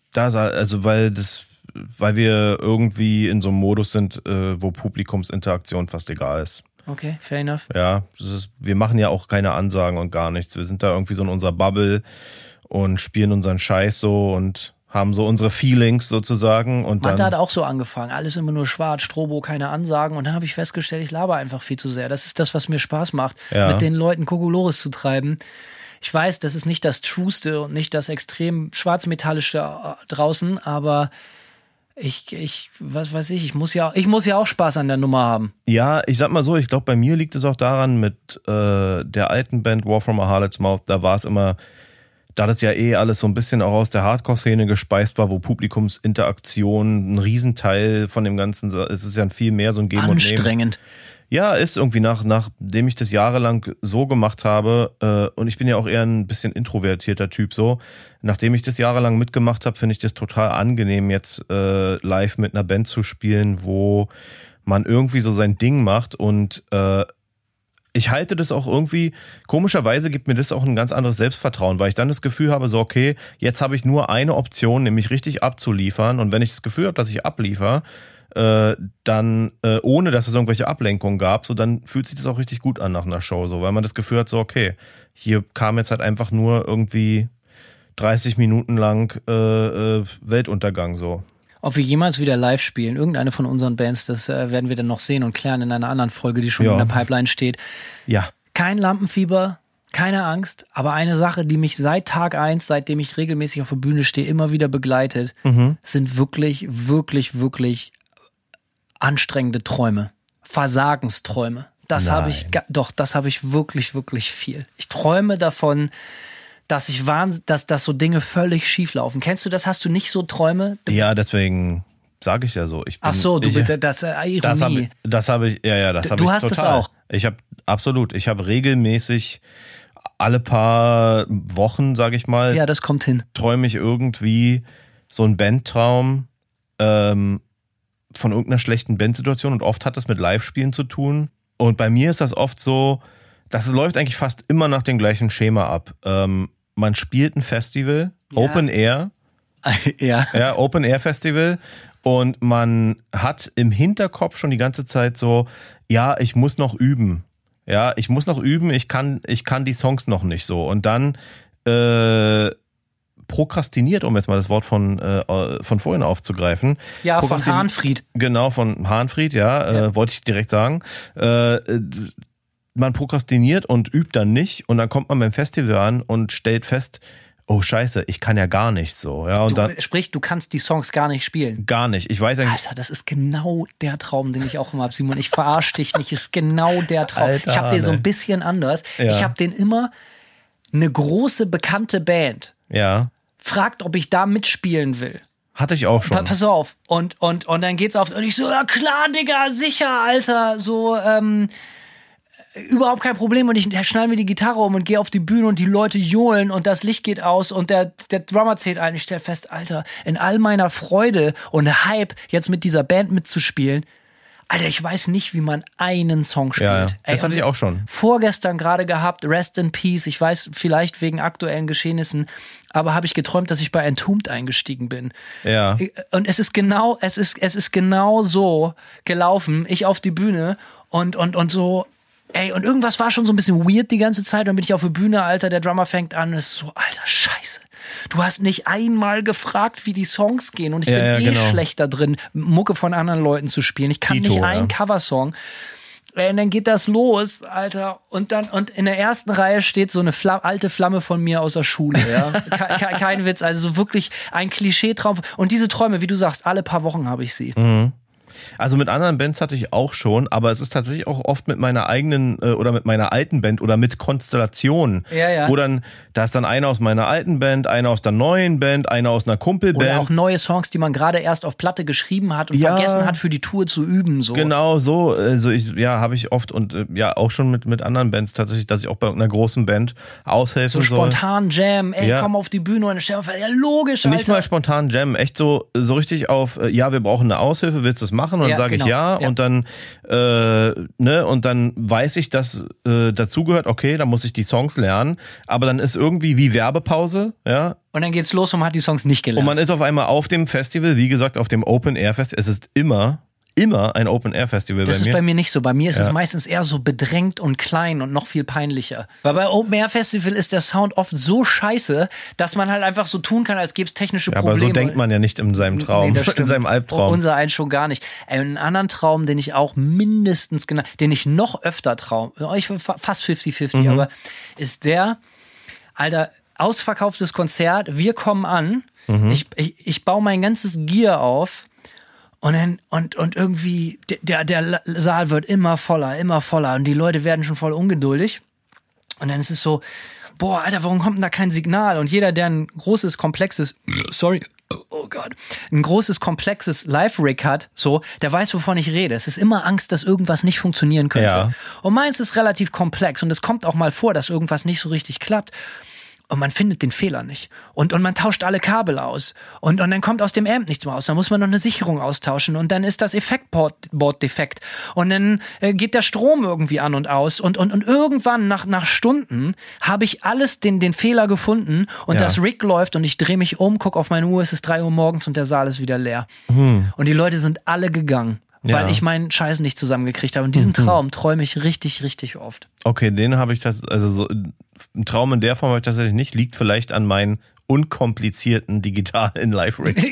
Weil wir irgendwie in so einem Modus sind, wo Publikumsinteraktion fast egal ist. Okay, fair enough. Ja, wir machen ja auch keine Ansagen und gar nichts. Wir sind da irgendwie so in unserer Bubble und spielen unseren Scheiß so und haben so unsere Feelings sozusagen. Und Manta hat auch so angefangen. Alles immer nur schwarz, Strobo, keine Ansagen. Und dann habe ich festgestellt, ich laber einfach viel zu sehr. Das ist das, was mir Spaß macht, mit den Leuten Kokolores zu treiben. Ich weiß, das ist nicht das Trueste und nicht das extrem schwarzmetallische draußen, aber ich muss ja auch Spaß an der Nummer haben. Ja, ich sag mal so, ich glaube, bei mir liegt es auch daran, mit der alten Band War from a Harlot's Mouth, da war es immer, da das ja alles so ein bisschen auch aus der Hardcore-Szene gespeist war, wo Publikumsinteraktion ein Riesenteil von dem Ganzen, es ist ja viel mehr so ein Geben und Nehmen. Anstrengend. Ja, ist irgendwie nachdem ich das jahrelang so gemacht habe, und ich bin ja auch eher ein bisschen introvertierter Typ so, nachdem ich das jahrelang mitgemacht habe, finde ich das total angenehm, jetzt live mit einer Band zu spielen, wo man irgendwie so sein Ding macht und ich halte das auch irgendwie, komischerweise gibt mir das auch ein ganz anderes Selbstvertrauen, weil ich dann das Gefühl habe, so okay, jetzt habe ich nur eine Option, nämlich richtig abzuliefern. Und wenn ich das Gefühl habe, dass ich abliefer, dann ohne, dass es irgendwelche Ablenkungen gab, so dann fühlt sich das auch richtig gut an nach einer Show, so, weil man das Gefühl hat, so okay, hier kam jetzt halt einfach nur irgendwie 30 Minuten lang Weltuntergang so. Ob wir jemals wieder live spielen, irgendeine von unseren Bands, das werden wir dann noch sehen und klären in einer anderen Folge, die schon in der Pipeline steht. Ja. Kein Lampenfieber, keine Angst, aber eine Sache, die mich seit Tag 1, seitdem ich regelmäßig auf der Bühne stehe, immer wieder begleitet, sind wirklich, wirklich, wirklich anstrengende Träume. Versagensträume. Das habe ich wirklich, wirklich viel. Ich träume davon, dass so Dinge völlig schief laufen. Kennst du das? Hast du nicht so Träume? Ja, deswegen sage ich ja so. Ach so, das Ironie. Das habe ich total. Du hast es auch. Ich habe regelmäßig alle paar Wochen, sage ich mal. Ja, das kommt hin. Träume ich irgendwie so einen Bandtraum von irgendeiner schlechten Bandsituation und oft hat das mit Live-Spielen zu tun. Und bei mir ist das oft so, das läuft eigentlich fast immer nach dem gleichen Schema ab. Man spielt ein Festival, Open Air. Ja, Open Air Festival. Und man hat im Hinterkopf schon die ganze Zeit so, ja, ich muss noch üben. Ja, ich muss noch üben, ich kann die Songs noch nicht so. Und dann prokrastiniert, um jetzt mal das Wort von vorhin aufzugreifen. Ja, von Hahnfried. Genau, von Hahnfried, wollte ich direkt sagen. Man prokrastiniert und übt dann nicht und dann kommt man beim Festival an und stellt fest, oh Scheiße, ich kann ja gar nicht so. Ja, und sprich, du kannst die Songs gar nicht spielen. Gar nicht. Ich weiß eigentlich. Alter, das ist genau der Traum, den ich auch immer habe, Simon. Ich verarsche dich nicht, ist genau der Traum. Alter, ich habe den so ein bisschen anders. Ja. Ich habe den immer, eine große, bekannte Band fragt, ob ich da mitspielen will. Hatte ich auch schon. Pass auf. Und dann geht's auf. Und ich so, ja klar, Digga, sicher, Alter. So, überhaupt kein Problem. Und ich schnall mir die Gitarre um und gehe auf die Bühne und die Leute johlen und das Licht geht aus und der Drummer zählt ein. Ich stelle fest, Alter, in all meiner Freude und Hype, jetzt mit dieser Band mitzuspielen, Alter, ich weiß nicht, wie man einen Song spielt. Ja, das hatte ich auch schon. Vorgestern gerade gehabt, Rest in Peace. Ich weiß, vielleicht wegen aktuellen Geschehnissen, aber habe ich geträumt, dass ich bei Entombed eingestiegen bin. Ja. Und es ist genau so gelaufen. Ich auf die Bühne und so. Ey, und irgendwas war schon so ein bisschen weird die ganze Zeit. Dann bin ich auf der Bühne, Alter, der Drummer fängt an und ist so, Alter, scheiße. Du hast nicht einmal gefragt, wie die Songs gehen. Und ich bin schlechter drin, Mucke von anderen Leuten zu spielen. Ich kann nicht einen Coversong. Und dann geht das los, Alter. Und in der ersten Reihe steht so eine alte Flamme von mir aus der Schule. Ja? Kein Witz. Also so wirklich ein Klischeetraum. Und diese Träume, wie du sagst, alle paar Wochen habe ich sie. Mhm. Also mit anderen Bands hatte ich auch schon, aber es ist tatsächlich auch oft mit meiner eigenen oder mit meiner alten Band oder mit Konstellationen, wo dann, da ist dann einer aus meiner alten Band, einer aus der neuen Band, einer aus einer Kumpelband. Oder auch neue Songs, die man gerade erst auf Platte geschrieben hat und vergessen hat, für die Tour zu üben. So. Genau, so. Also habe ich oft und auch schon mit anderen Bands tatsächlich, dass ich auch bei einer großen Band aushelfen soll. So spontan Jam, komm auf die Bühne und dann stell ja logisch, Alter. Nicht mal spontan Jam, echt so richtig auf, wir brauchen eine Aushilfe, willst du es machen? Und dann sage ich und dann und dann weiß ich, dass dazugehört, okay, dann muss ich die Songs lernen, aber dann ist irgendwie wie Werbepause, ja. Und dann geht's los und man hat die Songs nicht gelernt. Und man ist auf einmal auf dem Festival, wie gesagt, auf dem Open Air Festival. Es ist immer ein Open Air Festival bei mir. Das ist bei mir nicht so. Bei mir ist es meistens eher so bedrängt und klein und noch viel peinlicher. Weil bei Open Air Festival ist der Sound oft so scheiße, dass man halt einfach so tun kann, als gäbe es technische Probleme. Aber so denkt man ja nicht in seinem Traum, in seinem Albtraum. Unser eins schon gar nicht. Einen anderen Traum, den ich auch mindestens den ich noch öfter träume, fast 50-50, aber ist der, Alter, ausverkauftes Konzert, wir kommen an, ich baue mein ganzes Gear auf. Und irgendwie, der Saal wird immer voller und die Leute werden schon voll ungeduldig. Und dann ist es so, boah, Alter, warum kommt denn da kein Signal? Und jeder, der ein großes, komplexes Live-Rig hat, so, der weiß, wovon ich rede. Es ist immer Angst, dass irgendwas nicht funktionieren könnte. Ja. Und meins ist relativ komplex und es kommt auch mal vor, dass irgendwas nicht so richtig klappt. und man findet den Fehler nicht. Und man tauscht alle Kabel aus. Und dann kommt aus dem Amp nichts mehr raus. Dann muss man noch eine Sicherung austauschen. Und dann ist das Effektboard defekt. Und dann geht der Strom irgendwie an und aus. Und irgendwann nach Stunden habe ich alles den Fehler gefunden. Und das Rig läuft und ich drehe mich um, gucke auf meine Uhr, es ist 3 Uhr morgens und der Saal ist wieder leer. Und die Leute sind alle gegangen. Weil ich meinen Scheiß nicht zusammengekriegt habe. Und diesen Traum träume ich richtig, richtig oft. Okay, den habe ich ein Traum in der Form habe ich tatsächlich nicht. Liegt vielleicht an meinen unkomplizierten digitalen Live-Rigs.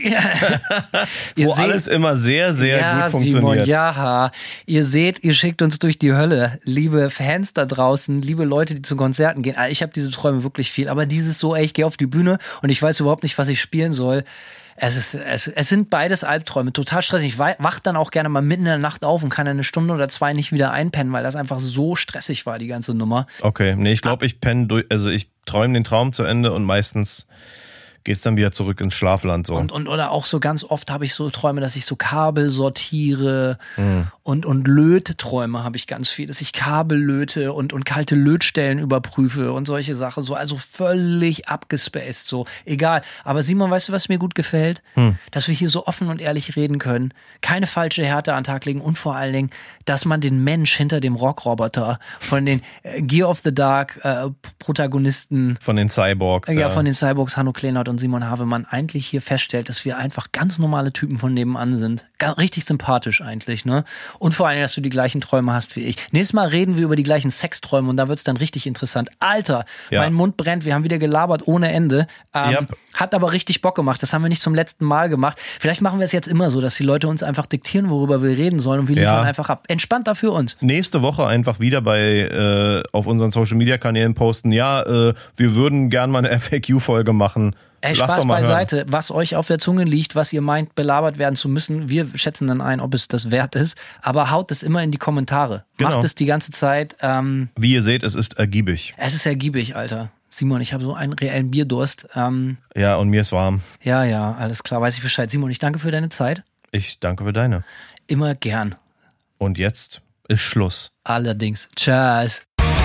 Wo alles immer sehr, sehr gut funktioniert. Simon, ihr seht, ihr schickt uns durch die Hölle. Liebe Fans da draußen, liebe Leute, die zu Konzerten gehen. Ich habe diese Träume wirklich viel. Aber dieses so, ich gehe auf die Bühne und ich weiß überhaupt nicht, was ich spielen soll. Es sind beides Albträume, total stressig. Ich wach dann auch gerne mal mitten in der Nacht auf und kann eine Stunde oder 2 nicht wieder einpennen, weil das einfach so stressig war, die ganze Nummer. Okay, nee, ich glaube, ich träume den Traum zu Ende und meistens geht's dann wieder zurück ins Schlafland so. Oder auch so ganz oft habe ich so Träume, dass ich so Kabel sortiere und Lötträume habe ich ganz viel, dass ich Kabel löte und kalte Lötstellen überprüfe und solche Sachen, so, also völlig abgespaced, so, egal. Aber Simon, weißt du, was mir gut gefällt? Dass wir hier so offen und ehrlich reden können, keine falsche Härte an den Tag legen und vor allen Dingen, dass man den Mensch hinter dem Rockroboter von den Gear of the Dark Protagonisten, von den Cyborgs, von den Cyborgs, Hanno Kleinert und Simon Havemann eigentlich hier feststellt, dass wir einfach ganz normale Typen von nebenan sind. Richtig sympathisch eigentlich, ne? Und vor allem, dass du die gleichen Träume hast wie ich. Nächstes Mal reden wir über die gleichen Sexträume und da wird's dann richtig interessant. Alter, mein Mund brennt, wir haben wieder gelabert ohne Ende. Hat aber richtig Bock gemacht. Das haben wir nicht zum letzten Mal gemacht. Vielleicht machen wir es jetzt immer so, dass die Leute uns einfach diktieren, worüber wir reden sollen und wir liefern einfach ab. Entspannt dafür uns. Nächste Woche einfach wieder auf unseren Social-Media-Kanälen posten, wir würden gern mal eine FAQ-Folge machen. Ey, Spaß beiseite, was euch auf der Zunge liegt, was ihr meint, belabert werden zu müssen. Wir schätzen dann ein, ob es das wert ist. Aber haut es immer in die Kommentare. Genau. Macht es die ganze Zeit. Wie ihr seht, es ist ergiebig. Es ist ergiebig, Alter. Simon, ich habe so einen reellen Bierdurst. Ja, und mir ist warm. Ja, alles klar, weiß ich Bescheid. Simon, ich danke für deine Zeit. Ich danke für deine. Immer gern. Und jetzt ist Schluss. Allerdings. Tschüss.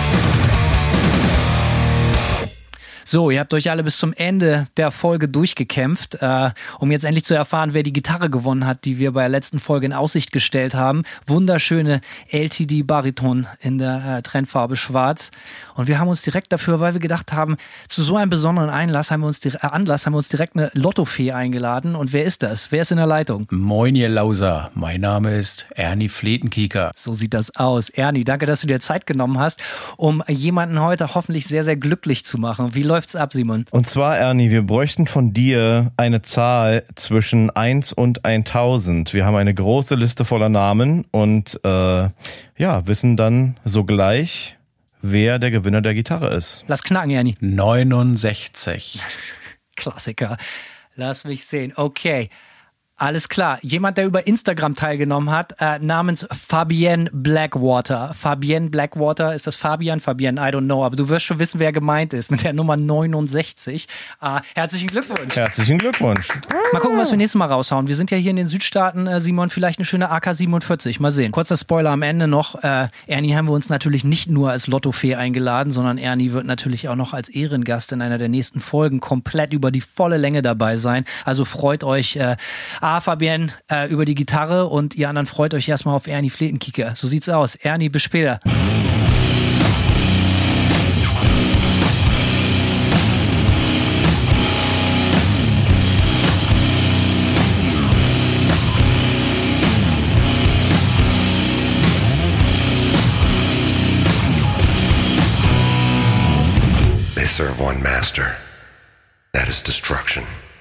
So, ihr habt euch alle bis zum Ende der Folge durchgekämpft, um jetzt endlich zu erfahren, wer die Gitarre gewonnen hat, die wir bei der letzten Folge in Aussicht gestellt haben. Wunderschöne LTD Bariton in der Trendfarbe Schwarz. Und wir haben uns direkt dafür, weil wir gedacht haben, zu so einem besonderen Anlass haben wir uns direkt eine Lottofee eingeladen. Und wer ist das? Wer ist in der Leitung? Moin, ihr Lauser. Mein Name ist Ernie Fletenkieker. So sieht das aus. Ernie, danke, dass du dir Zeit genommen hast, um jemanden heute hoffentlich sehr, sehr glücklich zu machen. Wie läuft's ab, Simon? Und zwar, Ernie, wir bräuchten von dir eine Zahl zwischen 1 und 1000. Wir haben eine große Liste voller Namen und wissen dann sogleich, wer der Gewinner der Gitarre ist. Lass knacken, Ernie. 69. Klassiker. Lass mich sehen. Okay. Alles klar. Jemand, der über Instagram teilgenommen hat, namens Fabienne Blackwater. Fabienne Blackwater, ist das Fabian? Fabienne, I don't know, aber du wirst schon wissen, wer gemeint ist, mit der Nummer 69. Herzlichen Glückwunsch. Herzlichen Glückwunsch. Mal gucken, was wir nächstes Mal raushauen. Wir sind ja hier in den Südstaaten, Simon, vielleicht eine schöne AK-47. Mal sehen. Kurzer Spoiler am Ende noch. Ernie haben wir uns natürlich nicht nur als Lottofee eingeladen, sondern Ernie wird natürlich auch noch als Ehrengast in einer der nächsten Folgen komplett über die volle Länge dabei sein. Also freut euch, Fabienne, über die Gitarre und ihr anderen freut euch erstmal auf Ernie Fletenkieker. So sieht's aus. Ernie, bis später. They serve one master. That is destruction.